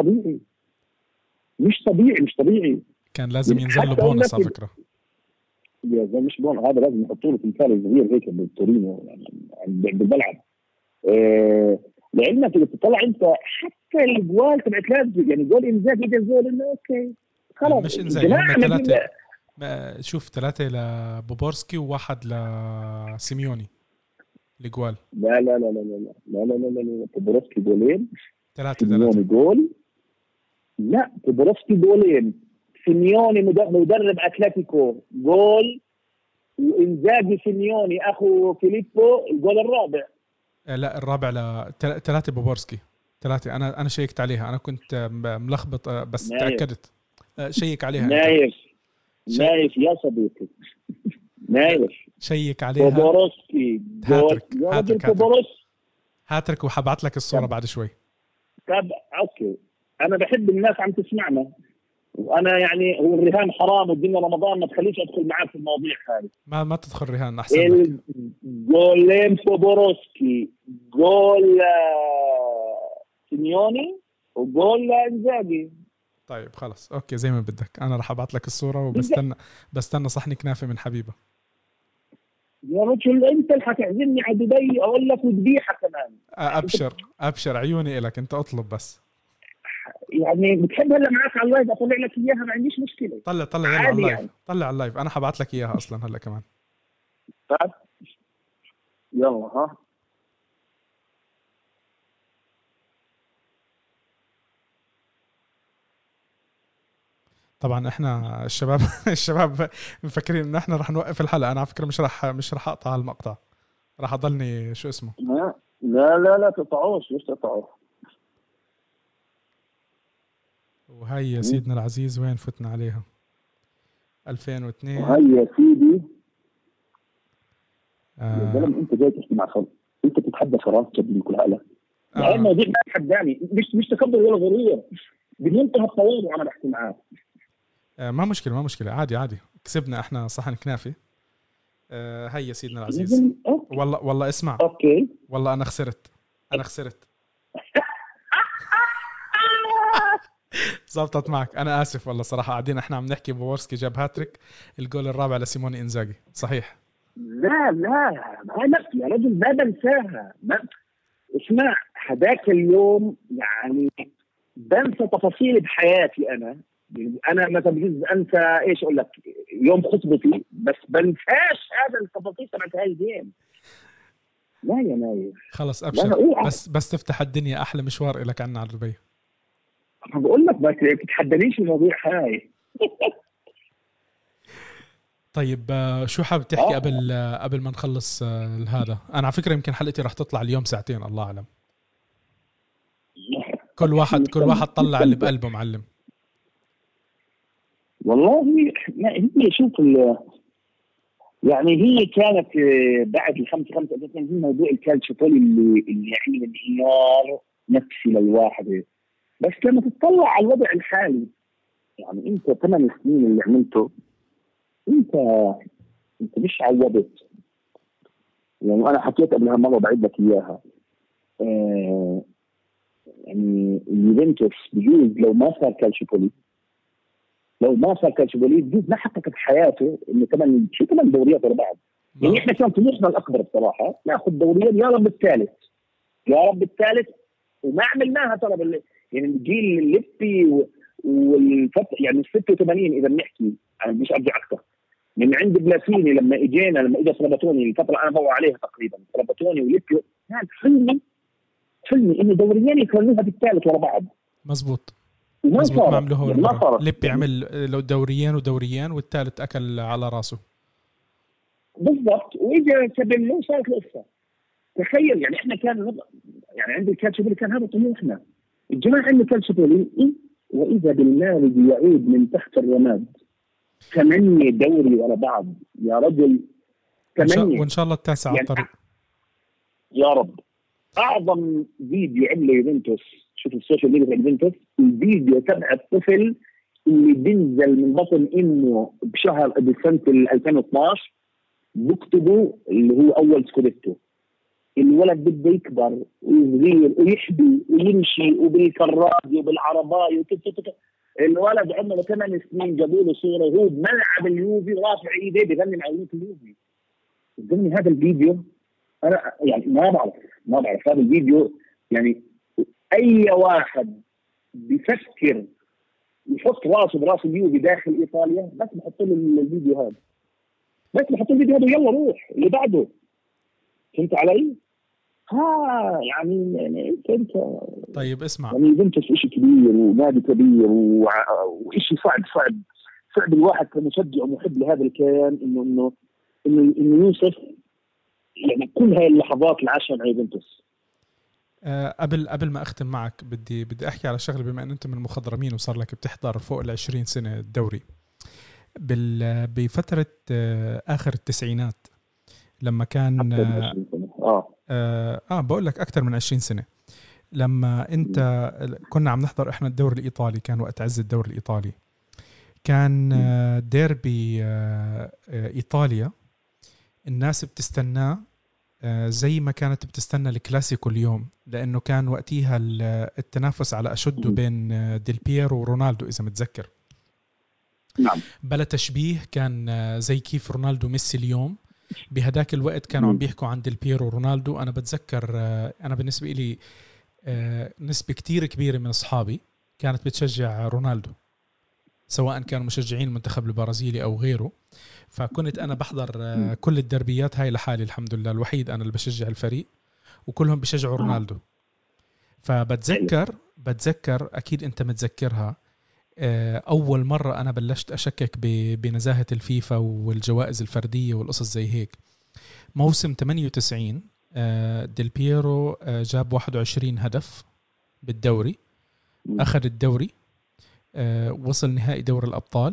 مش طبيعي. كان لازم ينزل له بونص على فكرة. يا زلمة مش بونص، هذا لازم يحطوا له تمثال صغير هيك بالتورينو يعني بالملعب. لعلمك إذا تطلع أنت حتى الجوال تبعت لاتزيو يعني جول إنزاجي ده جول إنه أوكي خلاص مش إنزاجي هم شوف 3 لبوبورسكي وواحد لسيميوني الجوال. لا لا لا لا لا لا لا لا لا بوبورسكي جولين 3 سيميوني جول. لا بوبورسكي جولين، سيميوني مدرب اتلتيكو جول، وانزاجي سيميوني اخو فيليبو الجول الرابع. لا الرابع 3 بوبورسكي 3. انا شيكت عليها، انا كنت ملخبط بس تاكدت. شيك عليها. نايف يا صديقي نايف شيك عليها. بوبورسكي جول يا رجل بوبورسكي هاترك، وحبعت لك الصورة بعد شوي. طب اوكي، انا بحب الناس عم تسمعنا، وانا يعني هو الرهان حرام والدنيا رمضان، ما تخليش ادخل معاك في المواضيع هذه. ما تدخل رهان احسن لك. جولين بوبورسكي، جول سيميوني، وجول انزاجي. طيب خلاص اوكي زي ما بدك، انا راح ابعت لك الصورة وبستنى صحن كنافة من حبيبة. يا رجل انت اللي حتعزمني على دبي، اقول لك وذبيحه كمان. ابشر عيوني الك، انت اطلب بس. يعني بتحب هلا معك على اللايف اطلع لك اياها، ما عنديش مشكله. طلع يلا على اللايف يعني. طلع على اللايف، انا حبعت لك اياها اصلا هلا كمان. طيب يلا ها. طبعا احنا الشباب مفكرين ان احنا راح نوقف الحلقه. انا على فكره مش راح اقطع المقطع، راح اضلني شو اسمه. لا تقطعوش، ليش تقطعوه؟ وهي يا سيدنا العزيز وين فتنا عليها 2002. وهي يا سيدي يا زلمه انت جاي تحكي مع خلق، انت بتتحدث راسك بكل هلا. يعني الموضوع ما تحداني، مش تكبر ولا غرور، بمنتهى التواضع انا بحكي معاك. ما مشكله عادي كسبنا احنا صحن كنافه. هي يا سيدنا العزيز. والله اسمع اوكي والله انا خسرت زبطت معك. انا اسف والله صراحه. قاعدين احنا عم نحكي بوبورسكي جاب هاتريك، الجول الرابع لسيموني انزاجي صحيح. لا هاي نفسي يا رجل ما بنساها. اسمع هذاك اليوم يعني بنسى تفاصيل بحياتي. انا مثلا بجوز انسى ايش اقول لك يوم خطبتي، بس بنساش هذا التفاصيل تبعت هاي الجيم. لا يا نايف خلص ابشر. بس تفتح الدنيا احلى مشوار لك عنا على دبي. بقول لك ما تتحدانيش المواضيع هاي. طيب شو حابب تحكي قبل ما نخلص هذا؟ انا على فكره يمكن حلقتي راح تطلع اليوم 2 ساعة الله اعلم. كل واحد طلع اللي بقلبه معلم. والله هي شوف يعني هي كانت بعد ال5 هي موضوع الكالتشوبولي اللي عمل انهيار نفسي للواحد. بس لما تطلع على الوضع الحالي، يعني انت 8 سنين اللي عملته انت مش عوضت. يعني انا حكيت قبلها مره بعيد لك اياها. يعني اليوفنتوس بجوز لو ما صار كالتشوبولي بجوز ما حقق في حياته انه 8 دوريات ورا بعض. يعني احنا كان طموحنا الاكبر بصراحه ناخذ دوريين، يا رب الثالث وما عملناها. ترى يعني الجيل الليبي والفتره يعني 86 اذا بنحكي، يعني مش ارجع اكثر من عند بلاتيني لما اجى سلاباتوني الفتره انا بوع عليها تقريبا، سلاباتوني وليبيو كان حلمي انه دوريين يكونوها بالثالث ورا بعض. مزبوط ما عملوها. ليبي عمل لو دوريين والثالث اكل على راسه بالضبط، واجا سبيلو صارت القصه. تخيل يعني احنا كان يعني عند الكالتشوبولي كان هذا طموحنا. الجماعه عند الكالتشوبولي واذا بالمال يعود من تحت الرماد 8 دوري ورا بعض يا رجل. 8 وان شاء الله التاسع على الطريق يا رب. اعظم فيديو عمله يوفنتوس، شوف السوشيال ميديا يوفنتوس، الفيديو تبع الطفل اللي بينزل من بطن امه بسنه 2012 بكتبوا اللي هو اول سكوليتو. الولد بده يكبر ويصغير ويحبي ويمشي وبالكراج وبالعربايه الولد عمره 8 سنين جابوا له صوره وهو بملعب اليوفي رافع ايديه بيغني مع اليوفي. قدامي هذا الفيديو انا يعني ما بعرف هذا الفيديو. يعني اي واحد بيفكر يحط راسه براس اليوفي داخل ايطاليا، بس بحط له الفيديو هذا، ويلا روح اللي بعده. فهمت علي؟ يعني انت طيب اسمع، يعني يوفنتوس شيء كبير ونادي كبير وشيء صعب الواحد كمشجع ومحب لهذا الكيان انه يوصف يعني كل هاي اللحظات اللي عاشها مع يوفنتوس. قبل ما اختم معك بدي احكي على شغله. بما ان انت من المخضرمين وصار لك بتحضر فوق 20 سنه الدوري، بفتره اخر التسعينات لما كان بقول لك اكثر من 20 سنه، لما انت كنا عم نحضر احنا الدوري الايطالي، كان وقت عز الدوري الايطالي، كان ديربي ايطاليا الناس بتستناه زي ما كانت بتستنى الكلاسيكو اليوم، لأنه كان وقتها التنافس على أشده بين ديل بييرو ورونالدو إذا متذكر. نعم. بلا تشبيه، كان زي كيف رونالدو ميسي اليوم. بهداك الوقت كانوا عم بيحكوا عن ديل بييرو ورونالدو. أنا بتذكر أنا بالنسبة لي نسبة كتير كبيرة من أصحابي كانت بتشجع رونالدو، سواء كانوا مشجعين المنتخب البرازيلي أو غيره. فكنت أنا بحضر كل الدربيات هاي لحالي، الحمد لله الوحيد أنا اللي بشجع الفريق، وكلهم بيشجعوا رونالدو. فبتذكر أكيد أنت متذكرها، أول مرة أنا بلشت أشكك بنزاهة الفيفا والجوائز الفردية والقصص زي هيك. موسم 98 ديل بييرو جاب 21 هدف بالدوري، أخذ الدوري، وصل نهائي دوري الأبطال.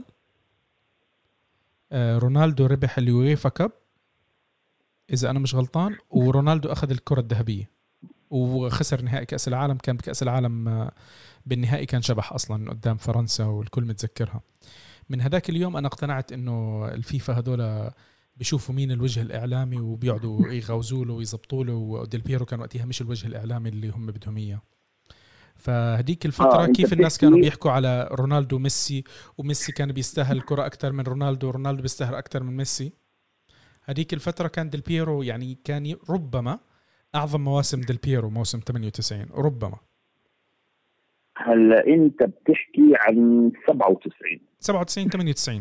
رونالدو ربح اليويفا كاب إذا أنا مش غلطان، ورونالدو أخذ الكرة الذهبية، وخسر نهائي كأس العالم. كان بكأس العالم بالنهائي كان شبح أصلا قدام فرنسا، والكل متذكرها. من هذاك اليوم أنا اقتنعت إنه الفيفا هذولا بيشوفوا مين الوجه الإعلامي وبيقعدوا يغوزوا له ويزبطوا له، وديل بييرو كان وقتها مش الوجه الإعلامي اللي هم بدهم إياه. فهديك الفترة كيف الناس كانوا بيحكوا على رونالدو وميسي، وميسي كان بيستاهل الكرة أكتر من رونالدو، ورونالدو بيستاهل أكتر من ميسي. هديك الفترة كان ديل بييرو يعني كان ربما أعظم مواسم ديل بييرو موسم 98 ربما. هلا أنت بتحكي عن 97 98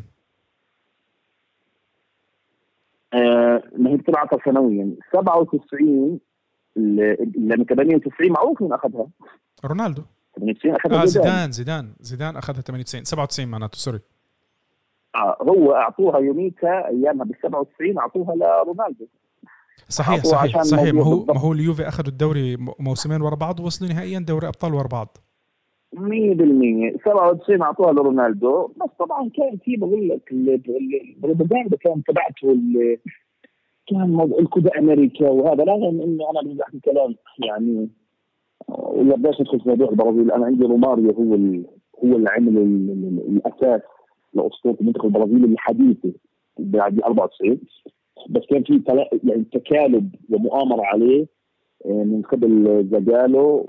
ما هي بتلعبها سنويا. 97 لما 98 معروف من أخذها رونالدو. 98 أخذها زيدان أخذها 98 97 معناته سوري. هو أعطوها يوميتها أيامها بال97 أعطوها لرونالدو. صحيح. ما هو اليوفي أخذوا الدوري موسمين ورا بعض ووصلوا نهائيا دوري أبطال ورا بعض 100%. 97 أعطوها لرونالدو، بس طبعا كان في بقول لك البروباغندا كان تبعته كان الكودا أمريكا وهذا، رغم إنه أنا بدي أحكي كلام يعني ولا بداش ندخل في موضوع البرازيل. أنا عندي روماريو هو اللي عمل الأساس لأسطورة المنتخب البرازيلي الحديثة بعد 94، بس كان في يعني تكالب ومؤامرة عليه من قبل زاجالو،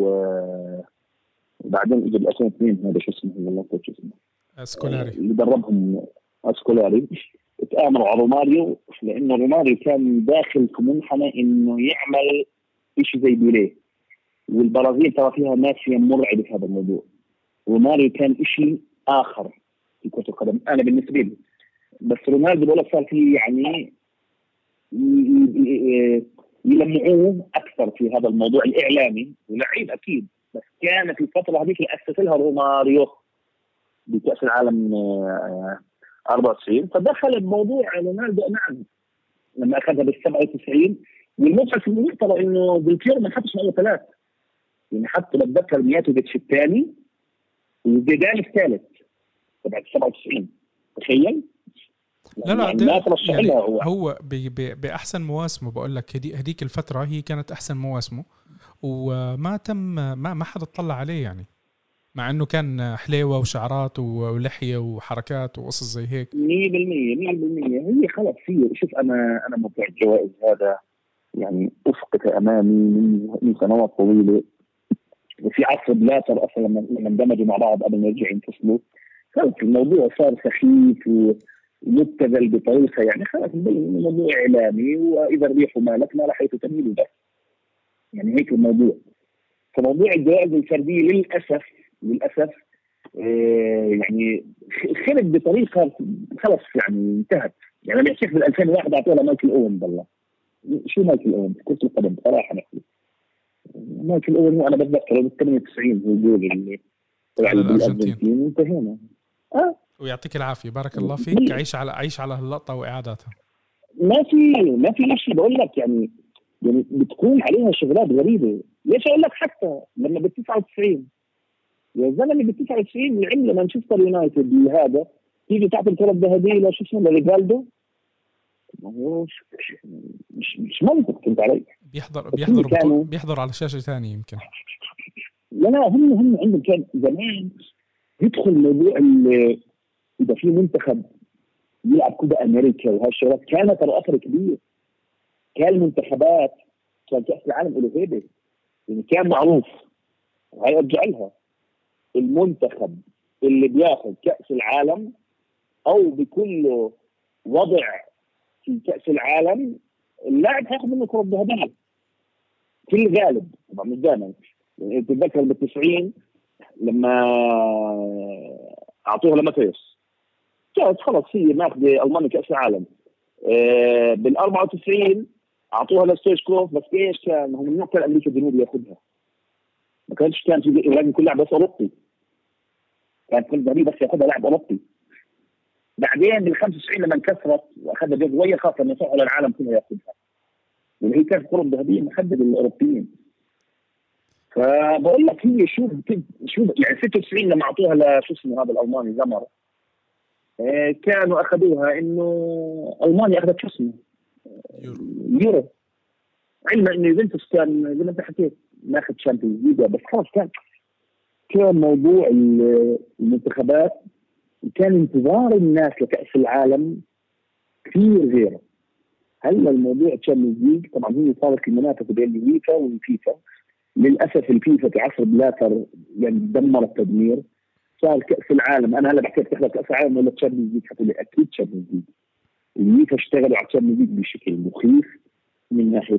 وبعدين اجى 2002 هذا شو اسمه والله شو اسمه اسكولاري اللي دربهم اسكولاري، تآمروا على روماريو لانه روماريو كان داخل في منحنى انه يعمل شيء زي بيليه، والبرازيل ترى فيها مافيا مرعبه في هذا الموضوع. روماريو كان شيء اخر في كرة القدم انا بالنسبه لي، بس رونالدو بقول لك صار فيه يعني يلمعوه اكثر في هذا الموضوع الاعلامي، ولعيب اكيد، بس كان في الفتره هذيك اللي اسس لها روماريو بكاس العالم 94، فدخل بموضوع رونالدو نعم لما اخذها بال97. والمضحك في النقطه انه ديل بييرو ما حطش معه ثلاث، يعني حتى بتذكر مياتوفيتش الثاني وزيدان الثالث تبع 97. تخيل. لا يعني هو بأحسن مواسمه بقول لك هديك الفترة هي كانت أحسن مواسمه، وما تم ما حدا اطلع عليه يعني، مع إنه كان حليوة وشعرات ولحية وحركات وقصص زي هيك. 100% هي خلص فيه. شوف أنا موضوع الجوائز هذا يعني أفقته أمامي من سنوات طويلة، وفي عصر بلاتر أصلا لما اندمجوا مع بعض قبل ما يرجعوا ينفصلوا، خلص الموضوع صار سخيف مبتذل بطريقه يعني خلاص الموضوع اعلامي، واذا ربحوا مالك ما راح يتميلوا بس يعني هيك الموضوع. فموضوع الجوائز الفرديه للاسف يعني خرب بطريقه خلص يعني انتهت. يعني انا بحكي بال 2001 اعطوها مايكل اوين. والله شو مايكل اوين في كره القدم صراحه نحكي مايكل اوين، وانا بتذكر بال 98 هو جول اللي على الارجنتين وانتهينا. ويعطيك العافيه، بارك الله فيك. عيش على اللقطه واعادتها. ما في شيء بقول لك يعني بتكون عليها شغلات غريبه. ليش اقول لك حتى لما بال 99 يا زلمه بال 99 اللي عمل مانشستر يونايتد هذا تيجي تعطي الكره الذهبيه لشو اسمه لريفالدو، ما هو مش منطق. كنت علي بيحضر على شاشه ثانيه يمكن. لا هم عندهم كان زمان يدخل موضوع اذا في منتخب يلعب كوبا امريكا وهالشغلات كانت الاثر كبير. كان المنتخبات كان كاس العالم له هيبه يعني كان معروف. هاي ارجع لها المنتخب اللي بياخذ كاس العالم او بكل وضع في كاس العالم اللاعب هياخذ منه كره ذهبيه في الغالب طبعا مش دائما. يعني تتذكر بال90 لما اعطوها لماتيوس كانت خلص هي ماخذه المانيا كاس العالم. بال94 اعطوها لستويشكوف بس ايش كان هم النقطه امريكا الجنوبيه ياخذها. ما كانش كان في لازم يكون لاعب بس اوروبي. كان كل ذهبيه بس ياخذها لاعب اوروبي. بعدين بال95 لما انكسرت واخذها جويه خاصه انه صعد العالم كله ياخذها. واللي هي كانت كره ذهبيه محدده للاوروبيين. فبقول لك هي شو يعني 96 لما اعطوها لشو اسمه هذا الالماني زمر كانوا اخذوها انه المانيا اخذت شو اسمه يورو. علما انه يوفنتوس كان زي ما انت حكيت ماخذ شامبيونز ليج بس خلص كان موضوع المنتخبات كان انتظار الناس لكأس العالم كثير غيره. هلا الموضوع تشامبيونز ليج طبعا هي صارت المنافسه بين اليوفا والفيفا. للاسف الفيفا في عصر بلاتر يعني دمر التدمير. صار كأس العالم انا هلا بحكي تحضر كأس العالم ولا تشامبيونز ليج حتى اكيد تشامبيونز ليج. اليوفا اشتغلوا على تشامبيونز ليج بشكل مخيف من ناحيه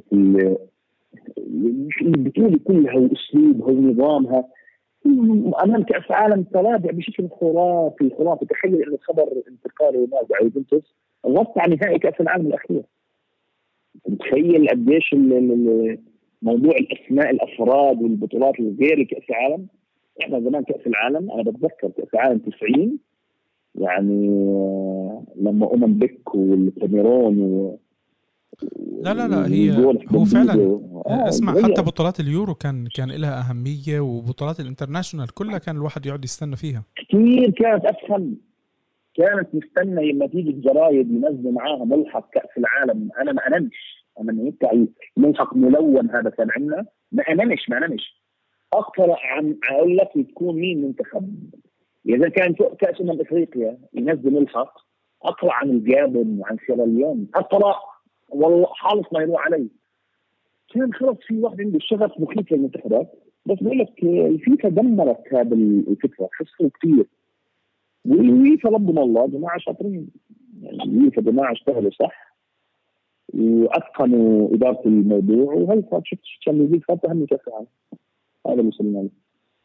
البطوله كلها واسلوبها ونظامها. امام كاس العالم تراجع بشكل خرافي. تخيل انه خبر انتقاله ماذا يوفنتوس غطى على نهائي كاس العالم الاخير. تخيل قديش موضوع الاسماء الافراد والبطولات الغير كاس العالم. احنا زمان كاس العالم انا بتذكر كاس العالم 90 يعني لما بيك والكاميرون لا هي هو فعلا اسمع حتى بطولات اليورو كان لها أهمية وبطولات الانترناشونال كلها كان الواحد يقعد يستنى فيها كثير. كانت أفهم كانت مستنى لما تيجي الجرايد ينزلوا معاها ملحق كأس العالم. أنا ما أنمش ملحق ملون هذا كان عندنا ما أنمش أقرأ عن أقول لك تكون مين منتخب. إذا كان كأس أفريقيا ينزل ملحق أقرأ عن الجابون وعن سيراليون أقرأ والله حالف ما يروح علي. كان خلص في واحد عنده شغف مخيف للمنتخبات. بس بقول لك الفيفا دمرت هذا الفكره خسروا كثير. والفيفا ربنا الله جماعه شاطرين يعني الفيفا جماعه اشتغلوا صح واتقنوا اداره الموضوع وهي صار شفت الشامبيونز ليج صارت اهم كاس العالم. هذا اللي وصلنا له.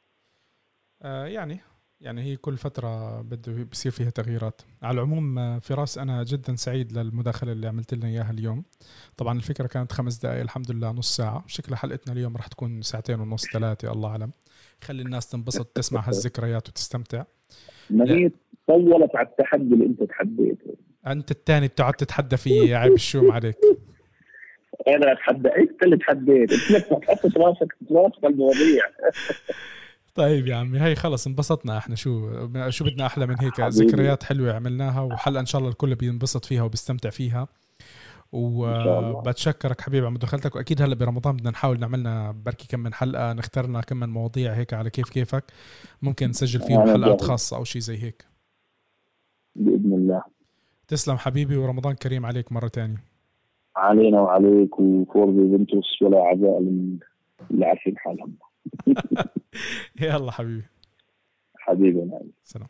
يعني هي كل فترة بده بيصير فيها تغييرات. على العموم فراس أنا جدا سعيد للمداخلة اللي عملت لنا إياها اليوم. طبعا الفكرة كانت 5 دقائق الحمد لله نص ساعة. شكل حلقتنا اليوم رح تكون 2.5 ساعات 3 الله أعلم. خلي الناس تنبسط تسمع هالذكريات وتستمتع. ما هي طولت على التحدي اللي أنت تحديته. أنت الثاني بتقعد تتحدى فيه عيب الشوم عليك. أنا أتحدى أنت اللي تحديت. أنت ما تحطش راسك في المواضيع. طيب يا عمي هاي خلص انبسطنا احنا. شو بدنا احلى من هيك ذكريات حلوه عملناها وحلقه ان شاء الله الكل بينبسط فيها وبيستمتع فيها. وبتشكرك حبيبي على مداخلتك. واكيد هلا برمضان بدنا نحاول نعملنا بركي كم من حلقه نختارنا كم من مواضيع هيك على كيفك ممكن نسجل فيهم حلقات خاصه او شيء زي هيك باذن الله. تسلم حبيبي ورمضان كريم عليك مره تانية. علينا وعليك وفورز يوفنتوس ولا عزاء اللي عارفين حالهم. يلا حبيبي سلام.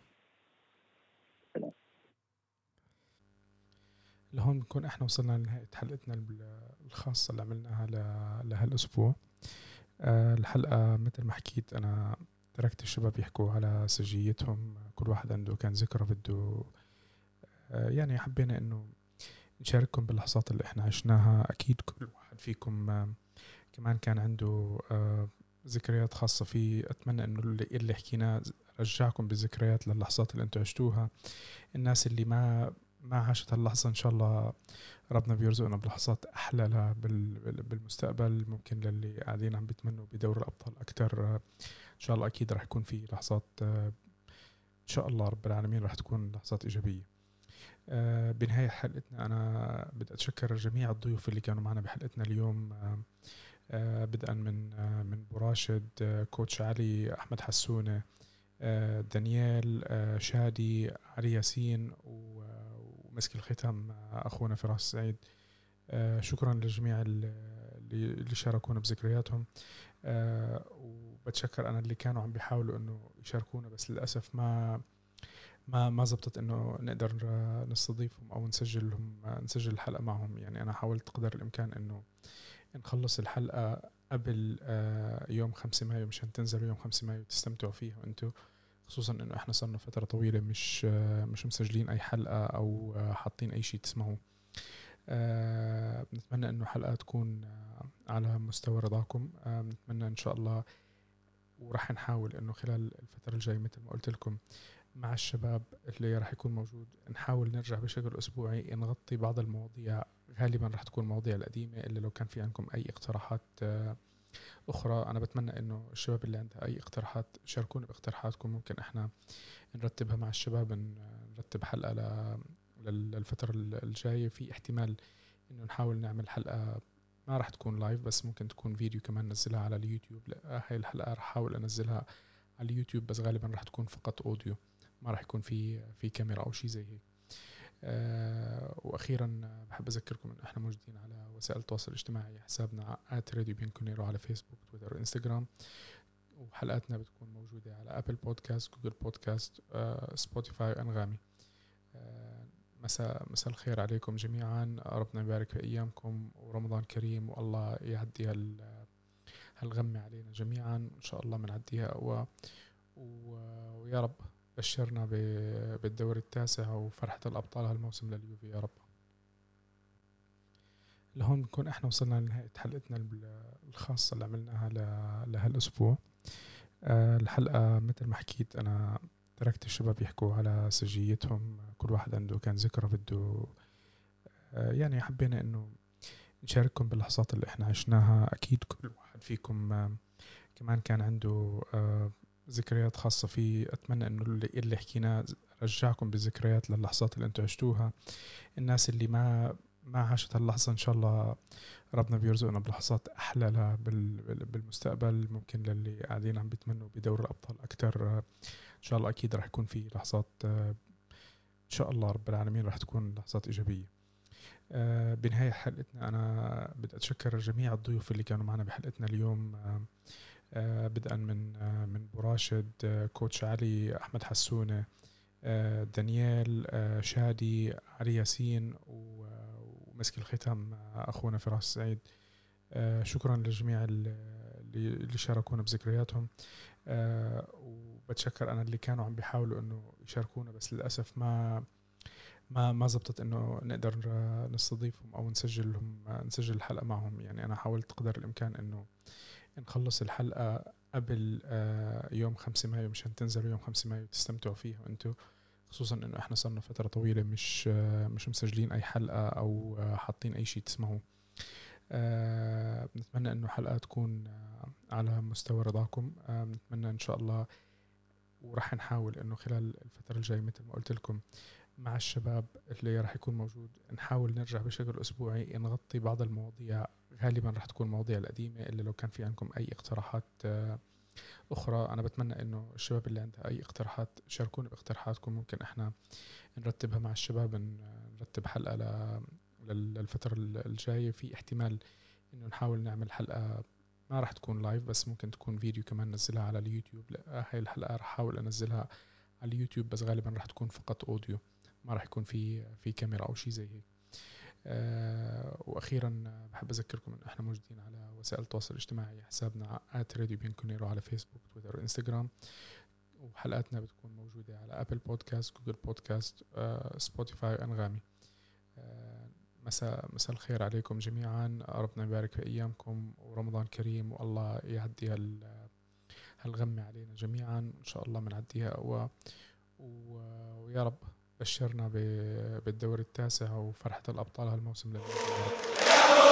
لهون بنكون احنا وصلنا لنهاية حلقتنا الخاصة اللي عملناها لهالأسبوع. الحلقة مثل ما حكيت أنا تركت الشباب يحكوا على سجيتهم، كل واحد عنده كان ذكرى بده يعني حبينا إنه نشارككم باللحظات اللي إحنا عشناها. أكيد كل واحد فيكم كمان كان عنده ذكريات خاصة فيه. أتمنى إنه اللي حكيناه رجعكم بالذكريات للحظات اللي أنتوا عشتوها. الناس اللي ما عاشت هاللحظة إن شاء الله ربنا بيرزقنا بلحظات أحلى لها بالمستقبل. ممكن للي قاعدين عم بيتمنوا بدور الأبطال أكتر إن شاء الله أكيد رح يكون في لحظات إن شاء الله رب العالمين رح تكون لحظات إيجابية. بنهاية حلقتنا أنا بدي أتشكر جميع الضيوف اللي كانوا معنا بحلقتنا اليوم، بدءا من براشد، كوتش علي، أحمد حسونة، دانيال، شادي، علي ياسين، ومسك الختام أخونا فراس سعيد. شكرا للجميع اللي شاركونا بذكرياتهم، وبتشكر أنا اللي كانوا عم بيحاولوا إنه يشاركونا بس للأسف ما زبطت إنه نقدر نستضيفهم أو نسجل الحلقة معهم. يعني أنا حاولت قدر الإمكان إنه نخلص الحلقة قبل يوم 5 مايو مشان تنزل يوم 5 مايو تستمتعوا فيها وأنتوا، خصوصا إنه إحنا صرنا فترة طويلة مش مسجلين أي حلقة أو حاطين أي شيء تسمعوه. بنتمنى إنه حلقة تكون على مستوى رضاكم. بنتمنى إن شاء الله، ورح نحاول إنه خلال الفترة الجاية مثل ما قلت لكم مع الشباب اللي رح يكون موجود نحاول نرجع بشكل أسبوعي نغطي بعض المواضيع. غالبا رح تكون مواضيع القديمة، إلا لو كان في عندكم أي اقتراحات أخرى. أنا بتمنى إنه الشباب اللي عندها أي اقتراحات شاركونا باقتراحاتكم، ممكن إحنا نرتبها مع الشباب، نرتب حلقة للفترة الجاية. في احتمال إنه نحاول نعمل حلقة ما رح تكون لايف، بس ممكن تكون فيديو كمان ننزلها على اليوتيوب. لا، هاي الحلقة رح أحاول أنزلها على اليوتيوب، بس غالبا رح تكون فقط أوديو، ما رح يكون في كاميرا أو شيء زي هيك. وأخيرا بحب أذكركم إنه إحنا موجودين على وسائل التواصل الاجتماعي، حسابنا @راديو بينكونيرو على فيسبوك، تويتر، وإنستغرام. وحلقاتنا بتكون موجودة على أبل بودكاست، جوجل بودكاست، سبوتيفاي، وأنغامي. مساء الخير عليكم جميعا. ربنا يبارك في أيامكم، ورمضان كريم، والله يعدي هالغمة علينا جميعا إن شاء الله بنعديها. ويا رب بشرنا بالدور التاسع وفرحة الأبطال هالموسم لليوفي يا رب. لهون بنكون احنا وصلنا لنهاية حلقتنا الخاصة اللي عملناها لهالأسبوع. الحلقة مثل ما حكيت أنا تركت الشباب يحكوا على سجيتهم، كل واحد عنده كان ذكرى بده يعني حبينا إنه نشارككم باللحظات اللي احنا عشناها. أكيد كل واحد فيكم كمان كان عنده ذكريات خاصة فيه. أتمنى إنه اللي حكيناه رجعكم بالذكريات للحظات اللي أنتوا عشتوها. الناس اللي ما عاشت هاللحظة إن شاء الله ربنا بيرزقنا بلحظات أحلى لها بالمستقبل. ممكن للي قاعدين عم بيتمنوا بدور الأبطال أكتر إن شاء الله أكيد رح يكون في لحظات إن شاء الله رب العالمين رح تكون لحظات إيجابية. بنهاية حلقتنا أنا بدي أتشكر جميع الضيوف اللي كانوا معنا بحلقتنا اليوم، بدءا من براشد، كوتش علي، أحمد حسونة، دانيال، شادي، علي ياسين، ومسك الختام أخونا فراس سعيد. شكرا للجميع اللي شاركونا بذكرياتهم، وبتشكر أنا اللي كانوا عم بيحاولوا إنه يشاركونا بس للأسف ما زبطت إنه نقدر نستضيفهم أو نسجل الحلقة معهم. يعني أنا حاولت قدر الإمكان إنه نخلص الحلقة قبل يوم 5 مايو مشان تنزل يوم 5 مايو تستمتعوا فيها وأنتوا، خصوصا إنه إحنا صرنا فترة طويلة مش مسجلين أي حلقة أو حاطين أي شيء تسمعوه. بنتمنى إنه حلقة تكون على مستوى رضاكم. بنتمنى إن شاء الله، ورح نحاول إنه خلال الفترة الجاية مثل ما قلت لكم مع الشباب اللي رح يكون موجود نحاول نرجع بشكل أسبوعي نغطي بعض المواضيع. غالبا رح تكون مواضيع القديمة، إلا لو كان في عندكم أي اقتراحات أخرى. أنا بتمنى إنه الشباب اللي عنده أي اقتراحات شاركونا باقتراحاتكم، ممكن إحنا نرتبها مع الشباب، نرتب حلقة للفترة الجاية. في احتمال إنه نحاول نعمل حلقة ما رح تكون لايف، بس ممكن تكون فيديو كمان ننزلها على اليوتيوب. لا، هاي الحلقة رح أحاول أنزلها على اليوتيوب، بس غالبا رح تكون فقط أوديو، ما رح يكون في كاميرا أو شيء زي هيك. وأخيرا بحب أذكركم أن احنا موجودين على وسائل التواصل الاجتماعي، حسابنا @راديو بيانكونيرو على فيسبوك تويتر وإنستغرام، وحلقاتنا بتكون موجودة على أبل بودكاست، جوجل بودكاست، سبوتيفاي وأنغامي. مساء الخير عليكم جميعا، ربنا يبارك في أيامكم ورمضان كريم، والله يعدي هالغمة علينا جميعا، إن شاء الله منعديها أقوى، ويا رب بشرنا بالدوري التاسع وفرحة الأبطال هالموسم للموسم.